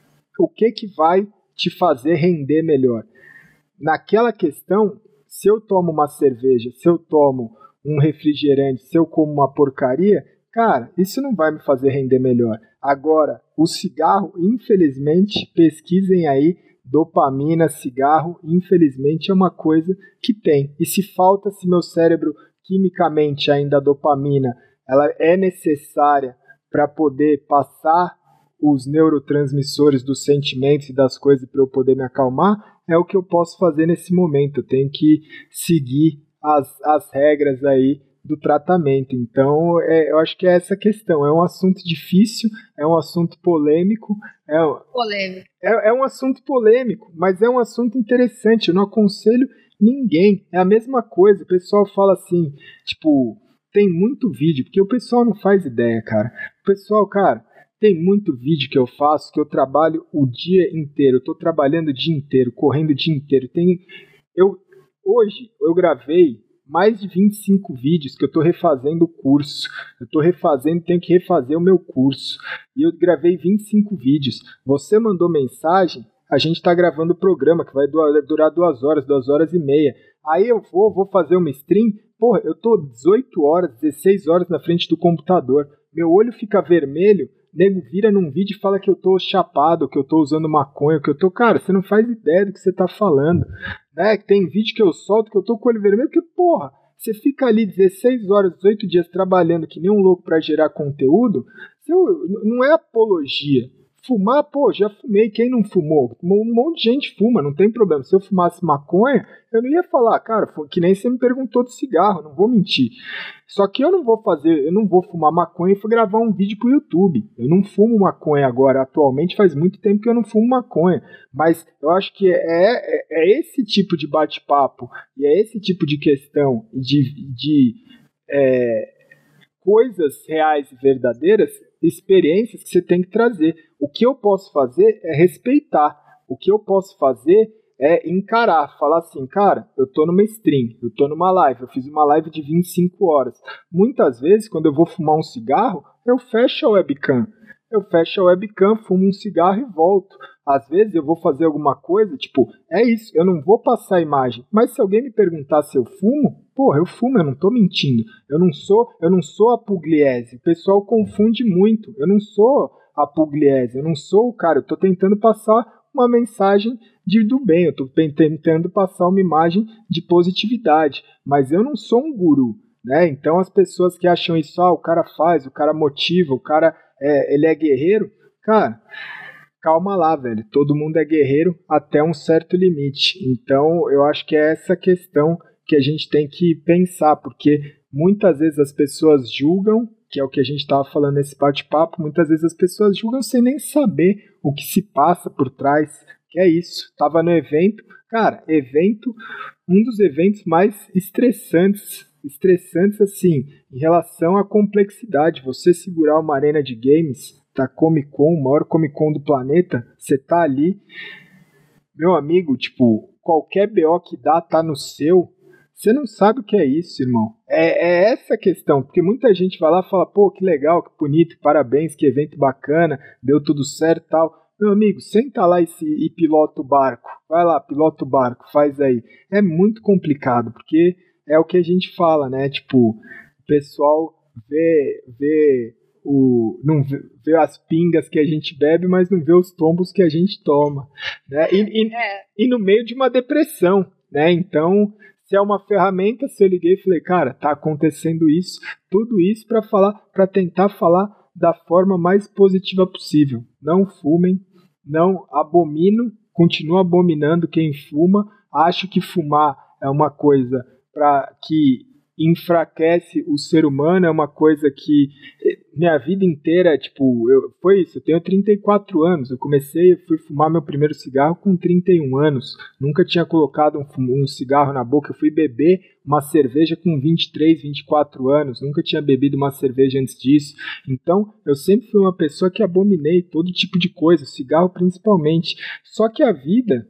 o que que vai te fazer render melhor? Naquela questão, se eu tomo uma cerveja, se eu tomo um refrigerante, se eu como uma porcaria, cara, isso não vai me fazer render melhor. Agora, o cigarro, infelizmente, pesquisem aí, dopamina, cigarro, infelizmente é uma coisa que tem. E se falta, se meu cérebro, quimicamente ainda a dopamina, ela é necessária para poder passar os neurotransmissores dos sentimentos e das coisas para eu poder me acalmar, é o que eu posso fazer nesse momento. Eu tenho que seguir as, as regras aí do tratamento. Então, é, eu acho que é essa questão. É um assunto difícil, é um assunto polêmico. É, polêmico. É, é um assunto polêmico, mas é um assunto interessante. Eu não aconselho ninguém. É a mesma coisa. O pessoal fala assim, tipo, tem muito vídeo, porque o pessoal não faz ideia, cara. O pessoal, cara, tem muito vídeo que eu faço, que eu trabalho o dia inteiro. Eu tô trabalhando o dia inteiro, correndo o dia inteiro. Tem, eu, hoje eu gravei mais de vinte e cinco vídeos que eu tô refazendo o curso. Eu tô refazendo, tenho que refazer o meu curso. E eu gravei vinte e cinco vídeos. Você mandou mensagem, a gente tá gravando o programa, que vai durar duas horas, duas horas e meia. Aí eu vou, vou fazer uma stream. Porra, eu tô dezoito horas, dezesseis horas na frente do computador. Meu olho fica vermelho. Nego vira num vídeo e fala que eu tô chapado, que eu tô usando maconha, que eu tô... Cara, você não faz ideia do que você tá falando, né? Tem vídeo que eu solto que eu tô com o olho vermelho, porque, porra, você fica ali dezesseis horas, dezoito dias trabalhando que nem um louco pra gerar conteúdo, você, não é apologia. Fumar, pô, já fumei, quem não fumou? Um monte de gente fuma, não tem problema. Se eu fumasse maconha, eu não ia falar, cara, que nem você me perguntou do cigarro, não vou mentir. Só que eu não vou fazer, eu não vou fumar maconha e gravar um vídeo pro YouTube. Eu não fumo maconha agora, atualmente faz muito tempo que eu não fumo maconha. Mas eu acho que é, é, é esse tipo de bate-papo e é esse tipo de questão de, de é, coisas reais e verdadeiras, experiências que você tem que trazer. O que eu posso fazer é respeitar. O que eu posso fazer é encarar, falar assim, cara, eu tô numa stream, eu tô numa live, eu fiz uma live de vinte e cinco horas. Muitas vezes, quando eu vou fumar um cigarro, eu fecho a webcam. Eu fecho a webcam, fumo um cigarro e volto. Às vezes eu vou fazer alguma coisa, tipo, é isso, eu não vou passar a imagem. Mas se alguém me perguntar se eu fumo, porra, eu fumo, eu não tô mentindo. Eu não sou, eu não sou a Pugliese. O pessoal confunde muito. Eu não sou a Pugliese, eu não sou o cara, eu tô tentando passar uma mensagem de, do bem, eu tô tentando passar uma imagem de positividade, mas eu não sou um guru, né? Então as pessoas que acham isso, ah, o cara faz, o cara motiva, o cara é, ele é guerreiro, cara, calma lá, velho, todo mundo é guerreiro até um certo limite. Então eu acho que é essa questão que a gente tem que pensar, porque muitas vezes as pessoas julgam, que é o que a gente estava falando nesse bate-papo, muitas vezes as pessoas julgam sem nem saber o que se passa por trás, que é isso. Tava no evento, cara, evento, um dos eventos mais estressantes, estressantes assim, em relação à complexidade. Você segurar uma arena de games da Comic Con, o maior Comic Con do planeta, você tá ali, meu amigo, tipo, qualquer B O que dá tá no seu, Você não sabe o que é isso, irmão. É, é essa a questão, porque muita gente vai lá e fala, pô, que legal, que bonito, parabéns, que evento bacana, deu tudo certo e tal. Meu amigo, senta lá e, se, e pilota o barco. Vai lá, pilota o barco, faz aí. É muito complicado, porque é o que a gente fala, né? Tipo, o pessoal vê, vê, o, não vê, vê as pingas que a gente bebe, mas não vê os tombos que a gente toma. Né? E, e, É. e no meio de uma depressão, né? Então, se é uma ferramenta, se eu liguei e falei, cara, tá acontecendo isso, tudo isso para falar, para tentar falar da forma mais positiva possível. Não fumem, não abomino, continuo abominando quem fuma, acho que fumar é uma coisa para que enfraquece o ser humano, é uma coisa que minha vida inteira, tipo, eu, foi isso, eu tenho trinta e quatro anos, eu comecei, eu fui fumar meu primeiro cigarro com trinta e um anos, nunca tinha colocado um, um cigarro na boca, eu fui beber uma cerveja com vinte e três, vinte e quatro anos, nunca tinha bebido uma cerveja antes disso, então eu sempre fui uma pessoa que abominei todo tipo de coisa, cigarro principalmente, só que a vida,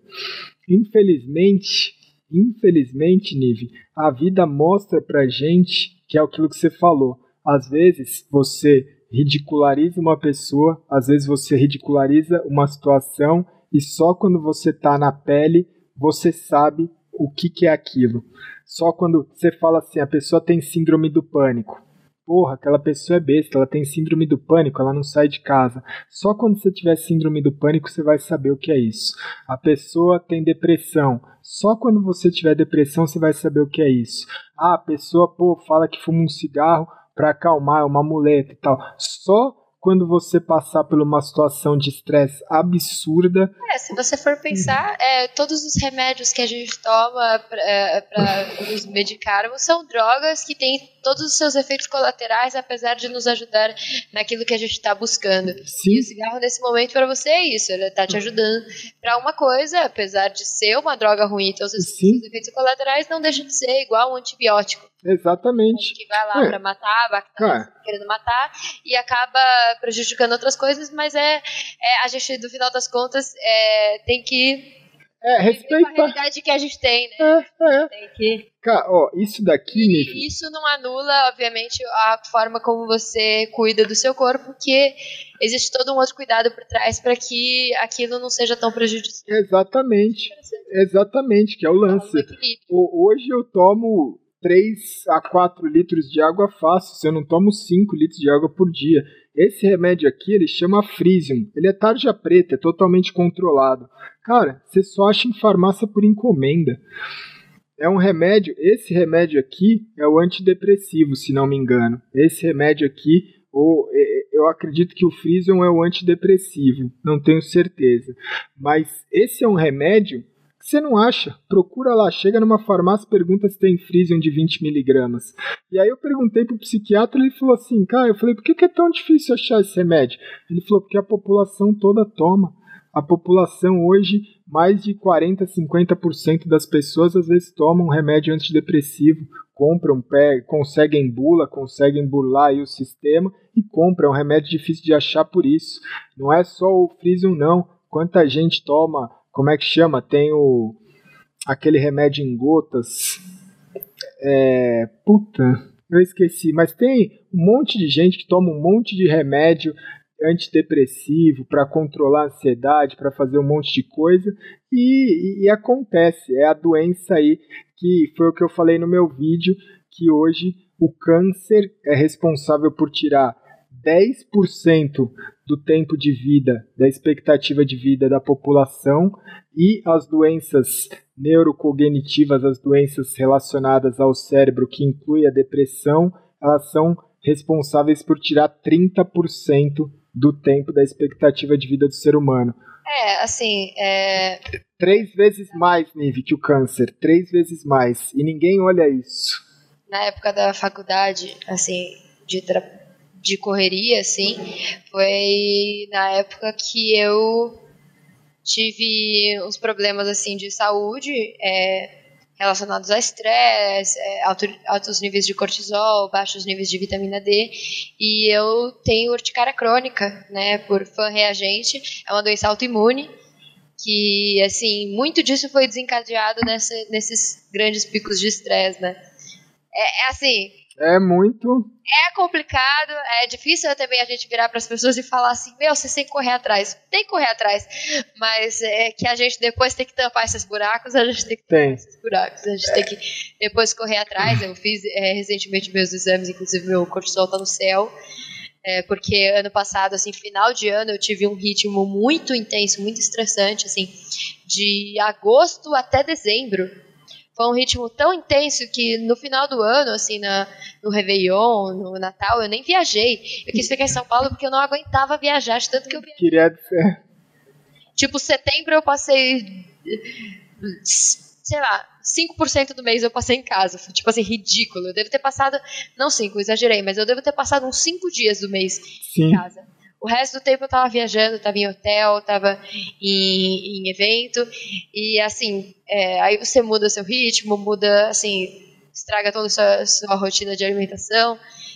infelizmente... Infelizmente, Nive, a vida mostra pra gente que é aquilo que você falou. Às vezes você ridiculariza uma pessoa, às vezes você ridiculariza uma situação e só quando você tá na pele você sabe o que, que é aquilo. Só quando você fala assim, a pessoa tem síndrome do pânico. Porra, aquela pessoa é besta, ela tem síndrome do pânico, ela não sai de casa. Só quando você tiver síndrome do pânico você vai saber o que é isso. A pessoa tem depressão. Só quando você tiver depressão você vai saber o que é isso. Ah, a pessoa, pô, fala que fuma um cigarro para acalmar, é uma muleta e tal. Só quando você passar por uma situação de estresse absurda... É, se você for pensar, é, todos os remédios que a gente toma para nos medicarmos são drogas que têm todos os seus efeitos colaterais, apesar de nos ajudar naquilo que a gente está buscando. Sim. E o cigarro, nesse momento, para você é isso. Ele está te ajudando para uma coisa, apesar de ser uma droga ruim, então os seus efeitos colaterais não deixam de ser igual um antibiótico. Exatamente. Que vai lá é. para matar a bactéria que tá querendo matar e acaba prejudicando outras coisas, mas é, é a gente, no final das contas, é, tem que é, respeitar a realidade que a gente tem, né? É, é. Tem que... Cara, ó, isso daqui... E isso não anula, obviamente, a forma como você cuida do seu corpo, porque existe todo um outro cuidado por trás para que aquilo não seja tão prejudicial. Exatamente. Exatamente, que é o lance. Hoje eu tomo três a quatro litros de água fácil, se eu não tomo cinco litros de água por dia. Esse remédio aqui, ele chama Frisium. Ele é tarja preta, é totalmente controlado. Cara, você só acha em farmácia por encomenda. É um remédio, esse remédio aqui é o antidepressivo, se não me engano. Esse remédio aqui, ou, eu acredito que o Frisium é o antidepressivo, não tenho certeza. Mas esse é um remédio que você não acha. Procura lá, chega numa farmácia e pergunta se tem Frisium de vinte miligramas. E aí eu perguntei pro psiquiatra e ele falou assim, cara, eu falei, por que é tão difícil achar esse remédio? Ele falou, porque a população toda toma. A população hoje, mais de quarenta, cinquenta por cento das pessoas às vezes tomam um remédio antidepressivo, compram, pé, conseguem bula, conseguem burlar aí o sistema e compram. É um remédio difícil de achar por isso. Não é só o Frisium não. Quanta gente toma, como é que chama? Tem o aquele remédio em gotas. É, puta, eu esqueci. Mas tem um monte de gente que toma um monte de remédio antidepressivo para controlar a ansiedade, para fazer um monte de coisa e, e, e acontece, é a doença aí que foi o que eu falei no meu vídeo, que hoje o câncer é responsável por tirar dez por cento do tempo de vida, da expectativa de vida da população, e as doenças neurocognitivas, as doenças relacionadas ao cérebro, que inclui a depressão, elas são responsáveis por tirar trinta por cento do tempo da expectativa de vida do ser humano. É, assim, é... Três vezes mais, Nive, que o câncer. Três vezes mais. E ninguém olha isso. Na época da faculdade, assim, de, tra... de correria, assim, foi na época que eu tive uns problemas, assim, de saúde, é... relacionados a estresse, é, alto, altos níveis de cortisol, baixos níveis de vitamina D, e eu tenho urticária crônica, né, por fã reagente, é uma doença autoimune, que, assim, muito disso foi desencadeado nessa, nesses grandes picos de estresse, né? É, é assim... É muito... É complicado, é difícil também a gente virar para as pessoas e falar assim, meu, vocês têm que correr atrás. Tem que correr atrás, mas é que a gente depois tem que tampar esses buracos, a gente tem que tampar tem. esses buracos, a gente é. tem que depois correr atrás. Eu fiz é, recentemente meus exames, inclusive meu cortisol tá no céu, é, porque ano passado, assim, final de ano, eu tive um ritmo muito intenso, muito estressante, assim, de agosto até dezembro. Foi um ritmo tão intenso que no final do ano, assim, na, no Réveillon, no Natal, eu nem viajei. Eu quis ficar em São Paulo porque eu não aguentava viajar, de tanto que eu viajei. Queria dizer. Tipo, setembro eu passei, sei lá, cinco por cento do mês eu passei em casa. Foi, tipo assim, ridículo. Eu devo ter passado, não cinco, exagerei, mas eu devo ter passado uns cinco dias do mês Sim. em casa. O resto do tempo eu tava viajando, tava em hotel, tava em, em evento. E assim, é, aí você muda seu ritmo, muda, assim, estraga toda a sua, sua rotina de alimentação.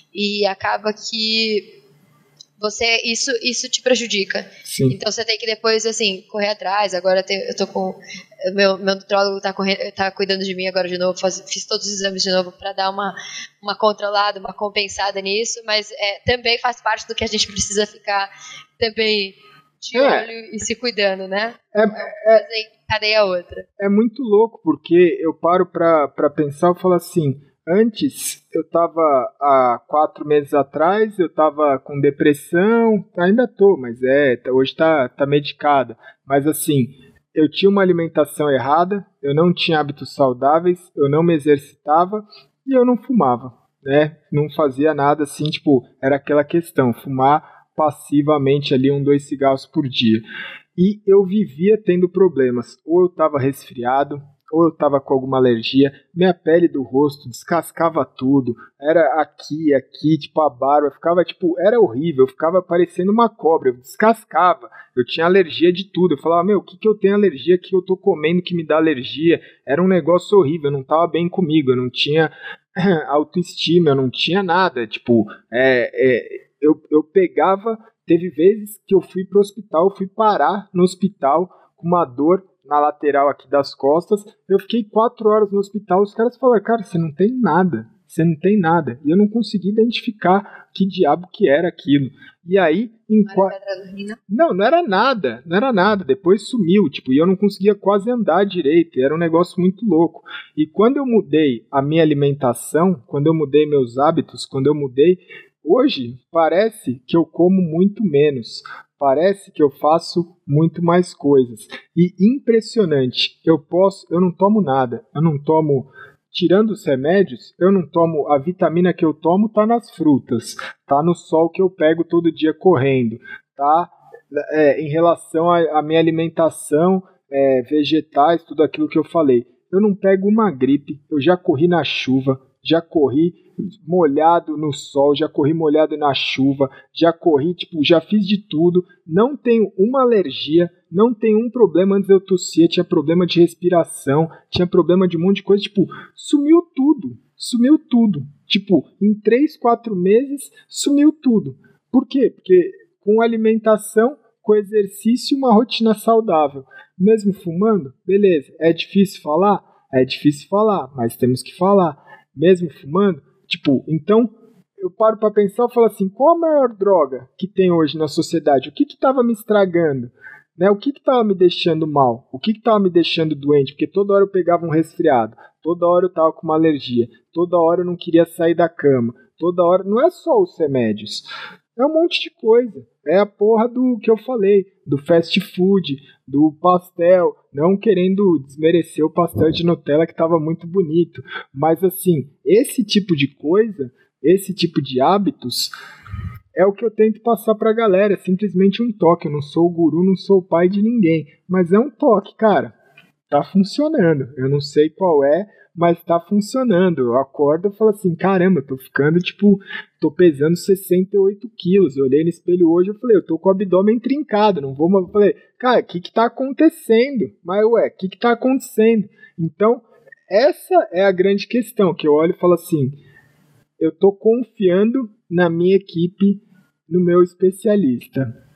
E acaba que você, isso, isso te prejudica. Sim. Então você tem que depois, assim, correr atrás. Agora eu, tenho, eu tô com... Meu, meu nutrólogo tá, correndo, tá cuidando de mim agora de novo. Faz, fiz todos os exames de novo para dar uma, uma controlada, uma compensada nisso. Mas é, também faz parte do que a gente precisa ficar também de é. olho e se cuidando, né? É, é, é, cadeia outra. É muito louco, porque eu paro pra, pra pensar e falo assim... Antes, eu tava há quatro meses atrás, eu tava com depressão, ainda tô, mas é, hoje tá, tá medicada. Mas assim, eu tinha uma alimentação errada, eu não tinha hábitos saudáveis, eu não me exercitava e eu não fumava, né? Não fazia nada assim, tipo, era aquela questão, fumar passivamente ali um, dois cigarros por dia. E eu vivia tendo problemas, ou eu tava resfriado, ou eu tava com alguma alergia, minha pele do rosto descascava tudo, era aqui, aqui, tipo a barba, ficava tipo, era horrível, ficava parecendo uma cobra, eu descascava, eu tinha alergia de tudo, eu falava, meu, o que que eu tenho alergia, o que eu tô comendo que me dá alergia, era um negócio horrível, eu não tava bem comigo, eu não tinha autoestima, eu não tinha nada, tipo, é, é, eu, eu pegava, teve vezes que eu fui pro hospital, eu fui parar no hospital com uma dor na lateral aqui das costas, eu fiquei quatro horas no hospital, os caras falaram, cara, você não tem nada, você não tem nada, e eu não consegui identificar que diabo que era aquilo, e aí, em não, qua... não, não era nada, não era nada, depois sumiu, tipo, e eu não conseguia quase andar direito, era um negócio muito louco, e quando eu mudei a minha alimentação, quando eu mudei meus hábitos, quando eu mudei, hoje parece que eu como muito menos, parece que eu faço muito mais coisas. E impressionante, eu posso, eu não tomo nada, eu não tomo, tirando os remédios, eu não tomo, a vitamina que eu tomo tá nas frutas, tá no sol que eu pego todo dia correndo, tá é, em relação à minha alimentação, é, vegetais, tudo aquilo que eu falei. Eu não pego uma gripe, eu já corri na chuva, já corri molhado no sol, já corri molhado na chuva, já corri, tipo, já fiz de tudo, não tenho uma alergia, não tenho um problema. Antes eu tossia, tinha problema de respiração, tinha problema de um monte de coisa, tipo, sumiu tudo, sumiu tudo, tipo, em três, quatro meses, sumiu tudo. Por quê? Porque com alimentação, com exercício e uma rotina saudável, mesmo fumando, beleza, é difícil falar? É difícil falar, mas temos que falar. Mesmo fumando, tipo, então eu paro para pensar e falo assim, qual a maior droga que tem hoje na sociedade? O que que tava me estragando? Né? O que que tava me deixando mal? O que que tava me deixando doente? Porque toda hora eu pegava um resfriado, toda hora eu tava com uma alergia, toda hora eu não queria sair da cama, toda hora, não é só os remédios, é um monte de coisa. É a porra do que eu falei, do fast food, do pastel, não querendo desmerecer o pastel de Nutella que estava muito bonito, mas assim, esse tipo de coisa, esse tipo de hábitos, é o que eu tento passar pra galera, é simplesmente um toque, eu não sou o guru, não sou o pai de ninguém, mas é um toque, cara, tá funcionando, eu não sei qual é, mas tá funcionando. Eu acordo e falo assim, caramba, eu tô ficando, tipo, tô pesando sessenta e oito quilos. Eu olhei no espelho hoje e falei, eu tô com o abdômen trincado, não vou... Eu falei, cara, o que que tá acontecendo? Mas, ué, o que que tá acontecendo? Então, essa é a grande questão, que eu olho e falo assim, eu tô confiando na minha equipe, no meu especialista.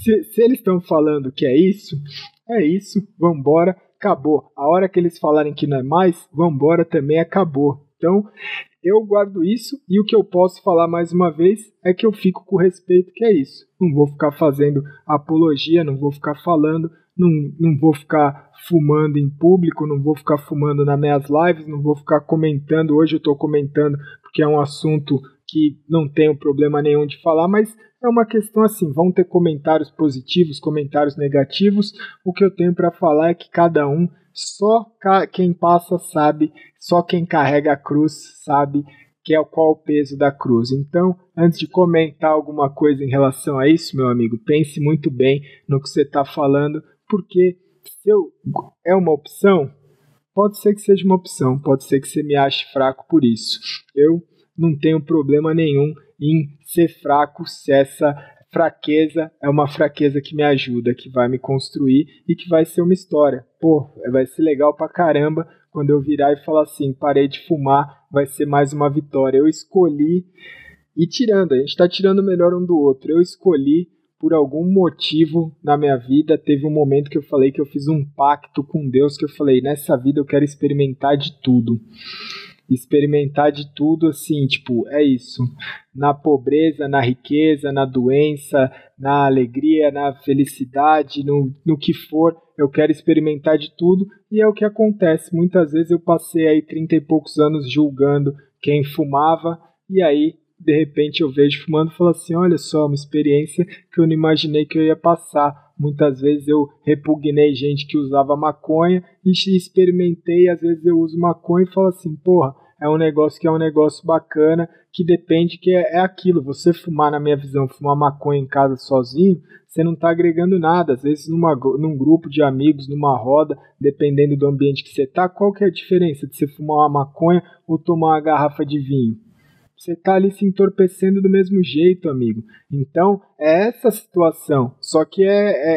se, se eles estão falando que é isso, é isso, vambora, acabou. A hora que eles falarem que não é mais, vambora também, acabou. Então, eu guardo isso e o que eu posso falar mais uma vez é que eu fico com o respeito que é isso. Não vou ficar fazendo apologia, não vou ficar falando, não, não vou ficar fumando em público, não vou ficar fumando nas minhas lives, não vou ficar comentando. Hoje eu estou comentando porque é um assunto que não tenho problema nenhum de falar, mas é uma questão assim, vão ter comentários positivos, comentários negativos. O que eu tenho para falar é que cada um, só quem passa sabe, só quem carrega a cruz sabe que é qual o peso da cruz. Então, antes de comentar alguma coisa em relação a isso, meu amigo, pense muito bem no que você está falando, porque se eu, é uma opção, pode ser que seja uma opção, pode ser que você me ache fraco por isso. Eu não tenho problema nenhum em ser fraco se essa fraqueza é uma fraqueza que me ajuda, que vai me construir e que vai ser uma história. Pô, vai ser legal pra caramba quando eu virar e falar assim, parei de fumar, vai ser mais uma vitória. Eu escolhi, e tirando, a gente tá tirando o melhor um do outro, eu escolhi por algum motivo na minha vida, teve um momento que eu falei que eu fiz um pacto com Deus, que eu falei, nessa vida eu quero experimentar de tudo. Experimentar de tudo, assim, tipo, é isso. Na pobreza, na riqueza, na doença, na alegria, na felicidade, no, no que for, eu quero experimentar de tudo, e é o que acontece. Muitas vezes eu passei aí trinta e poucos anos julgando quem fumava, e aí, de repente, eu vejo fumando e falo assim, olha só, uma experiência que eu não imaginei que eu ia passar. Muitas vezes eu repugnei gente que usava maconha e experimentei, às vezes eu uso maconha e falo assim, porra, é um negócio que é um negócio bacana, que depende, que é, é aquilo, você fumar, na minha visão, fumar maconha em casa sozinho, você não está agregando nada, às vezes numa, num grupo de amigos, numa roda, dependendo do ambiente que você está, qual que é a diferença de você fumar uma maconha ou tomar uma garrafa de vinho? Você está ali se entorpecendo do mesmo jeito, amigo. Então, é essa situação. Só que é,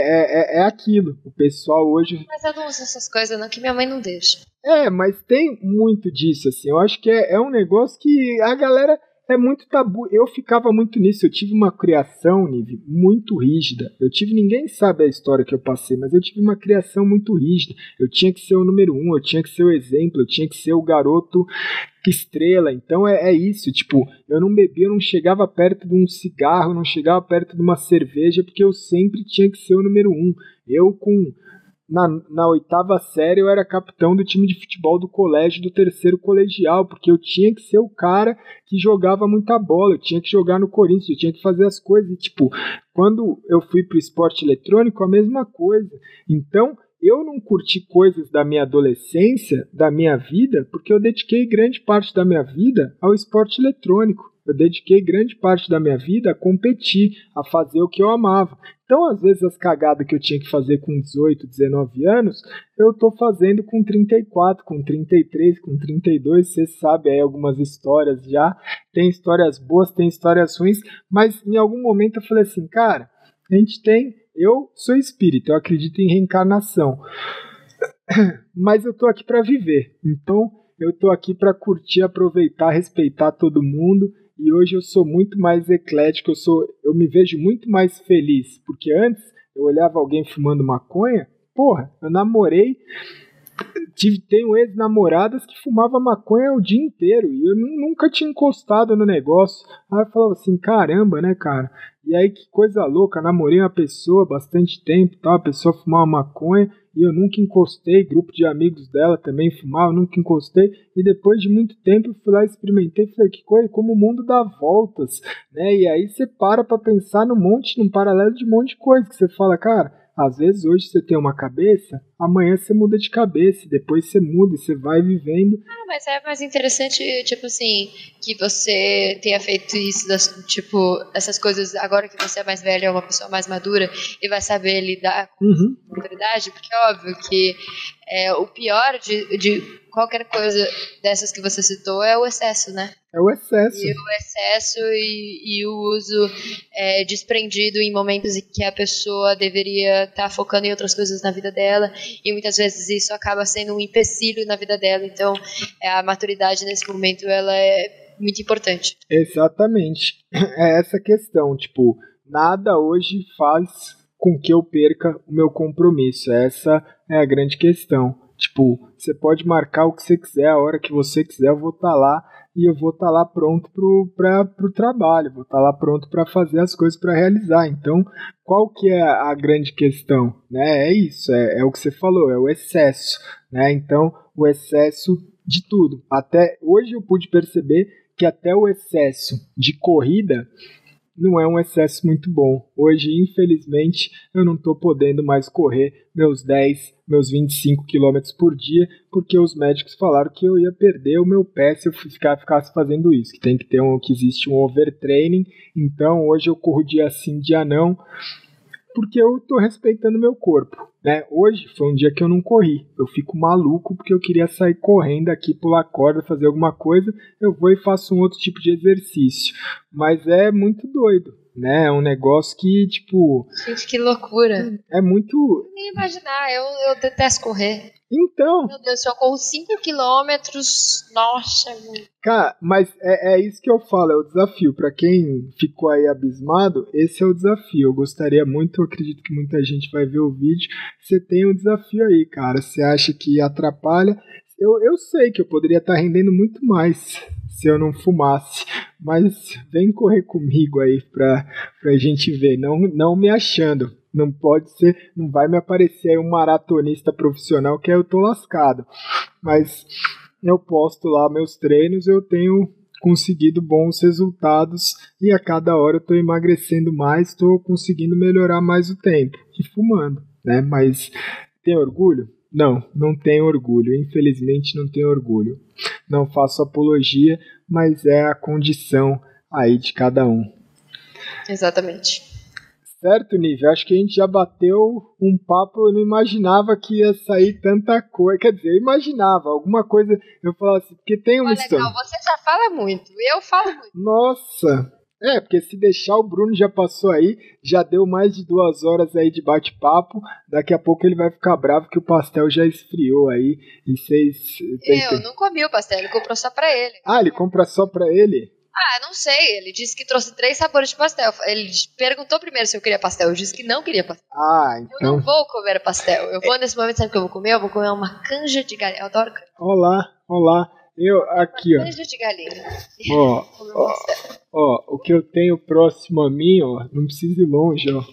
é, é, é aquilo. O pessoal hoje... Mas eu não uso essas coisas não, que minha mãe não deixa. É, mas tem muito disso, assim. Eu acho que é, é um negócio que a galera... É muito tabu. Eu ficava muito nisso. Eu tive uma criação, Nive, muito rígida. Eu tive, ninguém sabe a história que eu passei, mas eu tive uma criação muito rígida. Eu tinha que ser o número um, eu tinha que ser o exemplo, eu tinha que ser o garoto estrela. Então é, é isso. Tipo, eu não bebia, eu não chegava perto de um cigarro, eu não chegava perto de uma cerveja, porque eu sempre tinha que ser o número um. Eu com... Na, na oitava série eu era capitão do time de futebol do colégio, do terceiro colegial, porque eu tinha que ser o cara que jogava muita bola, eu tinha que jogar no Corinthians, eu tinha que fazer as coisas, e tipo, quando eu fui pro esporte eletrônico, a mesma coisa. Então, eu não curti coisas da minha adolescência, da minha vida, porque eu dediquei grande parte da minha vida ao esporte eletrônico. Eu dediquei grande parte da minha vida a competir, a fazer o que eu amava. Então, às vezes, as cagadas que eu tinha que fazer com dezoito, dezenove anos, eu tô fazendo com trinta e quatro, com trinta e três, com trinta e dois. Você sabe aí algumas histórias já. Tem histórias boas, tem histórias ruins, mas em algum momento eu falei assim, cara, a gente tem... Eu sou espírito, eu acredito em reencarnação. Mas eu tô aqui para viver. Então, eu tô aqui para curtir, aproveitar, respeitar todo mundo. E hoje eu sou muito mais eclético, eu, sou, eu me vejo muito mais feliz. Porque antes eu olhava alguém fumando maconha, porra, eu namorei, tive, tenho ex-namoradas que fumavam maconha o dia inteiro e eu nunca tinha encostado no negócio. Aí eu falava assim, caramba, né, cara? E aí que coisa louca, namorei uma pessoa bastante tempo, tá? A pessoa fumava maconha e eu nunca encostei, grupo de amigos dela também fumava, nunca encostei, e depois de muito tempo eu fui lá e experimentei e falei, que coisa, como o mundo dá voltas, né? E aí você para pra pensar num monte, num paralelo de um monte de coisa, que você fala, cara, às vezes hoje você tem uma cabeça, amanhã você muda de cabeça, depois você muda e você vai vivendo. Ah, mas é mais interessante, tipo assim, que você tenha feito isso, das, tipo, essas coisas, agora que você é mais velho, é uma pessoa mais madura e vai saber lidar com Uhum. a maturidade, porque é óbvio que é, o pior de, de qualquer coisa dessas que você citou é o excesso, né? É o excesso. E o excesso e, e o uso é, desprendido em momentos em que a pessoa deveria estar focando em outras coisas na vida dela, e muitas vezes isso acaba sendo um empecilho na vida dela. Então é, a maturidade nesse momento ela é muito importante. Exatamente. É essa questão, tipo, nada hoje faz com que eu perca o meu compromisso. Essa é a grande questão. Tipo, você pode marcar o que você quiser, a hora que você quiser, eu vou estar lá e eu vou estar lá pronto para o trabalho, vou estar lá pronto para fazer as coisas, para realizar. Então, qual que é a grande questão? Né? É isso, é, é o que você falou, é o excesso. Né? Então, o excesso de tudo. Até hoje eu pude perceber que até o excesso de corrida não é um excesso muito bom. Hoje, infelizmente, eu não estou podendo mais correr meus dez, meus vinte e cinco quilômetros por dia, porque os médicos falaram que eu ia perder o meu pé se eu ficar, ficasse fazendo isso, que tem que ter um, que existe um overtraining. Então, hoje eu corro dia sim, dia não, porque eu estou respeitando meu corpo. Né? Hoje foi um dia que eu não corri. Eu fico maluco porque eu queria sair correndo aqui, pular corda, fazer alguma coisa. Eu vou e faço um outro tipo de exercício. Mas é muito doido, né? É um negócio que, tipo... Gente, que loucura. É muito... Eu nem imaginar, eu, eu detesto correr. Então... Meu Deus, se eu corro cinco quilômetros, nossa... Cara, mas é, é isso que eu falo, é o desafio. Pra quem ficou aí abismado, esse é o desafio. Eu gostaria muito, eu acredito que muita gente vai ver o vídeo. Você tem um desafio aí, cara. Você acha que atrapalha? Eu, eu sei que eu poderia estar rendendo muito mais se eu não fumasse. Mas vem correr comigo aí pra, pra gente ver. Não, não me achando. Não pode ser, não vai me aparecer aí um maratonista profissional que aí eu tô lascado. Mas eu posto lá meus treinos, eu tenho conseguido bons resultados e a cada hora eu tô emagrecendo mais, tô conseguindo melhorar mais o tempo. E fumando, né? Mas tem orgulho? Não, não tenho orgulho. Infelizmente não tenho orgulho. Não faço apologia, mas é a condição aí de cada um. Exatamente. Certo, Nível? Acho que a gente já bateu um papo, eu não imaginava que ia sair tanta coisa. Quer dizer, eu imaginava alguma coisa, eu falava assim, porque tem uma Olha, história. legal, você já fala muito, eu falo muito. Nossa! É, porque se deixar o Bruno já passou aí, já deu mais de duas horas aí de bate-papo, daqui a pouco ele vai ficar bravo que o pastel já esfriou aí, e vocês... Eu não comi o pastel, ele comprou só pra ele. Ah, ele compra só pra ele? Ah, não sei, ele disse que trouxe três sabores de pastel. Ele perguntou primeiro se eu queria pastel, eu disse que não queria pastel. Ah, então... Eu não vou comer pastel, eu vou nesse momento, sabe o que eu vou comer? Eu vou comer uma canja de galinha, eu adoro canja. Olá, olá, eu aqui, ó. Canja de galinha. Ó, ó, ó, o que eu tenho próximo a mim, ó, não precisa ir longe, ó.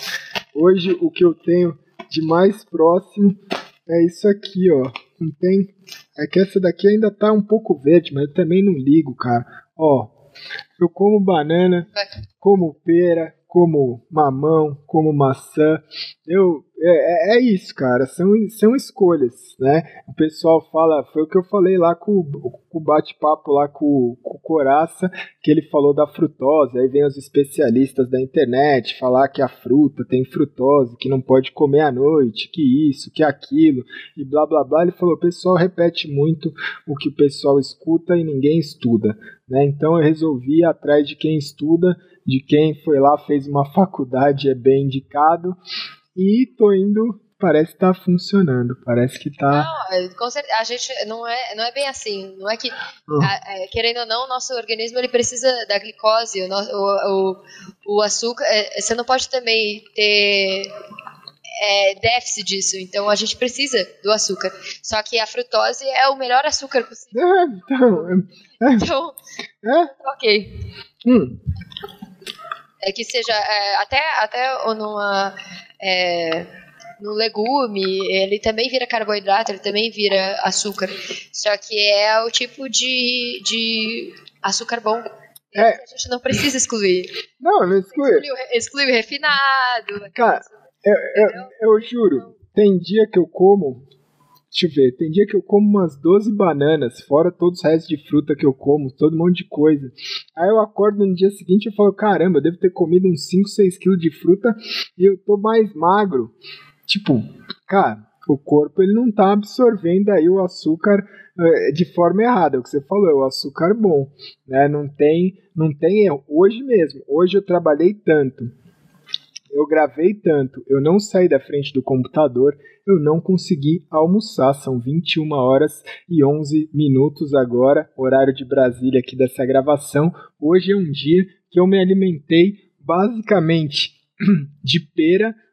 Hoje o que eu tenho de mais próximo é isso aqui, ó. Não tem... É que essa daqui ainda tá um pouco verde, mas eu também não ligo, cara. Ó, eu como banana, como pera, como mamão, como maçã. Eu, é, é isso, cara. São, são escolhas, né? O pessoal fala, foi o que eu falei lá com, com o bate-papo lá com, com o Coraça, que ele falou da frutose. Aí vem os especialistas da internet falar que a fruta tem frutose, que não pode comer à noite, que isso, que aquilo, e blá blá blá. Ele falou, o pessoal repete muito o que o pessoal escuta e ninguém estuda, né? Então eu resolvi ir atrás de quem estuda, de quem foi lá, fez uma faculdade, é bem indicado, e tô indo, parece que tá funcionando, parece que tá... Não, com certeza, a gente não é, não é bem assim, não é que, Hum. a, é, querendo ou não, o nosso organismo ele precisa da glicose, o, no- o, o, o açúcar, é, você não pode também ter é, déficit disso, então a gente precisa do açúcar, só que a frutose é o melhor açúcar possível, É, então, é, então, é, ok. hum, É que seja é, até, até numa, é, no legume, ele também vira carboidrato, ele também vira açúcar. Só que é o tipo de, de açúcar bom. É. Esse a gente não precisa excluir. não, não exclui. Exclui o, re- exclui o refinado. Cara, eu, eu, eu juro, tem dia que eu como, deixa eu ver, tem dia que eu como umas doze bananas, fora todos os restos de fruta que eu como, todo um monte de coisa. Aí eu acordo no dia seguinte e falo, caramba, eu devo ter comido uns cinco, seis quilos de fruta e eu tô mais magro. Tipo, cara, o corpo ele não tá absorvendo aí o açúcar eh, de forma errada, é o que você falou, é o açúcar bom, né? Não tem, não tem erro. Hoje mesmo, hoje eu trabalhei tanto, eu gravei tanto, eu não saí da frente do computador, eu não consegui almoçar. São vinte e uma horas e onze minutos agora, horário de Brasília aqui dessa gravação. Hoje é um dia que eu me alimentei basicamente de pera,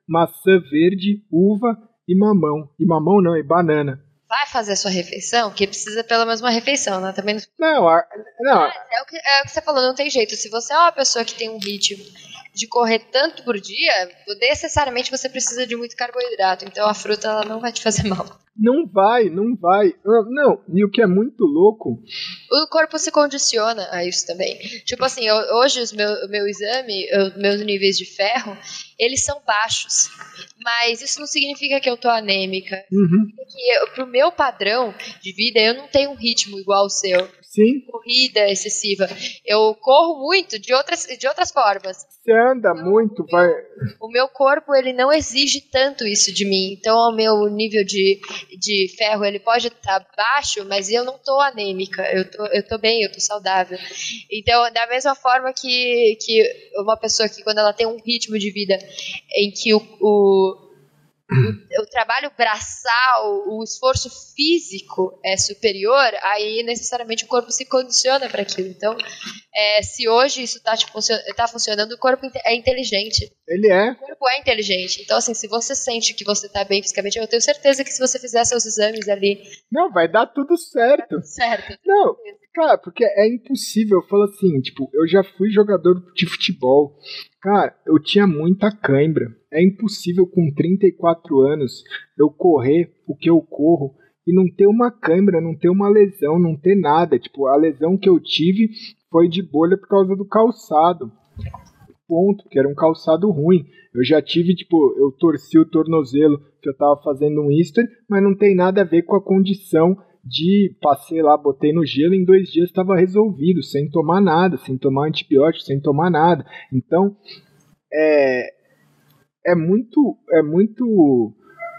maçã verde, uva e mamão. E mamão não, e banana. Vai fazer a sua refeição, que precisa pelo menos uma refeição, né? Também não... Não, a, não. Mas é o, que, é o que você falou, não tem jeito. Se você é uma pessoa que tem um ritmo de correr tanto por dia, necessariamente você precisa de muito carboidrato. Então a fruta ela não vai te fazer mal. Não vai, não vai. Não, e o que é muito louco... O corpo se condiciona a isso também. Tipo assim, eu, hoje os meu, o meu exame, os meus níveis de ferro, eles são baixos. Mas isso não significa que eu tô anêmica. Uhum. Que eu, pro meu padrão de vida, eu não tenho um ritmo igual ao seu. Sim. Corrida excessiva. Eu corro muito de outras, de outras formas. Você anda então, muito, o vai... Meu, o meu corpo, ele não exige tanto isso de mim. Então, o meu nível de, de ferro, ele pode estar baixo, mas eu não tô anêmica. Eu tô, eu tô bem, eu tô saudável. Então, da mesma forma que, que uma pessoa que, quando ela tem um ritmo de vida em que o... o O, o trabalho braçal, o esforço físico é superior, aí necessariamente o corpo se condiciona para aquilo. Então, é, se hoje isso está tipo, tá funcionando, o corpo é inteligente. Ele é. O corpo é inteligente. Então, assim, se você sente que você está bem fisicamente, eu tenho certeza que se você fizer seus exames ali... Não, vai dar tudo certo. Vai dar tudo certo. Não, cara, porque é impossível. Eu falo assim, tipo, eu já fui jogador de futebol. Cara, eu tinha muita cãibra. É impossível com trinta e quatro anos eu correr o que eu corro e não ter uma cãibra, não ter uma lesão, não ter nada. Tipo, a lesão que eu tive foi de bolha por causa do calçado. Ponto, que era um calçado ruim. Eu já tive, tipo, eu torci o tornozelo que eu tava fazendo um history, mas não tem nada a ver com a condição de passei lá, botei no gelo, em dois dias estava resolvido, sem tomar nada, sem tomar antibiótico, sem tomar nada. Então, é, é muito, é muito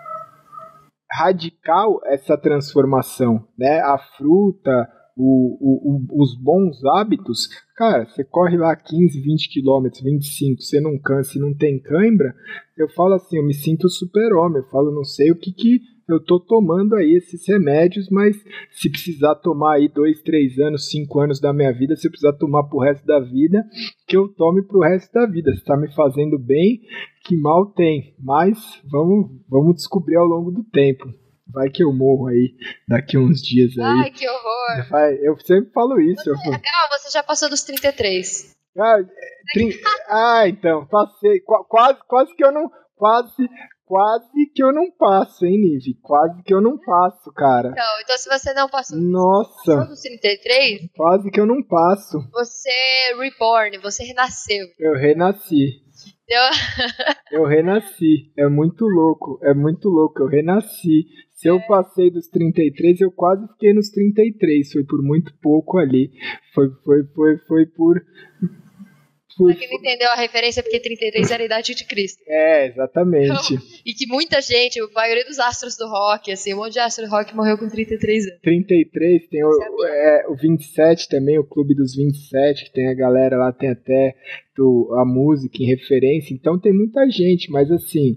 radical essa transformação, né? A fruta, o, o, o, os bons hábitos, cara, você corre lá quinze, vinte quilômetros, vinte e cinco, você não cansa e não tem cãibra, eu falo assim, eu me sinto super-homem, eu falo, não sei o que que eu tô tomando aí esses remédios, mas se precisar tomar aí dois, três anos, cinco anos da minha vida, se eu precisar tomar pro resto da vida, que eu tome pro resto da vida. Se tá me fazendo bem, que mal tem. Mas vamos, vamos descobrir ao longo do tempo. Vai que eu morro aí daqui uns dias aí. Ai, que horror. Vai, eu sempre falo isso. Você, eu falo, não, você já passou dos trinta e três. Ah, tri... ah então, passei. Qu- quase, quase que eu não... Quase... Quase que eu não passo, hein, Nive? Quase que eu não passo, cara. Então, então se você não passou, Nossa, passou dos trinta e três, quase que eu não passo. você é reborn, você renasceu. Eu renasci. Então, Eu renasci. É muito louco. É muito louco. Eu renasci. Se eu passei dos trinta e três, eu quase fiquei nos trinta e três. Foi por muito pouco ali. Foi, foi, foi, foi por... Pra quem não entendeu a referência, porque trinta e três era a idade de Cristo. É, exatamente. Então, e que muita gente, a maioria dos astros do rock, assim, um monte de astro do rock morreu com trinta e três anos. trinta e três, tem o, é, o vinte e sete também, o Clube dos vinte e sete, que tem a galera lá, tem até do, a música em referência. Então tem muita gente, mas assim,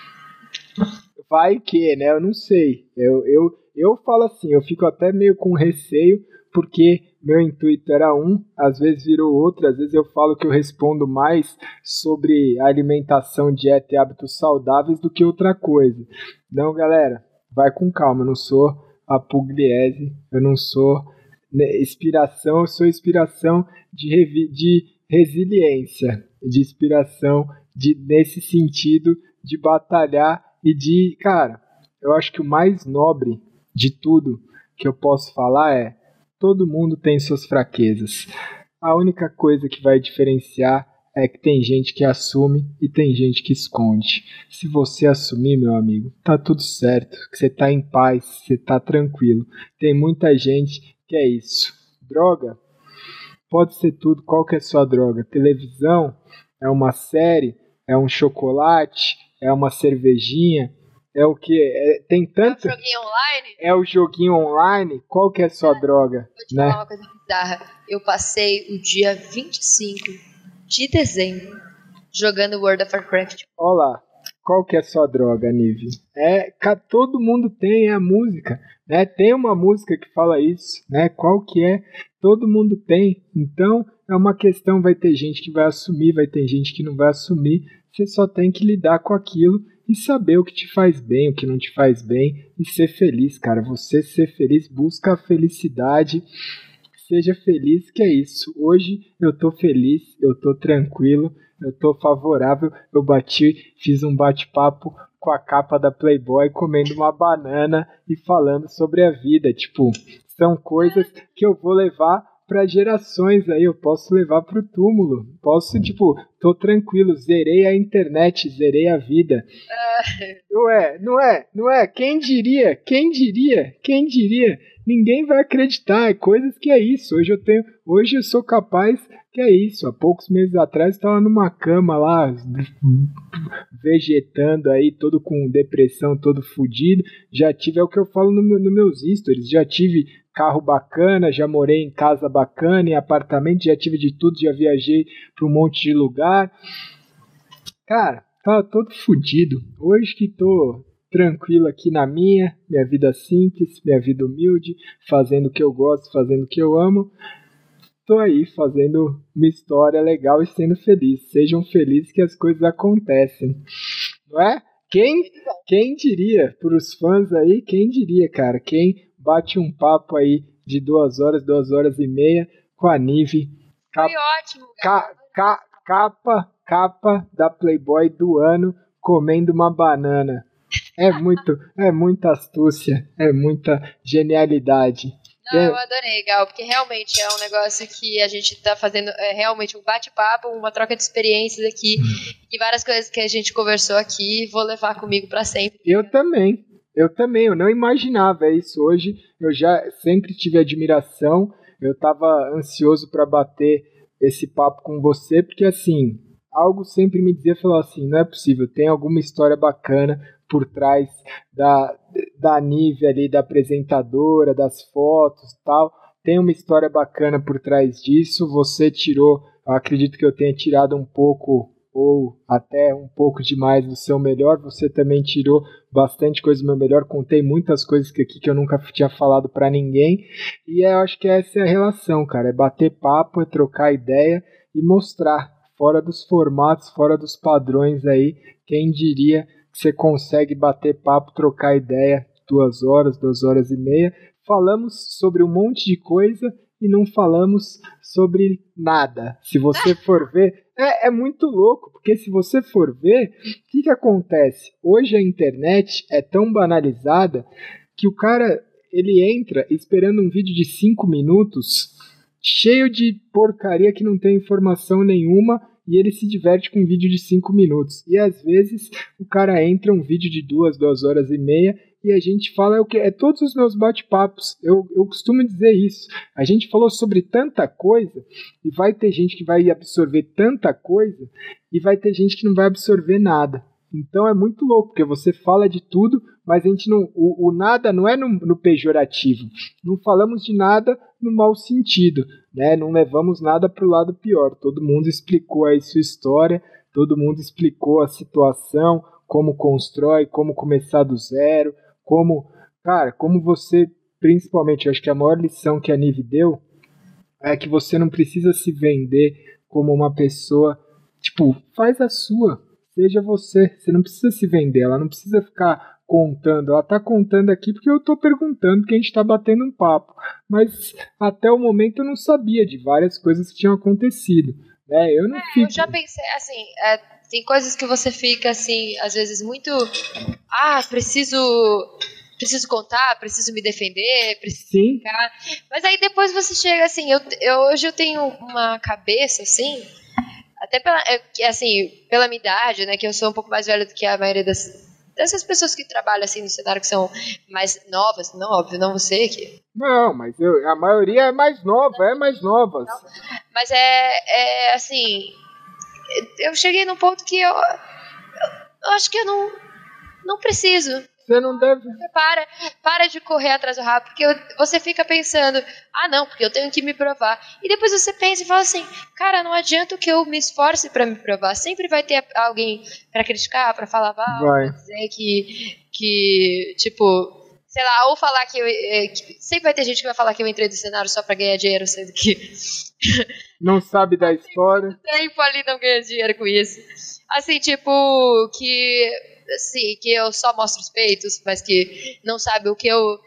vai que, né? Eu não sei. Eu, eu, eu falo assim, eu fico até meio com receio, porque meu intuito era um, às vezes virou outro, às vezes eu falo que eu respondo mais sobre alimentação, dieta e hábitos saudáveis do que outra coisa. Não, galera, vai com calma, eu não sou a Pugliese, eu não sou né, inspiração, eu sou inspiração de, revi- de resiliência, de inspiração de, nesse sentido de batalhar e de, cara, eu acho que o mais nobre de tudo que eu posso falar é todo mundo tem suas fraquezas. A única coisa que vai diferenciar é que tem gente que assume e tem gente que esconde. Se você assumir, meu amigo, tá tudo certo, que você tá em paz, você tá tranquilo. Tem muita gente que é isso. Droga? Pode ser tudo. Qual que é a sua droga? Televisão? É uma série? É um chocolate? É uma cervejinha? É o que? É, tem tanto... É um joguinho online? É o joguinho online? Qual que é a sua ah, droga? Vou te né? falar uma coisa bizarra. Eu passei o dia vinte e cinco de dezembro jogando World of Warcraft. Olha lá. Qual que é a sua droga, Nive? É, todo mundo tem a música, né? Tem uma música que fala isso, né? Qual que é? Todo mundo tem. Então, é uma questão, vai ter gente que vai assumir, vai ter gente que não vai assumir. você só tem que lidar com aquilo e saber o que te faz bem, o que não te faz bem e ser feliz, cara. Você ser feliz, busca a felicidade, seja feliz, que é isso. Hoje eu tô feliz, eu tô tranquilo, eu tô favorável, eu bati, fiz um bate-papo com a capa da Playboy, comendo uma banana e falando sobre a vida, tipo, são coisas que eu vou levar para gerações aí, eu posso levar pro túmulo, posso, tipo, tô tranquilo, zerei a internet, zerei a vida. Não é, não é, não é, quem diria, quem diria, quem diria, ninguém vai acreditar, é coisas que é isso, hoje eu tenho, hoje eu sou capaz, que é isso, há poucos meses atrás estava numa cama lá, vegetando aí, todo com depressão, todo fudido, já tive, é o que eu falo no meu, nos meus stories, já tive carro bacana, já morei em casa bacana, em apartamento, já tive de tudo, já viajei para um monte de lugar. Cara, tava todo fudido. Hoje que tô tranquilo aqui na minha, minha vida simples, minha vida humilde, fazendo o que eu gosto, fazendo o que eu amo. Tô aí fazendo uma história legal e sendo feliz. Sejam felizes que as coisas acontecem. Não é? Quem, quem diria, para os fãs aí, quem diria, cara? Quem bate um papo aí de duas horas, duas horas e meia com a Nive. Cap, Foi ótimo, ca, ca, capa, capa da Playboy do ano, comendo uma banana. É muito, é muita astúcia, é muita genialidade. Não, eu adorei, Gal, porque realmente é um negócio que a gente tá fazendo, é realmente um bate-papo, uma troca de experiências aqui, e várias coisas que a gente conversou aqui, vou levar comigo pra sempre. Eu também. Eu também, eu não imaginava isso hoje, eu já sempre tive admiração, eu estava ansioso para bater esse papo com você, porque assim, algo sempre me dizia, falou assim, não é possível, tem alguma história bacana por trás da, da Nive ali, da apresentadora, das fotos e tal, tem uma história bacana por trás disso, você tirou, eu acredito que eu tenha tirado um pouco ou até um pouco demais do seu melhor, você também tirou bastante coisa do meu melhor, contei muitas coisas que aqui que eu nunca tinha falado pra ninguém, e eu acho que essa é a relação, cara, é bater papo, é trocar ideia e mostrar, fora dos formatos, fora dos padrões aí, quem diria que você consegue bater papo, trocar ideia, duas horas, duas horas e meia, falamos sobre um monte de coisa e não falamos sobre nada, se você for ver. É, é muito louco, porque se você for ver, o que, que acontece? Hoje a internet é tão banalizada que o cara, ele entra esperando um vídeo de cinco minutos, cheio de porcaria que não tem informação nenhuma, e ele se diverte com um vídeo de cinco minutos. E às vezes o cara entra um vídeo de duas, duas horas e meia, e a gente fala, é o que? É todos os meus bate-papos, eu, eu costumo dizer isso, a gente falou sobre tanta coisa, e vai ter gente que vai absorver tanta coisa, e vai ter gente que não vai absorver nada. Então é muito louco, porque você fala de tudo, mas a gente não, o, o nada não é no, no pejorativo, não falamos de nada no mau sentido, né? Não levamos nada para o lado pior, todo mundo explicou aí sua história, todo mundo explicou a situação, como constrói, como começar do zero, como, cara, como você, principalmente, eu acho que a maior lição que a Nive deu é que você não precisa se vender como uma pessoa, tipo, faz a sua, seja você, você não precisa se vender, ela não precisa ficar contando, ela tá contando aqui porque eu tô perguntando, porque a gente tá batendo um papo, mas até o momento eu não sabia de várias coisas que tinham acontecido, né, eu não é, fico... Eu já pensei, assim, é, tem coisas que você fica, assim, às vezes muito, ah, preciso... preciso contar, preciso me defender, preciso Sim. ficar. Mas aí depois você chega assim, eu, eu, hoje eu tenho uma cabeça assim, até pela, assim, pela minha idade, né, que eu sou um pouco mais velha do que a maioria das, dessas pessoas que trabalham assim no cenário, que são mais novas, não, óbvio, não você que... Não, mas eu, a maioria é mais nova, é mais nova. Mas é, é assim, eu cheguei num ponto que eu, eu acho que eu não, não preciso. Você não deve... Para, para de correr atrás do rabo, porque eu, você fica pensando, ah não, porque eu tenho que me provar. E depois você pensa e fala assim, cara, não adianta que eu me esforce pra me provar. Sempre vai ter alguém pra criticar, pra falar mal, pra dizer que, que, tipo, sei lá, ou falar que eu... é, que sempre vai ter gente que vai falar que eu entrei no cenário só pra ganhar dinheiro, sendo que... Não sabe da história. tempo ali não ganha dinheiro com isso. Assim, tipo, que... Assim, que eu só mostro os peitos, mas que não sabe o que eu...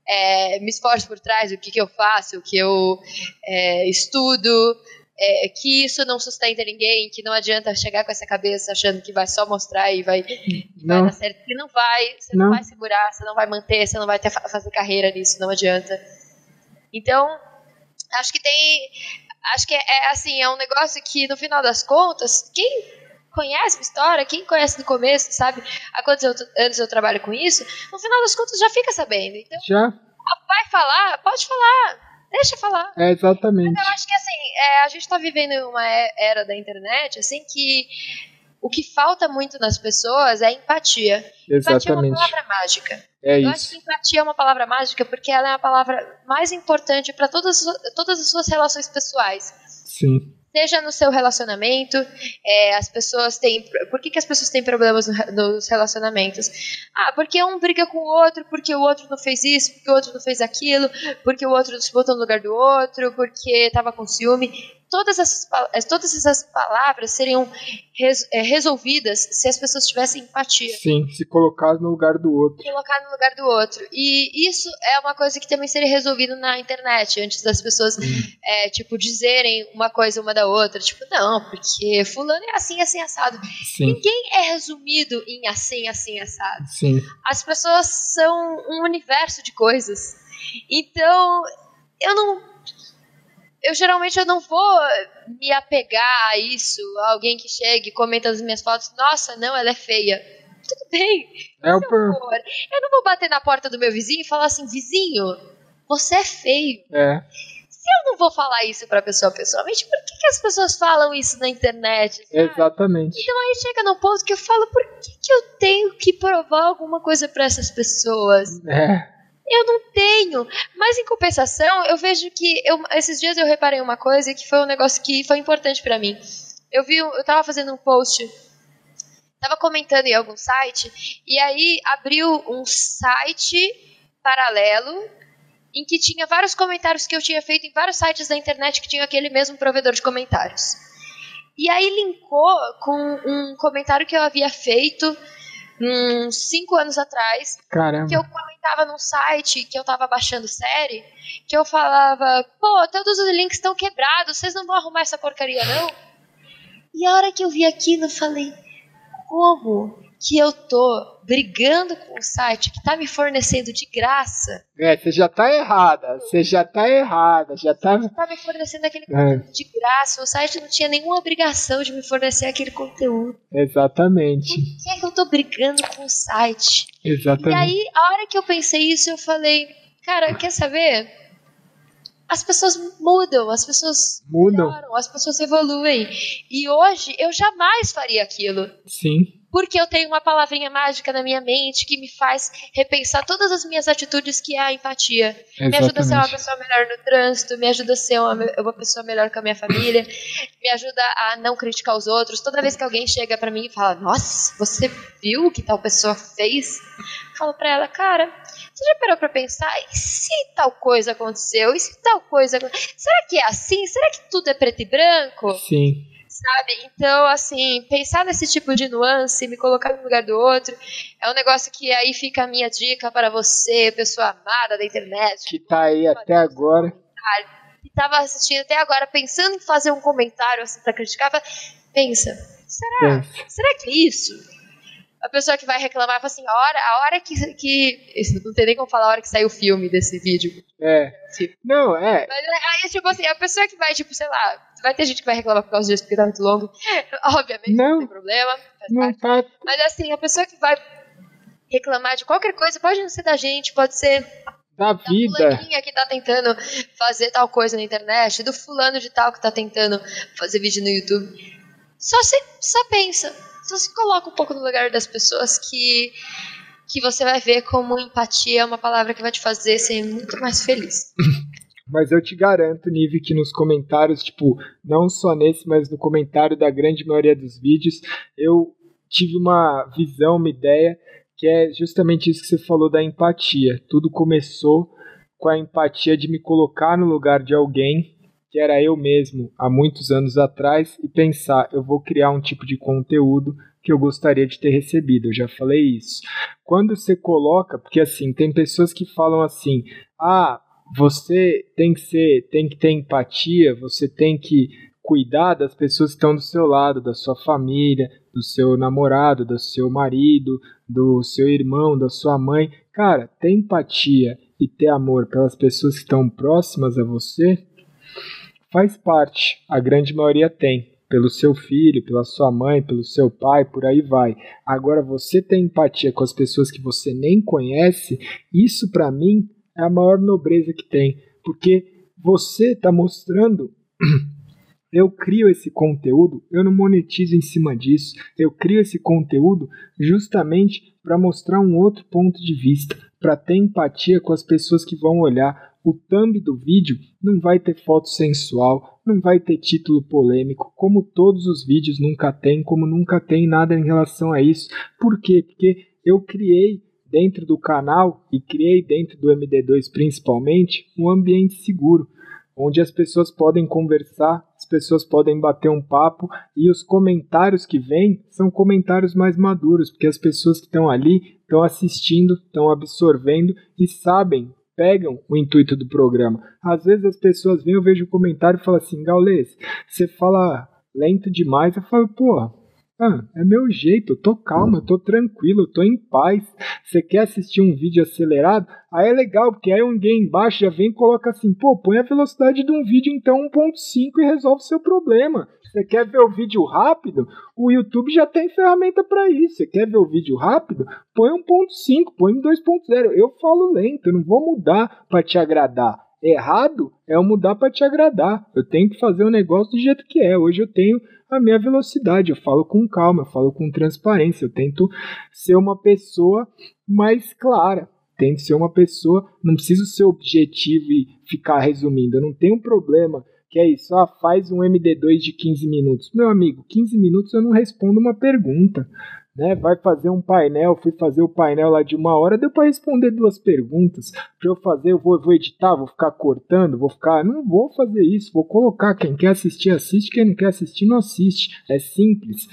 É, me esforço por trás, o que, que eu faço, o que eu é, estudo, é, que isso não sustenta ninguém, que não adianta chegar com essa cabeça achando que vai só mostrar e vai, vai dar certo, que não vai, você não. não vai segurar, você não vai manter, você não vai ter, fazer carreira nisso, não adianta. Então, acho que tem, acho que é, é assim, é um negócio que no final das contas, quem conhece a história, quem conhece do começo, sabe há quantos anos eu trabalho com isso, no final das contas já fica sabendo. Então, já? Vai falar? Pode falar. Deixa falar. É, exatamente. Mas eu acho que assim, é, a gente está vivendo uma era da internet, assim, que o que falta muito nas pessoas é empatia. Exatamente. Empatia é uma palavra mágica. É eu isso. acho que empatia é uma palavra mágica porque ela é a palavra mais importante para todas, todas as suas relações pessoais. Sim. Seja no seu relacionamento, é, as pessoas têm... Por que, que as pessoas têm problemas no, nos relacionamentos? Ah, porque um briga com o outro, porque o outro não fez isso, porque o outro não fez aquilo, porque o outro não se botou no lugar do outro, porque estava com ciúme. Todas essas, todas essas palavras seriam res, é, resolvidas se as pessoas tivessem empatia. Sim, se colocar no lugar do outro. Colocar no lugar do outro. E isso é uma coisa que também seria resolvido na internet, antes das pessoas, hum. é, tipo, dizerem uma coisa uma da outra. Tipo, não, porque fulano é assim, assim, assado. Sim. Ninguém é resumido em assim, assim, assado. Sim. As pessoas são um universo de coisas. Então, eu não... Eu geralmente eu não vou me apegar a isso, a alguém que chega e comenta as minhas fotos, nossa, não, ela é feia. Tudo bem, é se eu, por... for, eu não vou bater na porta do meu vizinho e falar assim, vizinho, você é feio. É. Se eu não vou falar isso pra pessoa pessoalmente, por que, que as pessoas falam isso na internet? Sabe? Exatamente. Então aí chega num ponto que eu falo, por que, que eu tenho que provar alguma coisa pra essas pessoas? É. Eu não tenho, mas em compensação eu vejo que eu, esses dias eu reparei uma coisa que foi um negócio que foi importante pra mim. Eu vi, eu tava fazendo um post, tava comentando em algum site e aí abriu um site paralelo em que tinha vários comentários que eu tinha feito em vários sites da internet que tinha aquele mesmo provedor de comentários. E aí linkou com um comentário que eu havia feito uns cinco anos atrás. Caramba. Que eu comentava num site que eu tava baixando série, que eu falava, pô, todos os links estão quebrados, vocês não vão arrumar essa porcaria não? E a hora que eu vi aquilo eu falei, como que eu tô brigando com um site que tá me fornecendo de graça? É, você já tá errada, você já tá errada, já tá... Você tá me fornecendo aquele conteúdo é. de graça, o site não tinha nenhuma obrigação de me fornecer aquele conteúdo. Exatamente. Por que é que eu tô brigando com o site? Exatamente. E aí, a hora que eu pensei isso, eu falei, cara, quer saber? As pessoas mudam, as pessoas mudam, melhoram, as pessoas evoluem. E hoje, eu jamais faria aquilo. Sim. Porque eu tenho uma palavrinha mágica na minha mente que me faz repensar todas as minhas atitudes, que é a empatia. Exatamente. Me ajuda a ser uma pessoa melhor no trânsito, me ajuda a ser uma, uma pessoa melhor com a minha família, me ajuda a não criticar os outros. Toda vez que alguém chega pra mim e fala, nossa, você viu o que tal pessoa fez? Eu falo pra ela, cara, você já parou pra pensar, e se tal coisa aconteceu? E se tal coisa... Será que é assim? Será que tudo é preto e branco? Sim. Sabe? Então, assim, pensar nesse tipo de nuance, me colocar no lugar do outro, é um negócio que aí fica a minha dica para você, pessoa amada da internet. Que tá aí até agora. Que tava assistindo até agora, pensando em fazer um comentário assim pra criticar, pensa, será? Pensa. Será que é isso? A pessoa que vai reclamar fala assim, a hora, a hora que, que... Não tem nem como falar a hora que saiu o filme desse vídeo. É. Não, é. Mas aí, tipo assim, a pessoa que vai, tipo, sei lá, vai ter gente que vai reclamar por causa disso, porque tá muito longo. Obviamente, não, não tem problema. Não tá. Mas assim, a pessoa que vai reclamar de qualquer coisa, pode não ser da gente, pode ser da, da vida. fulaninha que tá tentando fazer tal coisa na internet, do fulano de tal que tá tentando fazer vídeo no YouTube. Só, se, só pensa. Só se coloca um pouco no lugar das pessoas que, que você vai ver como empatia é uma palavra que vai te fazer ser muito mais feliz. Mas eu te garanto, Nive, que nos comentários, tipo, não só nesse, mas no comentário da grande maioria dos vídeos, eu tive uma visão, uma ideia que é justamente isso que você falou da empatia. Tudo começou com a empatia de me colocar no lugar de alguém, que era eu mesmo há muitos anos atrás, e pensar, eu vou criar um tipo de conteúdo que eu gostaria de ter recebido. Eu já falei isso. Quando você coloca, porque assim, tem pessoas que falam assim, ah, você tem que ser, tem que ter empatia, você tem que cuidar das pessoas que estão do seu lado, da sua família, do seu namorado, do seu marido, do seu irmão, da sua mãe. Cara, ter empatia e ter amor pelas pessoas que estão próximas a você faz parte, a grande maioria tem, pelo seu filho, pela sua mãe, pelo seu pai, por aí vai. Agora, você ter empatia com as pessoas que você nem conhece, isso para mim é a maior nobreza que tem, porque você está mostrando... Eu crio esse conteúdo, eu não monetizo em cima disso, eu crio esse conteúdo justamente para mostrar um outro ponto de vista, para ter empatia com as pessoas que vão olhar. O thumb do vídeo não vai ter foto sensual, não vai ter título polêmico, como todos os vídeos nunca tem, como nunca tem nada em relação a isso. Por quê? Porque eu criei dentro do canal e criei dentro do M D dois principalmente um ambiente seguro, onde as pessoas podem conversar, as pessoas podem bater um papo e os comentários que vêm são comentários mais maduros, porque as pessoas que estão ali estão assistindo, estão absorvendo e sabem, pegam o intuito do programa. Às vezes as pessoas vêm, eu vejo um comentário e falam assim, Gaules, você fala lento demais. Eu falo, pô, ah, é meu jeito, eu tô calmo, eu tô tranquilo, eu tô em paz. Você quer assistir um vídeo acelerado? Aí é legal, porque aí alguém embaixo já vem e coloca assim, pô, põe a velocidade de um vídeo então um ponto cinco e resolve o seu problema. Você quer ver o vídeo rápido? O YouTube já tem ferramenta para isso. Você quer ver o vídeo rápido? Põe um ponto cinco, põe um dois ponto zero. Eu falo lento, eu não vou mudar para te agradar. Errado é eu mudar para te agradar. Eu tenho que fazer o negócio do jeito que é. Hoje eu tenho a minha velocidade, eu falo com calma, eu falo com transparência, eu tento ser uma pessoa mais clara, tento ser uma pessoa, não preciso ser objetivo e ficar resumindo, eu não tenho problema, que é isso, ah, faz um M D dois de quinze minutos. Meu amigo, quinze minutos eu não respondo uma pergunta. Né, vai fazer um painel, fui fazer o painel lá de uma hora, deu para responder duas perguntas. Para eu fazer, eu vou, vou editar, vou ficar cortando, vou ficar, não vou fazer isso, vou colocar, quem quer assistir, assiste, quem não quer assistir, não assiste. É simples.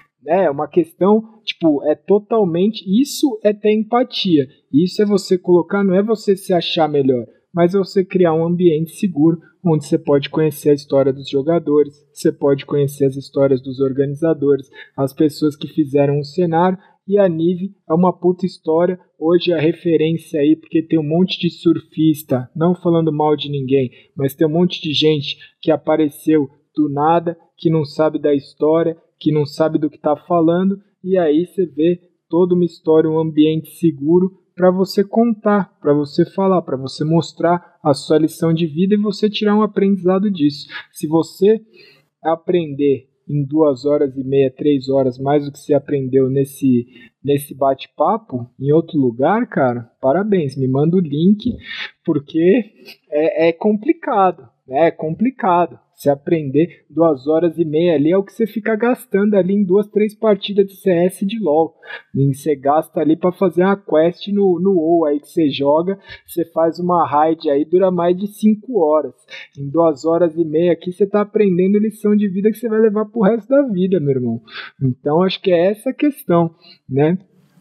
É uma questão, tipo, é totalmente, isso é ter empatia. Isso é você colocar, não é você se achar melhor, mas é você criar um ambiente seguro, onde você pode conhecer a história dos jogadores, você pode conhecer as histórias dos organizadores, as pessoas que fizeram o cenário, e a Nive é uma puta história, hoje a referência aí, porque tem um monte de surfista, não falando mal de ninguém, mas tem um monte de gente que apareceu do nada, que não sabe da história, que não sabe do que está falando, e aí você vê toda uma história, um ambiente seguro, para você contar, para você falar, para você mostrar a sua lição de vida e você tirar um aprendizado disso. Se você aprender em duas horas e meia, três horas, mais do que você aprendeu nesse, nesse bate-papo, em outro lugar, cara, parabéns, me manda o link, porque é, é complicado, né? É complicado. Você aprender duas horas e meia ali é o que você fica gastando ali em duas, três partidas de C S de LoL. E você gasta ali para fazer uma quest no, no WoW aí que você joga, você faz uma raid aí, dura mais de cinco horas. Em duas horas e meia aqui você tá aprendendo lição de vida que você vai levar pro resto da vida, meu irmão. Então acho que é essa a questão, né?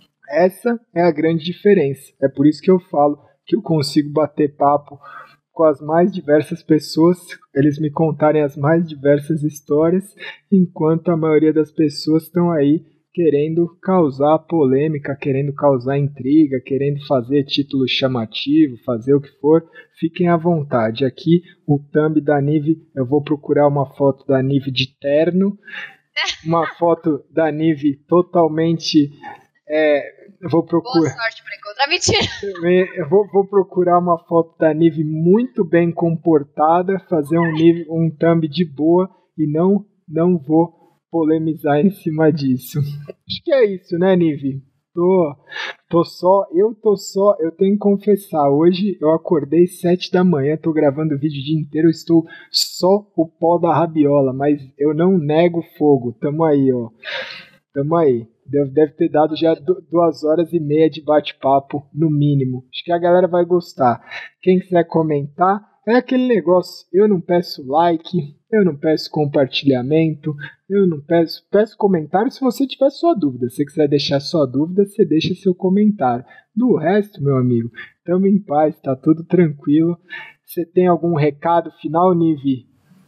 Essa é a grande diferença. É por isso que eu falo que eu consigo bater papo com as mais diversas pessoas, eles me contarem as mais diversas histórias, enquanto a maioria das pessoas estão aí querendo causar polêmica, querendo causar intriga, querendo fazer título chamativo, fazer o que for. Fiquem à vontade. Aqui o thumb da Nive, eu vou procurar uma foto da Nive de terno, uma foto da Nive totalmente... É, eu vou procurar. Boa sorte pra encontrar, mentira. Eu vou, vou procurar uma foto da Nive muito bem comportada, fazer um, Nive, um thumb de boa e não, não vou polemizar em cima disso. Acho que é isso, né, Nive? Tô, tô só, eu tô só, eu tenho que confessar, hoje eu acordei sete da manhã, tô gravando o vídeo o dia inteiro, eu estou só o pó da rabiola, mas eu não nego fogo, tamo aí, ó. Tamo aí. Deve, deve ter dado já du- duas horas e meia de bate-papo, no mínimo. Acho que a galera vai gostar. Quem quiser comentar, é aquele negócio. Eu não peço like, eu não peço compartilhamento, eu não peço, peço comentário se você tiver sua dúvida. Se você quiser deixar sua dúvida, você deixa seu comentário. Do resto, meu amigo, estamos em paz, tá tudo tranquilo. Você tem algum recado final, Nive?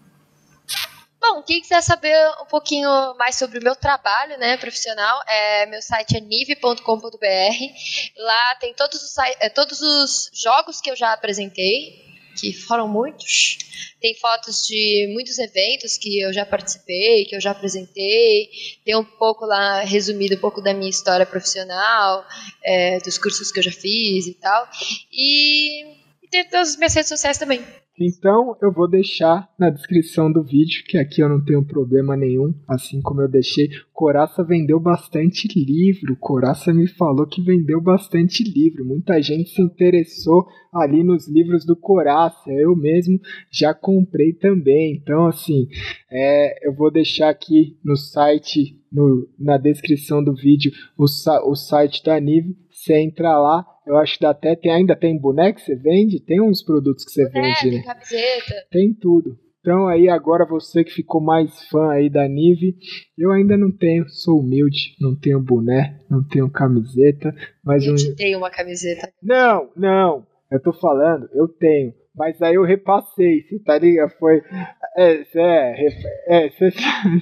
Bom, quem quiser saber um pouquinho mais sobre o meu trabalho, né, profissional, é, meu site é nive ponto com ponto b r. Lá tem todos os, é, todos os jogos que eu já apresentei, que foram muitos. Tem fotos de muitos eventos que eu já participei, que eu já apresentei. Tem um pouco lá resumido um pouco da minha história profissional, é, dos cursos que eu já fiz e tal. E, e tem todas as minhas redes sociais também. Então eu vou deixar na descrição do vídeo, que aqui eu não tenho problema nenhum, assim como eu deixei. Coraça vendeu bastante livro, Coraça me falou que vendeu bastante livro, muita gente se interessou ali nos livros do Coraça, eu mesmo já comprei também. Então assim, é, eu vou deixar aqui no site, no, na descrição do vídeo, o, o site da Nive. Você entra lá, eu acho que dá até, tem, ainda tem boneco que você vende? Tem uns produtos que você boneco, vende, né? Tem camiseta. Tem tudo. Então aí agora você que ficou mais fã aí da Nive, eu ainda não tenho, sou humilde, não tenho boné, não tenho camiseta, mas Eu um... te dei uma camiseta. Não, não, eu tô falando, eu tenho, mas aí eu repassei, você tá ligado? Foi, é, é, é, é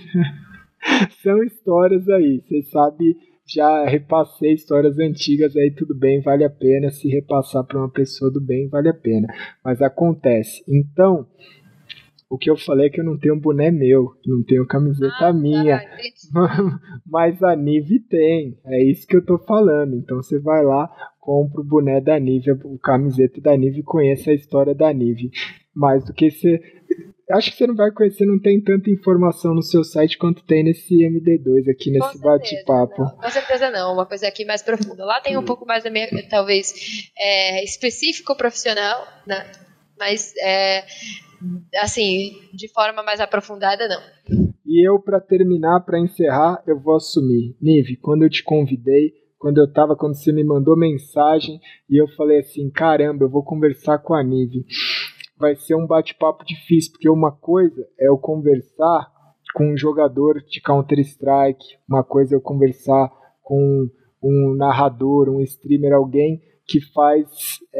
são histórias aí, você sabe. Já repassei histórias antigas, aí tudo bem, vale a pena. Se repassar para uma pessoa do bem, vale a pena. Mas acontece. Então, o que eu falei é que eu não tenho um boné meu, não tenho camiseta ah, minha. Tá, mas a Nive tem, é isso que eu tô falando. Então você vai lá, compra o boné da Nive, a camiseta da Nive e conheça a história da Nive. Mais do que você... Acho que você não vai conhecer, não tem tanta informação no seu site quanto tem nesse M D dois aqui, nesse bate-papo. Com certeza não, uma coisa aqui mais profunda. Lá tem um pouco mais da minha, talvez, é, específico profissional, né? Mas, é, assim, de forma mais aprofundada, não. E eu, para terminar, para encerrar, eu vou assumir. Nive, quando eu te convidei, quando eu tava, quando você me mandou mensagem, e eu falei assim, caramba, eu vou conversar com a Nive. Vai ser um bate-papo difícil, porque uma coisa é eu conversar com um jogador de Counter-Strike, uma coisa é eu conversar com um narrador, um streamer, alguém que faz,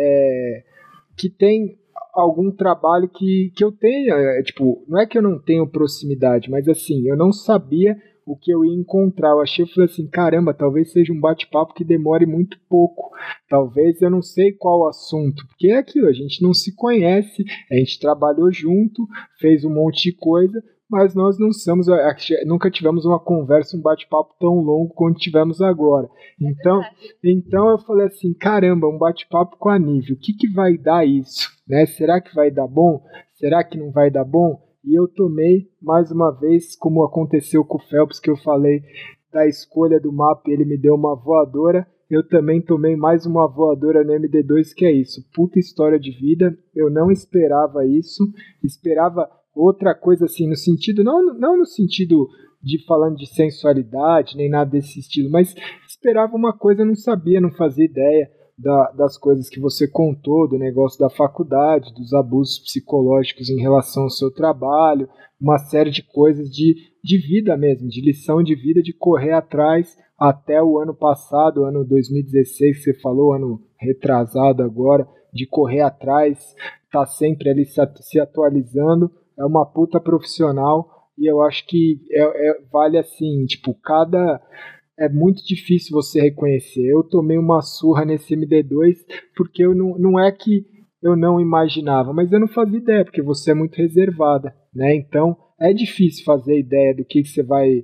é, que tem algum trabalho que, que eu tenha, é, tipo, não é que eu não tenho proximidade, mas assim, eu não sabia o que eu ia encontrar. Eu achei, eu falei assim, caramba, talvez seja um bate-papo que demore muito pouco. Talvez eu não sei qual assunto, porque é aquilo, a gente não se conhece, a gente trabalhou junto, fez um monte de coisa, mas nós não somos, nunca tivemos uma conversa, um bate-papo tão longo quanto tivemos agora. Então, então eu falei assim, caramba, um bate-papo com a Nive, o que, que vai dar isso? Né? Será que vai dar bom? Será que não vai dar bom? E eu tomei, mais uma vez, como aconteceu com o Phelps, que eu falei da escolha do mapa e ele me deu uma voadora, eu também tomei mais uma voadora no M D dois, que é isso, puta história de vida, eu não esperava isso, esperava outra coisa assim, no sentido, não, não no sentido de falando de sensualidade, nem nada desse estilo, mas esperava uma coisa, não sabia, não fazia ideia da, das coisas que você contou, do negócio da faculdade, dos abusos psicológicos em relação ao seu trabalho, uma série de coisas de, de vida mesmo, de lição de vida, de correr atrás até o ano passado, ano dois mil e dezesseis, que você falou, ano retrasado agora, de correr atrás, tá sempre ali se, se atualizando, é uma puta profissional, e eu acho que é, é, vale assim, tipo, cada... É muito difícil você reconhecer. Eu tomei uma surra nesse M D dois porque eu não, não é que eu não imaginava, mas eu não fazia ideia, porque você é muito reservada, né? Então é difícil fazer ideia do que, que você vai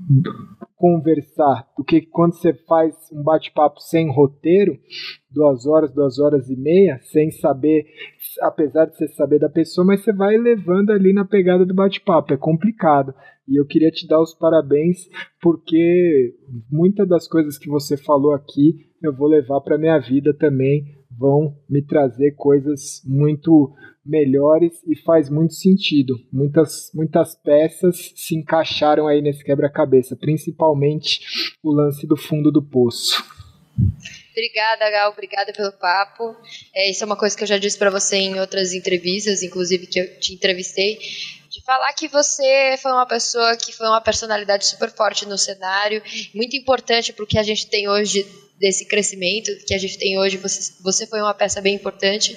conversar, do que quando você faz um bate-papo sem roteiro, duas horas, duas horas e meia, sem saber, apesar de você saber da pessoa, mas você vai levando ali na pegada do bate-papo, é complicado. E eu queria te dar os parabéns, porque muitas das coisas que você falou aqui eu vou levar para minha vida também, vão me trazer coisas muito melhores e faz muito sentido. Muitas, muitas peças se encaixaram aí nesse quebra-cabeça, principalmente o lance do fundo do poço. Obrigada, Gal, obrigada pelo papo. É, isso é uma coisa que eu já disse para você em outras entrevistas, inclusive que eu te entrevistei, de falar que você foi uma pessoa que foi uma personalidade super forte no cenário, muito importante para o que a gente tem hoje, desse crescimento que a gente tem hoje. Você, você foi uma peça bem importante.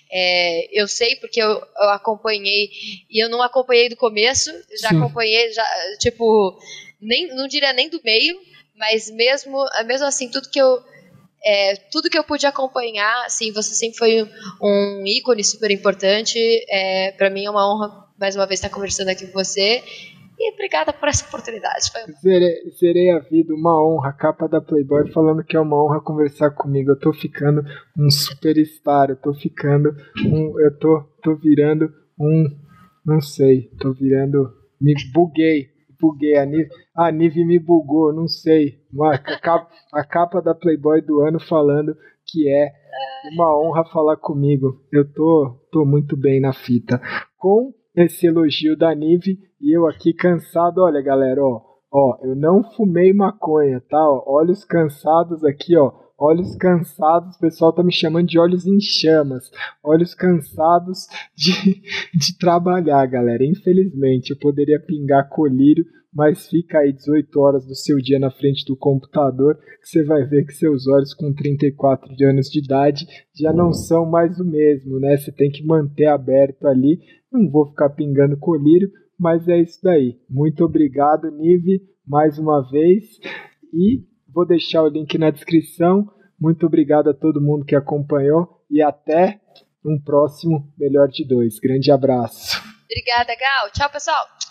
É, eu sei porque eu, eu acompanhei, e eu não acompanhei do começo, já Sim. acompanhei, já, tipo, nem, não diria nem do meio, mas mesmo, mesmo assim, tudo que eu É, tudo que eu pude acompanhar, assim, você sempre foi um ícone super importante. É, para mim é uma honra mais uma vez estar conversando aqui com você, e obrigada por essa oportunidade. Foi uma... zerei, zerei a vida, uma honra. Capa da Playboy falando que é uma honra conversar comigo. Eu tô ficando um superstar, eu tô ficando um, eu tô, tô virando um, não sei, tô virando, me buguei. Buguei, a Nive, a Nive me bugou, não sei. Uma, a, capa, a capa da Playboy do ano falando que é uma honra falar comigo. Eu tô, tô muito bem na fita. Com esse elogio da Nive e eu aqui cansado, olha galera, ó, ó, eu não fumei maconha, tá? Ó, olhos cansados aqui, ó. Olhos cansados, o pessoal tá me chamando de olhos em chamas. Olhos cansados de, de trabalhar, galera. Infelizmente, eu poderia pingar colírio, mas fica aí dezoito horas do seu dia na frente do computador, que você vai ver que seus olhos com trinta e quatro anos de idade já não são mais o mesmo, né? Você tem que manter aberto ali. Não vou ficar pingando colírio, mas é isso daí. Muito obrigado, Nive, mais uma vez. E vou deixar o link na descrição. Muito obrigado a todo mundo que acompanhou e até um próximo Melhor de Dois. Grande abraço. Obrigada, Gal. Tchau, pessoal.